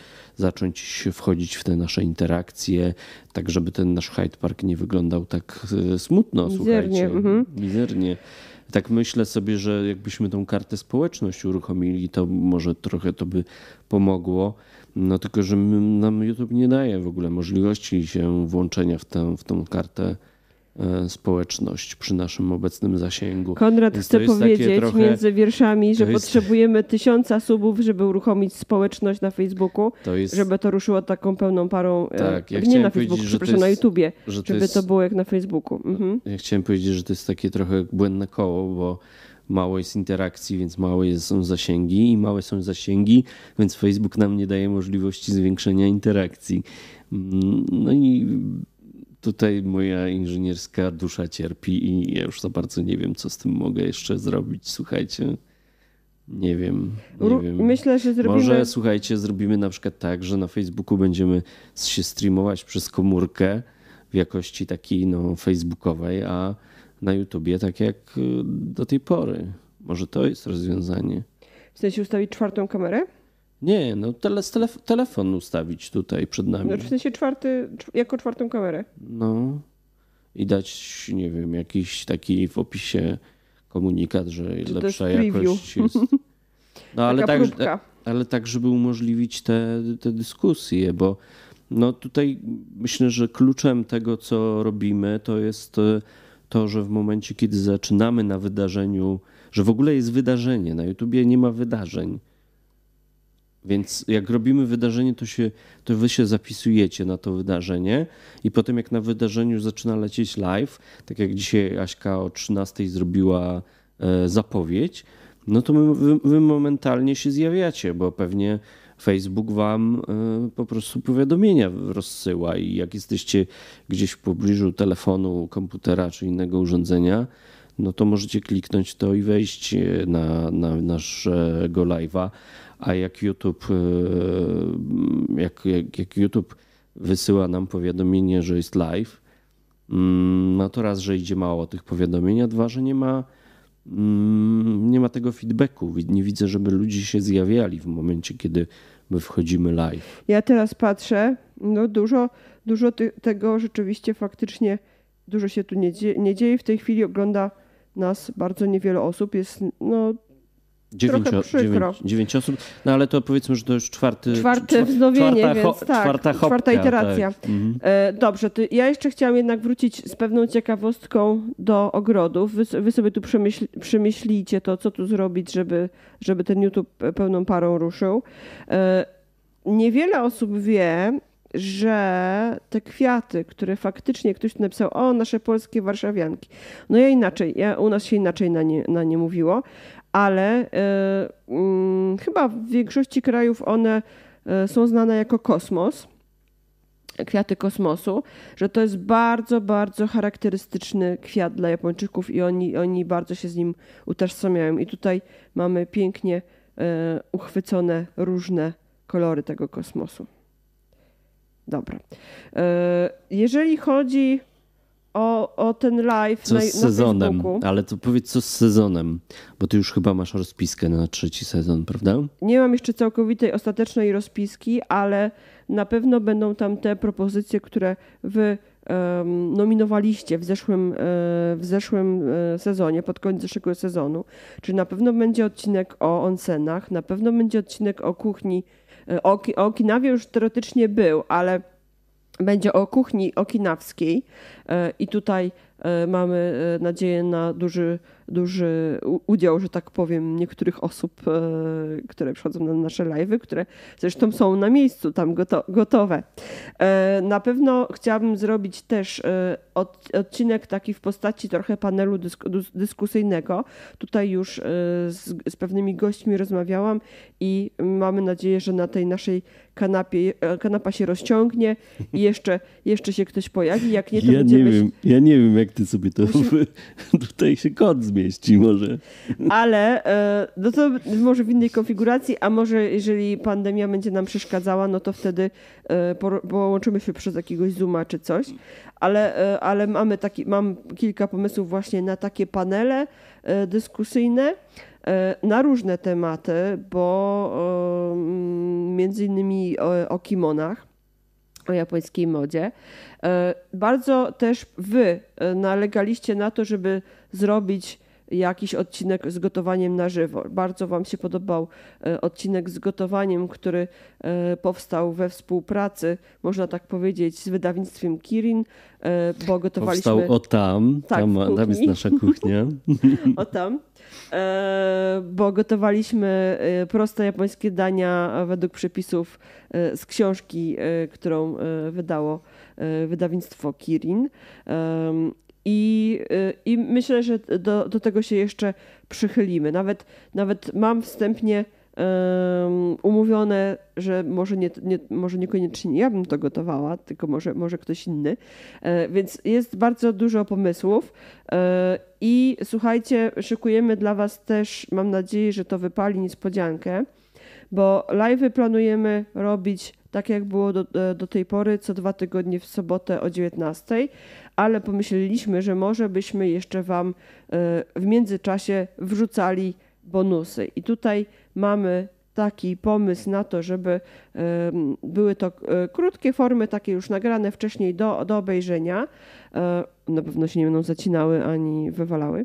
zacząć wchodzić w te nasze interakcje, tak żeby ten nasz Hyde Park nie wyglądał tak smutno, mizernie, słuchajcie, mhm. mizernie. Tak myślę sobie, że jakbyśmy tą kartę społeczność uruchomili, to może trochę to by pomogło. No tylko, że nam YouTube nie daje w ogóle możliwości się włączenia w tę, w tą kartę społeczność przy naszym obecnym zasięgu. Konrad Więc chce powiedzieć trochę, między wierszami, że jest, potrzebujemy tysiąca subów, żeby uruchomić społeczność na Facebooku, to jest, żeby to ruszyło taką pełną parą. Tak, ja nie na Facebooku, przepraszam, jest, na YouTubie, że to żeby jest, to było jak na Facebooku. Mhm. Ja chciałem powiedzieć, że to jest takie trochę błędne koło, bo mało jest interakcji, więc małe są zasięgi i małe są zasięgi, więc Facebook nam nie daje możliwości zwiększenia interakcji. No i tutaj moja inżynierska dusza cierpi i ja już za bardzo nie wiem, co z tym mogę jeszcze zrobić. Słuchajcie, nie wiem. Nie Ru- wiem. Myślę, że zrobimy... Może, słuchajcie, zrobimy na przykład tak, że na Facebooku będziemy się streamować przez komórkę w jakości takiej no, facebookowej, a na YouTubie tak jak do tej pory. Może to jest rozwiązanie. W sensie ustawić czwartą kamerę? Nie, no tele, telef- telefon ustawić tutaj przed nami. No, w sensie czwarty, jako czwartą kamerę. No i dać, nie wiem, jakiś taki w opisie komunikat, że Czy to lepsza jest preview? jakość jest. No ale Taka tak, próbka. ale tak, żeby umożliwić te, te dyskusje, bo no tutaj myślę, że kluczem tego, co robimy, to jest to, że w momencie, kiedy zaczynamy na wydarzeniu, że w ogóle jest wydarzenie, na YouTubie nie ma wydarzeń. Więc jak robimy wydarzenie, to, się, to wy się zapisujecie na to wydarzenie i potem jak na wydarzeniu zaczyna lecieć live, tak jak dzisiaj Aśka o trzynastej zrobiła e, zapowiedź, no to my, wy, wy momentalnie się zjawiacie, bo pewnie Facebook wam e, po prostu powiadomienia rozsyła i jak jesteście gdzieś w pobliżu telefonu, komputera czy innego urządzenia, no to możecie kliknąć to i wejść na, na naszego live'a. A jak YouTube, jak, jak, jak YouTube wysyła nam powiadomienie, że jest live, no to raz, że idzie mało tych powiadomień, a dwa, że nie ma, nie ma tego feedbacku. Nie widzę, żeby ludzie się zjawiali w momencie, kiedy my wchodzimy live. Ja teraz patrzę, no dużo, dużo ty- tego rzeczywiście faktycznie, dużo się tu nie, dzie- nie dzieje. W tej chwili ogląda nas bardzo niewiele osób. Jest no Dziewięć, trochę przykro. dziewięć, dziewięć osób, no ale to powiedzmy, że to już czwarty... Czwarte czwa- wznowienie, czwarta więc ho- tak, czwarta, hopka, czwarta iteracja. Tak. Mhm. E, dobrze, to ja jeszcze chciałam jednak wrócić z pewną ciekawostką do ogrodów. Wy, wy sobie tu przemyśl, przemyślijcie to, co tu zrobić, żeby, żeby ten YouTube pełną parą ruszył. E, niewiele osób wie, że te kwiaty, które faktycznie ktoś tu napisał, o, nasze polskie warszawianki. No ja inaczej, ja, u nas się inaczej na nie, na nie mówiło, ale y, y, chyba w większości krajów one y, są znane jako kosmos, kwiaty kosmosu, że to jest bardzo, bardzo charakterystyczny kwiat dla Japończyków i oni, oni bardzo się z nim utożsamiają. I tutaj mamy pięknie y, uchwycone różne kolory tego kosmosu. Dobra. Jeżeli chodzi o, o ten live Co na, z na sezonem? Facebooku, Ale to powiedz, co z sezonem? Bo ty już chyba masz rozpiskę na trzeci sezon, prawda? nie mam jeszcze całkowitej, ostatecznej rozpiski, ale na pewno będą tam te propozycje, które wy um, nominowaliście w zeszłym, e, w zeszłym e, sezonie, pod koniec zeszłego sezonu. Czyli na pewno będzie odcinek o onsenach, na pewno będzie odcinek o kuchni. E, o, o Okinawie już teoretycznie był, ale będzie o kuchni okinawskiej e, i tutaj e, mamy e, nadzieję na duży, duży u- udział, że tak powiem, niektórych osób, e, które przychodzą na nasze live'y, które zresztą są na miejscu tam goto- gotowe. E, na pewno chciałabym zrobić też e, od, odcinek taki w postaci trochę panelu dysk- dys- dyskusyjnego. Tutaj już e, z, z pewnymi gośćmi rozmawiałam i mamy nadzieję, że na tej naszej kanapie, e, kanapa się rozciągnie i jeszcze, jeszcze się ktoś pojawi. Jak nie, to Ja nie będziemy... wiem, ja nie wiem, jak ty sobie to Musimy- tutaj się kod zmieści może. Ale e, no to może w innej konfiguracji, a może jeżeli pandemia będzie nam przeszkadzała, no to wtedy e, por- połączymy się przez jakiegoś Zooma czy coś. Ale, e, ale mamy taki, mam kilka pomysłów właśnie na takie panele e, dyskusyjne e, na różne tematy, bo e, mm, między innymi o, o kimonach, o japońskiej modzie. E, Bardzo też wy e, nalegaliście na to, żeby zrobić jakiś odcinek z gotowaniem na żywo. Bardzo wam się podobał e, odcinek z gotowaniem, który e, powstał we współpracy, można tak powiedzieć, z wydawnictwem Kirin, e, bo gotowaliśmy... Powstał o tam, Tak, tam, w tam jest kuchni. nasza kuchnia. O tam, e, bo gotowaliśmy e, proste japońskie dania według przepisów e, z książki, e, którą e, wydało e, wydawnictwo Kirin. Em, I, e, I myślę, że do, do tego się jeszcze przychylimy. Nawet, nawet mam wstępnie um, umówione, że może, nie, nie, może niekoniecznie ja bym to gotowała, tylko może, może ktoś inny. E, więc jest bardzo dużo pomysłów e, i słuchajcie, szykujemy dla was też, mam nadzieję, że to wypali niespodziankę, bo live'y planujemy robić tak jak było do, do tej pory, co dwa tygodnie w sobotę o dziewiętnastej, ale pomyśleliśmy, że może byśmy jeszcze wam w międzyczasie wrzucali bonusy. I tutaj mamy taki pomysł na to, żeby były to krótkie formy, takie już nagrane wcześniej do, do obejrzenia. Na pewno się nie będą zacinały ani wywalały.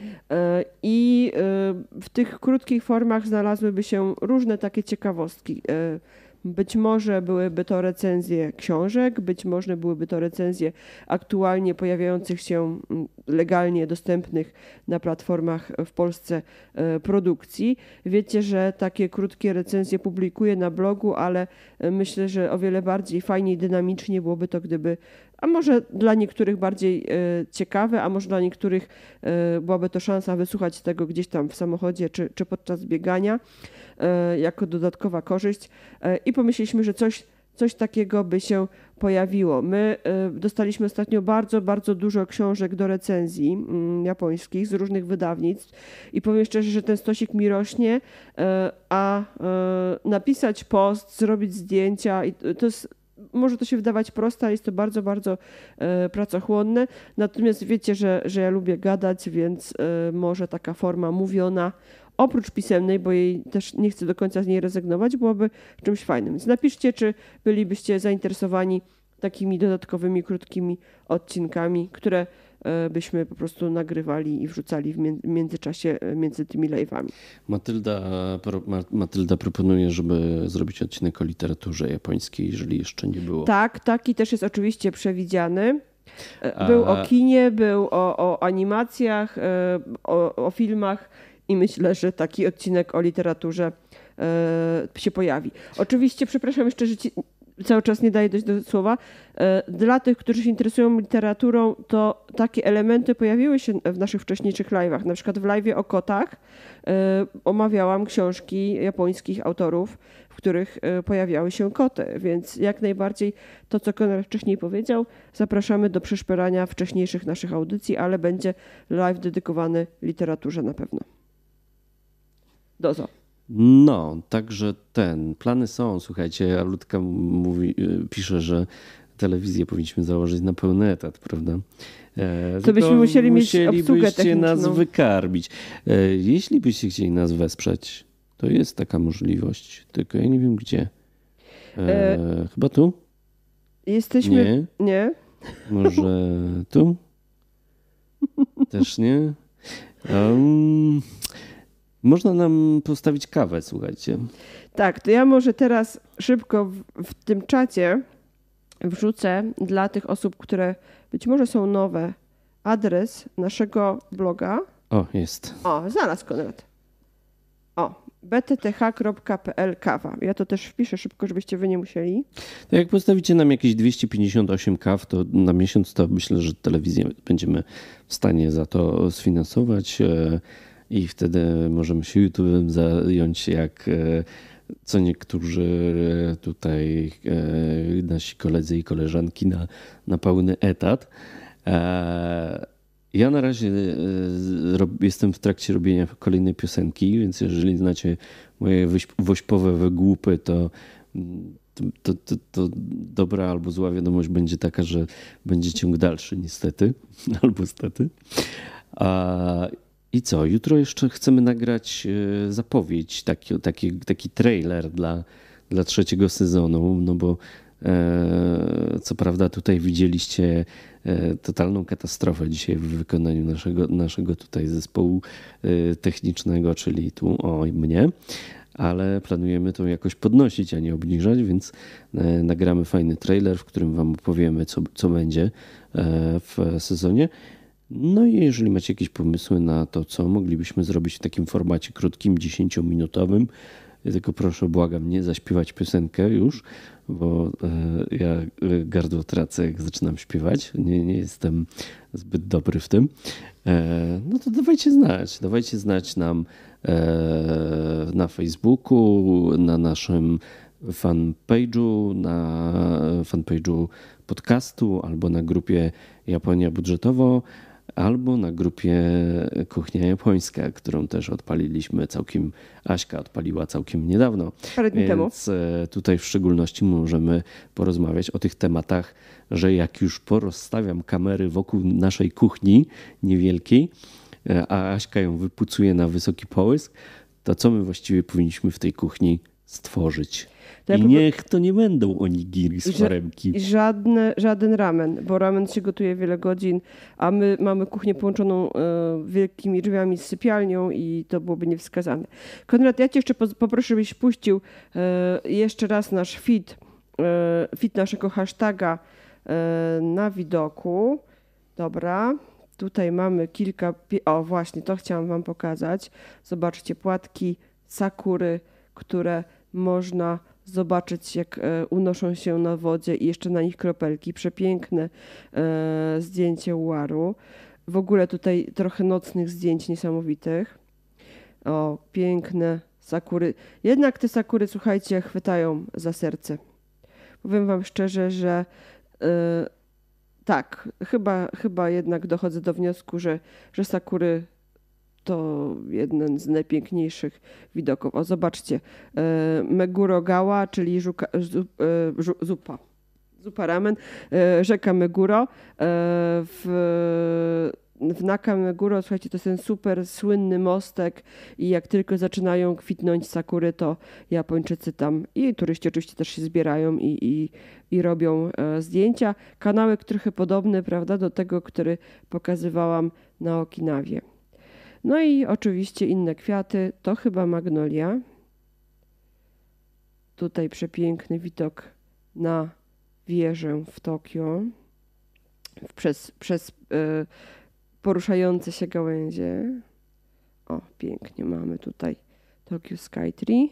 I w tych krótkich formach znalazłyby się różne takie ciekawostki. Być może byłyby to recenzje książek, być może byłyby to recenzje aktualnie pojawiających się legalnie dostępnych na platformach w Polsce produkcji. Wiecie, że takie krótkie recenzje publikuję na blogu, ale myślę, że o wiele bardziej fajnie i dynamicznie byłoby to, gdyby, a może dla niektórych bardziej ciekawe, a może dla niektórych byłaby to szansa wysłuchać tego gdzieś tam w samochodzie czy, czy podczas biegania jako dodatkowa korzyść i pomyśleliśmy, że coś, coś takiego by się pojawiło. My dostaliśmy ostatnio bardzo, bardzo dużo książek do recenzji japońskich z różnych wydawnictw i powiem szczerze, że ten stosik mi rośnie, a napisać post, zrobić zdjęcia, i to jest, może to się wydawać proste, ale jest to bardzo, bardzo pracochłonne. Natomiast wiecie, że, że ja lubię gadać, więc może taka forma mówiona, oprócz pisemnej, bo jej też nie chcę do końca z niej rezygnować, byłoby czymś fajnym. Więc napiszcie, czy bylibyście zainteresowani takimi dodatkowymi, krótkimi odcinkami, które byśmy po prostu nagrywali i wrzucali w międzyczasie między tymi live'ami. Matylda, Matylda proponuje, żeby zrobić odcinek o literaturze japońskiej, jeżeli jeszcze nie było. Tak, taki też jest oczywiście przewidziany. Był A... o kinie, był o, o animacjach, o, o filmach, i myślę, że taki odcinek o literaturze e, się pojawi. Oczywiście, przepraszam jeszcze, że ci cały czas nie daję dojść do słowa. E, dla tych, którzy się interesują literaturą, to takie elementy pojawiły się w naszych wcześniejszych live'ach. Na przykład w live'ie o kotach e, omawiałam książki japońskich autorów, w których e, pojawiały się koty. Więc jak najbardziej to, co Konrad wcześniej powiedział, zapraszamy do przeszperania wcześniejszych naszych audycji, ale będzie live dedykowany literaturze na pewno. Dozo. No, także ten, plany są, słuchajcie, a Ludka mówi, pisze, że telewizję powinniśmy założyć na pełny etat, prawda? E, to byśmy musieli mieć obsługę techniczną. nas wykarmić. E, jeśli byście chcieli nas wesprzeć, to jest taka możliwość, tylko ja nie wiem gdzie. E, e, chyba tu? Jesteśmy... Nie? Nie. Może tu? Też nie? Um... Można nam postawić kawę, słuchajcie. Tak, to ja może teraz szybko w, w tym czacie wrzucę dla tych osób, które być może są nowe, adres naszego bloga. O, jest. O, znalazł Konrad. O, b t t h kropka p l kawa. Ja to też wpiszę szybko, żebyście wy nie musieli. To jak postawicie nam jakieś dwieście pięćdziesiąt osiem kaw, to na miesiąc to myślę, że telewizję będziemy w stanie za to sfinansować. I wtedy możemy się YouTube'em zająć, jak co niektórzy tutaj nasi koledzy i koleżanki na, na pełny etat. Ja na razie jestem w trakcie robienia kolejnej piosenki, więc jeżeli znacie moje wośpowe wygłupy, to, to, to, to dobra albo zła wiadomość będzie taka, że będzie ciąg dalszy niestety, albo stety. A I co? Jutro jeszcze chcemy nagrać zapowiedź, taki, taki, taki trailer dla, dla trzeciego sezonu, no bo e, co prawda tutaj widzieliście e, totalną katastrofę dzisiaj w wykonaniu naszego, naszego tutaj zespołu e, technicznego, czyli tu o mnie, ale planujemy to jakoś podnosić, a nie obniżać, więc e, nagramy fajny trailer, w którym wam opowiemy, co, co będzie e, w sezonie. No i jeżeli macie jakieś pomysły na to, co moglibyśmy zrobić w takim formacie krótkim, dziesięciominutowym, Ja tylko proszę, błagam, nie zaśpiewać piosenkę już, bo e, ja gardło tracę, jak zaczynam śpiewać. Nie, nie jestem zbyt dobry w tym. E, no to dawajcie znać. Dawajcie znać nam e, na Facebooku, na naszym fanpage'u, na fanpage'u podcastu albo na grupie Japonia Budżetowo, albo na grupie Kuchnia Japońska, którą też odpaliliśmy całkiem, Aśka odpaliła całkiem niedawno. Parę dni temu. Więc tutaj w szczególności możemy porozmawiać o tych tematach, że jak już porozstawiam kamery wokół naszej kuchni niewielkiej, a Aśka ją wypucuje na wysoki połysk, to co my właściwie powinniśmy w tej kuchni stworzyć? To ja I po- niech to nie będą onigiri z Że- foremki. I żadne, żaden ramen, bo ramen się gotuje wiele godzin, a my mamy kuchnię połączoną e, wielkimi drzwiami z sypialnią i to byłoby niewskazane. Konrad, ja cię jeszcze po- poproszę, żebyś puścił e, jeszcze raz nasz feed, e, feed naszego hashtaga e, na widoku. Dobra, tutaj mamy kilka, pi- o właśnie, to chciałam wam pokazać. Zobaczcie, płatki sakury, które można zobaczyć, jak e, unoszą się na wodzie i jeszcze na nich kropelki. Przepiękne e, zdjęcie uaru. W ogóle tutaj trochę nocnych zdjęć niesamowitych. O, piękne sakury. Jednak te sakury, słuchajcie, chwytają za serce. Powiem wam szczerze, że e, tak, chyba, chyba jednak dochodzę do wniosku, że, że sakury to jeden z najpiękniejszych widoków. O, zobaczcie, e, Meguro Gawa, czyli żuka, zu, e, żu, zupa. Zupa ramen, e, rzeka Meguro. E, w, w Naka Meguro, słuchajcie, to jest ten super słynny mostek i jak tylko zaczynają kwitnąć sakury, to Japończycy tam i turyści oczywiście też się zbierają i, i, i robią e, zdjęcia. Kanałek trochę podobny, prawda, do tego, który pokazywałam na Okinawie. No i oczywiście inne kwiaty, to chyba magnolia. Tutaj przepiękny widok na wieżę w Tokio. Przez, przez y, poruszające się gałęzie. O, pięknie mamy tutaj Tokyo Skytree.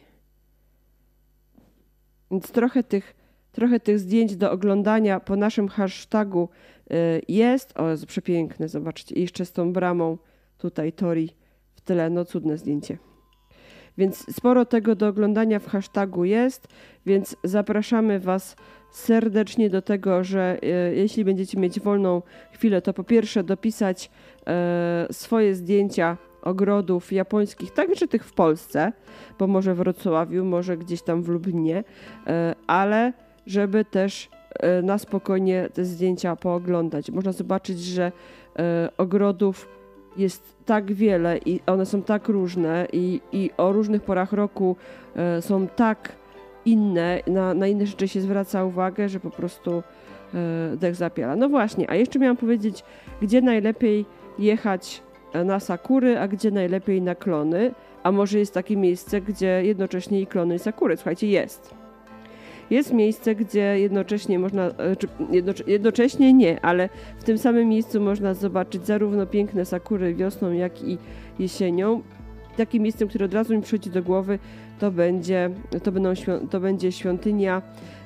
Więc trochę tych, trochę tych zdjęć do oglądania po naszym hashtagu y, jest. O, jest przepiękne, zobaczcie. I jeszcze z tą bramą tutaj Tori w tyle, no cudne zdjęcie. Więc sporo tego do oglądania w hashtagu jest, więc zapraszamy Was serdecznie do tego, że e, jeśli będziecie mieć wolną chwilę, to po pierwsze dopisać e, swoje zdjęcia ogrodów japońskich, także tych w Polsce, bo może w Wrocławiu, może gdzieś tam w Lublinie, e, ale żeby też e, na spokojnie te zdjęcia pooglądać. Można zobaczyć, że e, ogrodów jest tak wiele i one są tak różne i, i o różnych porach roku e, są tak inne, na, na inne rzeczy się zwraca uwagę, że po prostu e, dech zapiera. No właśnie, a jeszcze miałam powiedzieć, gdzie najlepiej jechać na sakury, a gdzie najlepiej na klony, a może jest takie miejsce, gdzie jednocześnie i klony i sakury. Słuchajcie, jest. Jest miejsce, gdzie jednocześnie można, czy jednocze, jednocześnie nie, ale w tym samym miejscu można zobaczyć zarówno piękne sakury wiosną, jak i jesienią. Takim miejscem, które od razu mi przychodzi do głowy, to będzie, to będą, to będzie świątynia e,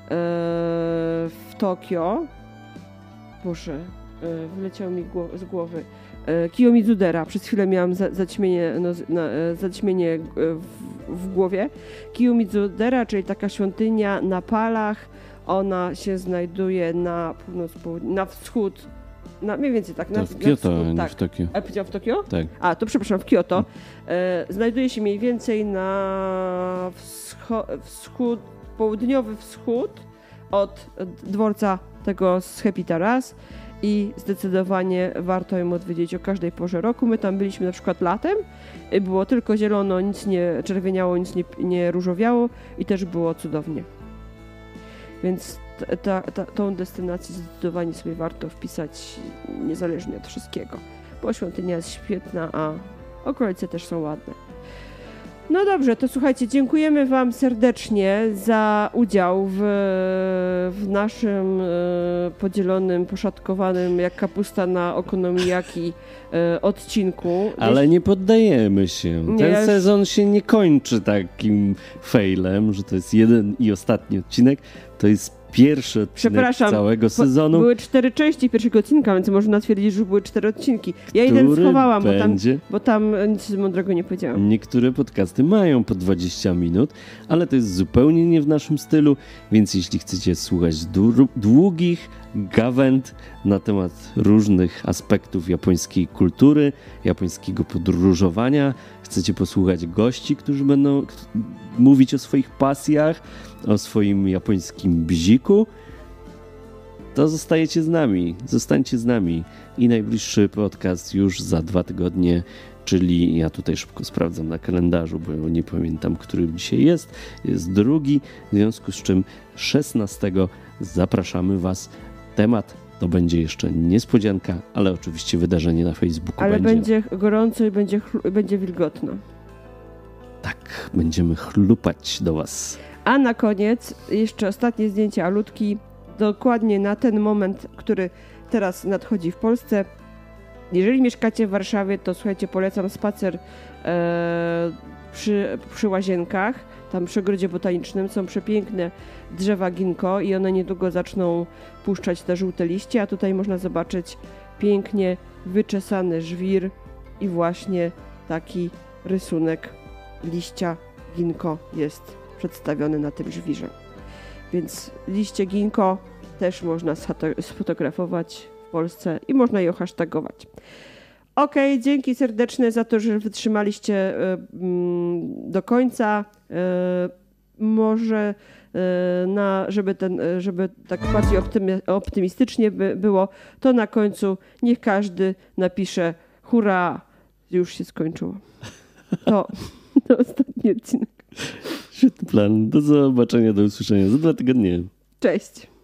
w Tokio. Boże, e, wyleciało mi gło, z głowy. E, Kiyomizudera. Przez chwilę miałam za, zaćmienie, no, na, zaćmienie w, w głowie. Kiyomizudera, czyli taka świątynia na palach. Ona się znajduje na północ, na wschód, na, mniej więcej tak. Na, To w Kyoto, na wschód, nie tak. w Tokio. A powiedział w Tokio? Tak. A, to przepraszam, w Kyoto. E, znajduje się mniej więcej na wscho- wschód, południowy wschód od dworca tego z Happy Taras i zdecydowanie warto ją odwiedzić o każdej porze roku. My tam byliśmy na przykład latem, było tylko zielono, nic nie czerwieniało, nic nie, nie różowiało i też było cudownie. Więc ta, ta, ta, tą destynację zdecydowanie sobie warto wpisać niezależnie od wszystkiego, bo świątynia jest świetna, a okolice też są ładne. No dobrze, to słuchajcie, dziękujemy Wam serdecznie za udział w, w naszym e, podzielonym, poszatkowanym jak kapusta na okonomiyaki e, odcinku. Ale nie poddajemy się. Nie, Ten ja już- sezon się nie kończy takim failem, że to jest jeden i ostatni odcinek. To jest pierwszy odcinek Przepraszam, całego Po- sezonu, Były cztery części pierwszego odcinka, więc można twierdzić, że były cztery odcinki. Ja jeden który schowałam, bo tam, będzie... bo tam nic mądrego nie powiedziałam. Niektóre podcasty mają po dwadzieścia minut, ale to jest zupełnie nie w naszym stylu, więc jeśli chcecie słuchać dłu- długich gawęd na temat różnych aspektów japońskiej kultury, japońskiego podróżowania, chcecie posłuchać gości, którzy będą k- mówić o swoich pasjach, o swoim japońskim bziku, to zostajecie z nami, zostańcie z nami i najbliższy podcast już za dwa tygodnie, czyli ja tutaj szybko sprawdzam na kalendarzu, bo nie pamiętam, który dzisiaj jest, jest drugi, w związku z czym szesnastego zapraszamy Was. Temat to będzie jeszcze niespodzianka, ale oczywiście wydarzenie na Facebooku Ale będzie. będzie gorąco i będzie, chlu- będzie wilgotno. Tak, będziemy chlupać do Was. A na koniec jeszcze ostatnie zdjęcie Alutki, dokładnie na ten moment, który teraz nadchodzi w Polsce. Jeżeli mieszkacie w Warszawie, to słuchajcie, polecam spacer e, przy, przy Łazienkach, tam przy ogrodzie botanicznym. Są przepiękne drzewa ginkgo i one niedługo zaczną puszczać te żółte liście, a tutaj można zobaczyć pięknie wyczesany żwir i właśnie taki rysunek liścia ginkgo jest przedstawiony na tym żwirze. Więc liście ginkgo też można sfoto- sfotografować w Polsce i można je ohasztagować. Okej, dzięki serdeczne za to, że wytrzymaliście e, mm, do końca. E, może e, na, żeby, ten, e, żeby tak bardziej optymi- optymistycznie by było, to na końcu niech każdy napisze hurra, już się skończyło. To, to ostatni odcinek. Świetny plan. Do zobaczenia, do usłyszenia za dwa tygodnie. Cześć.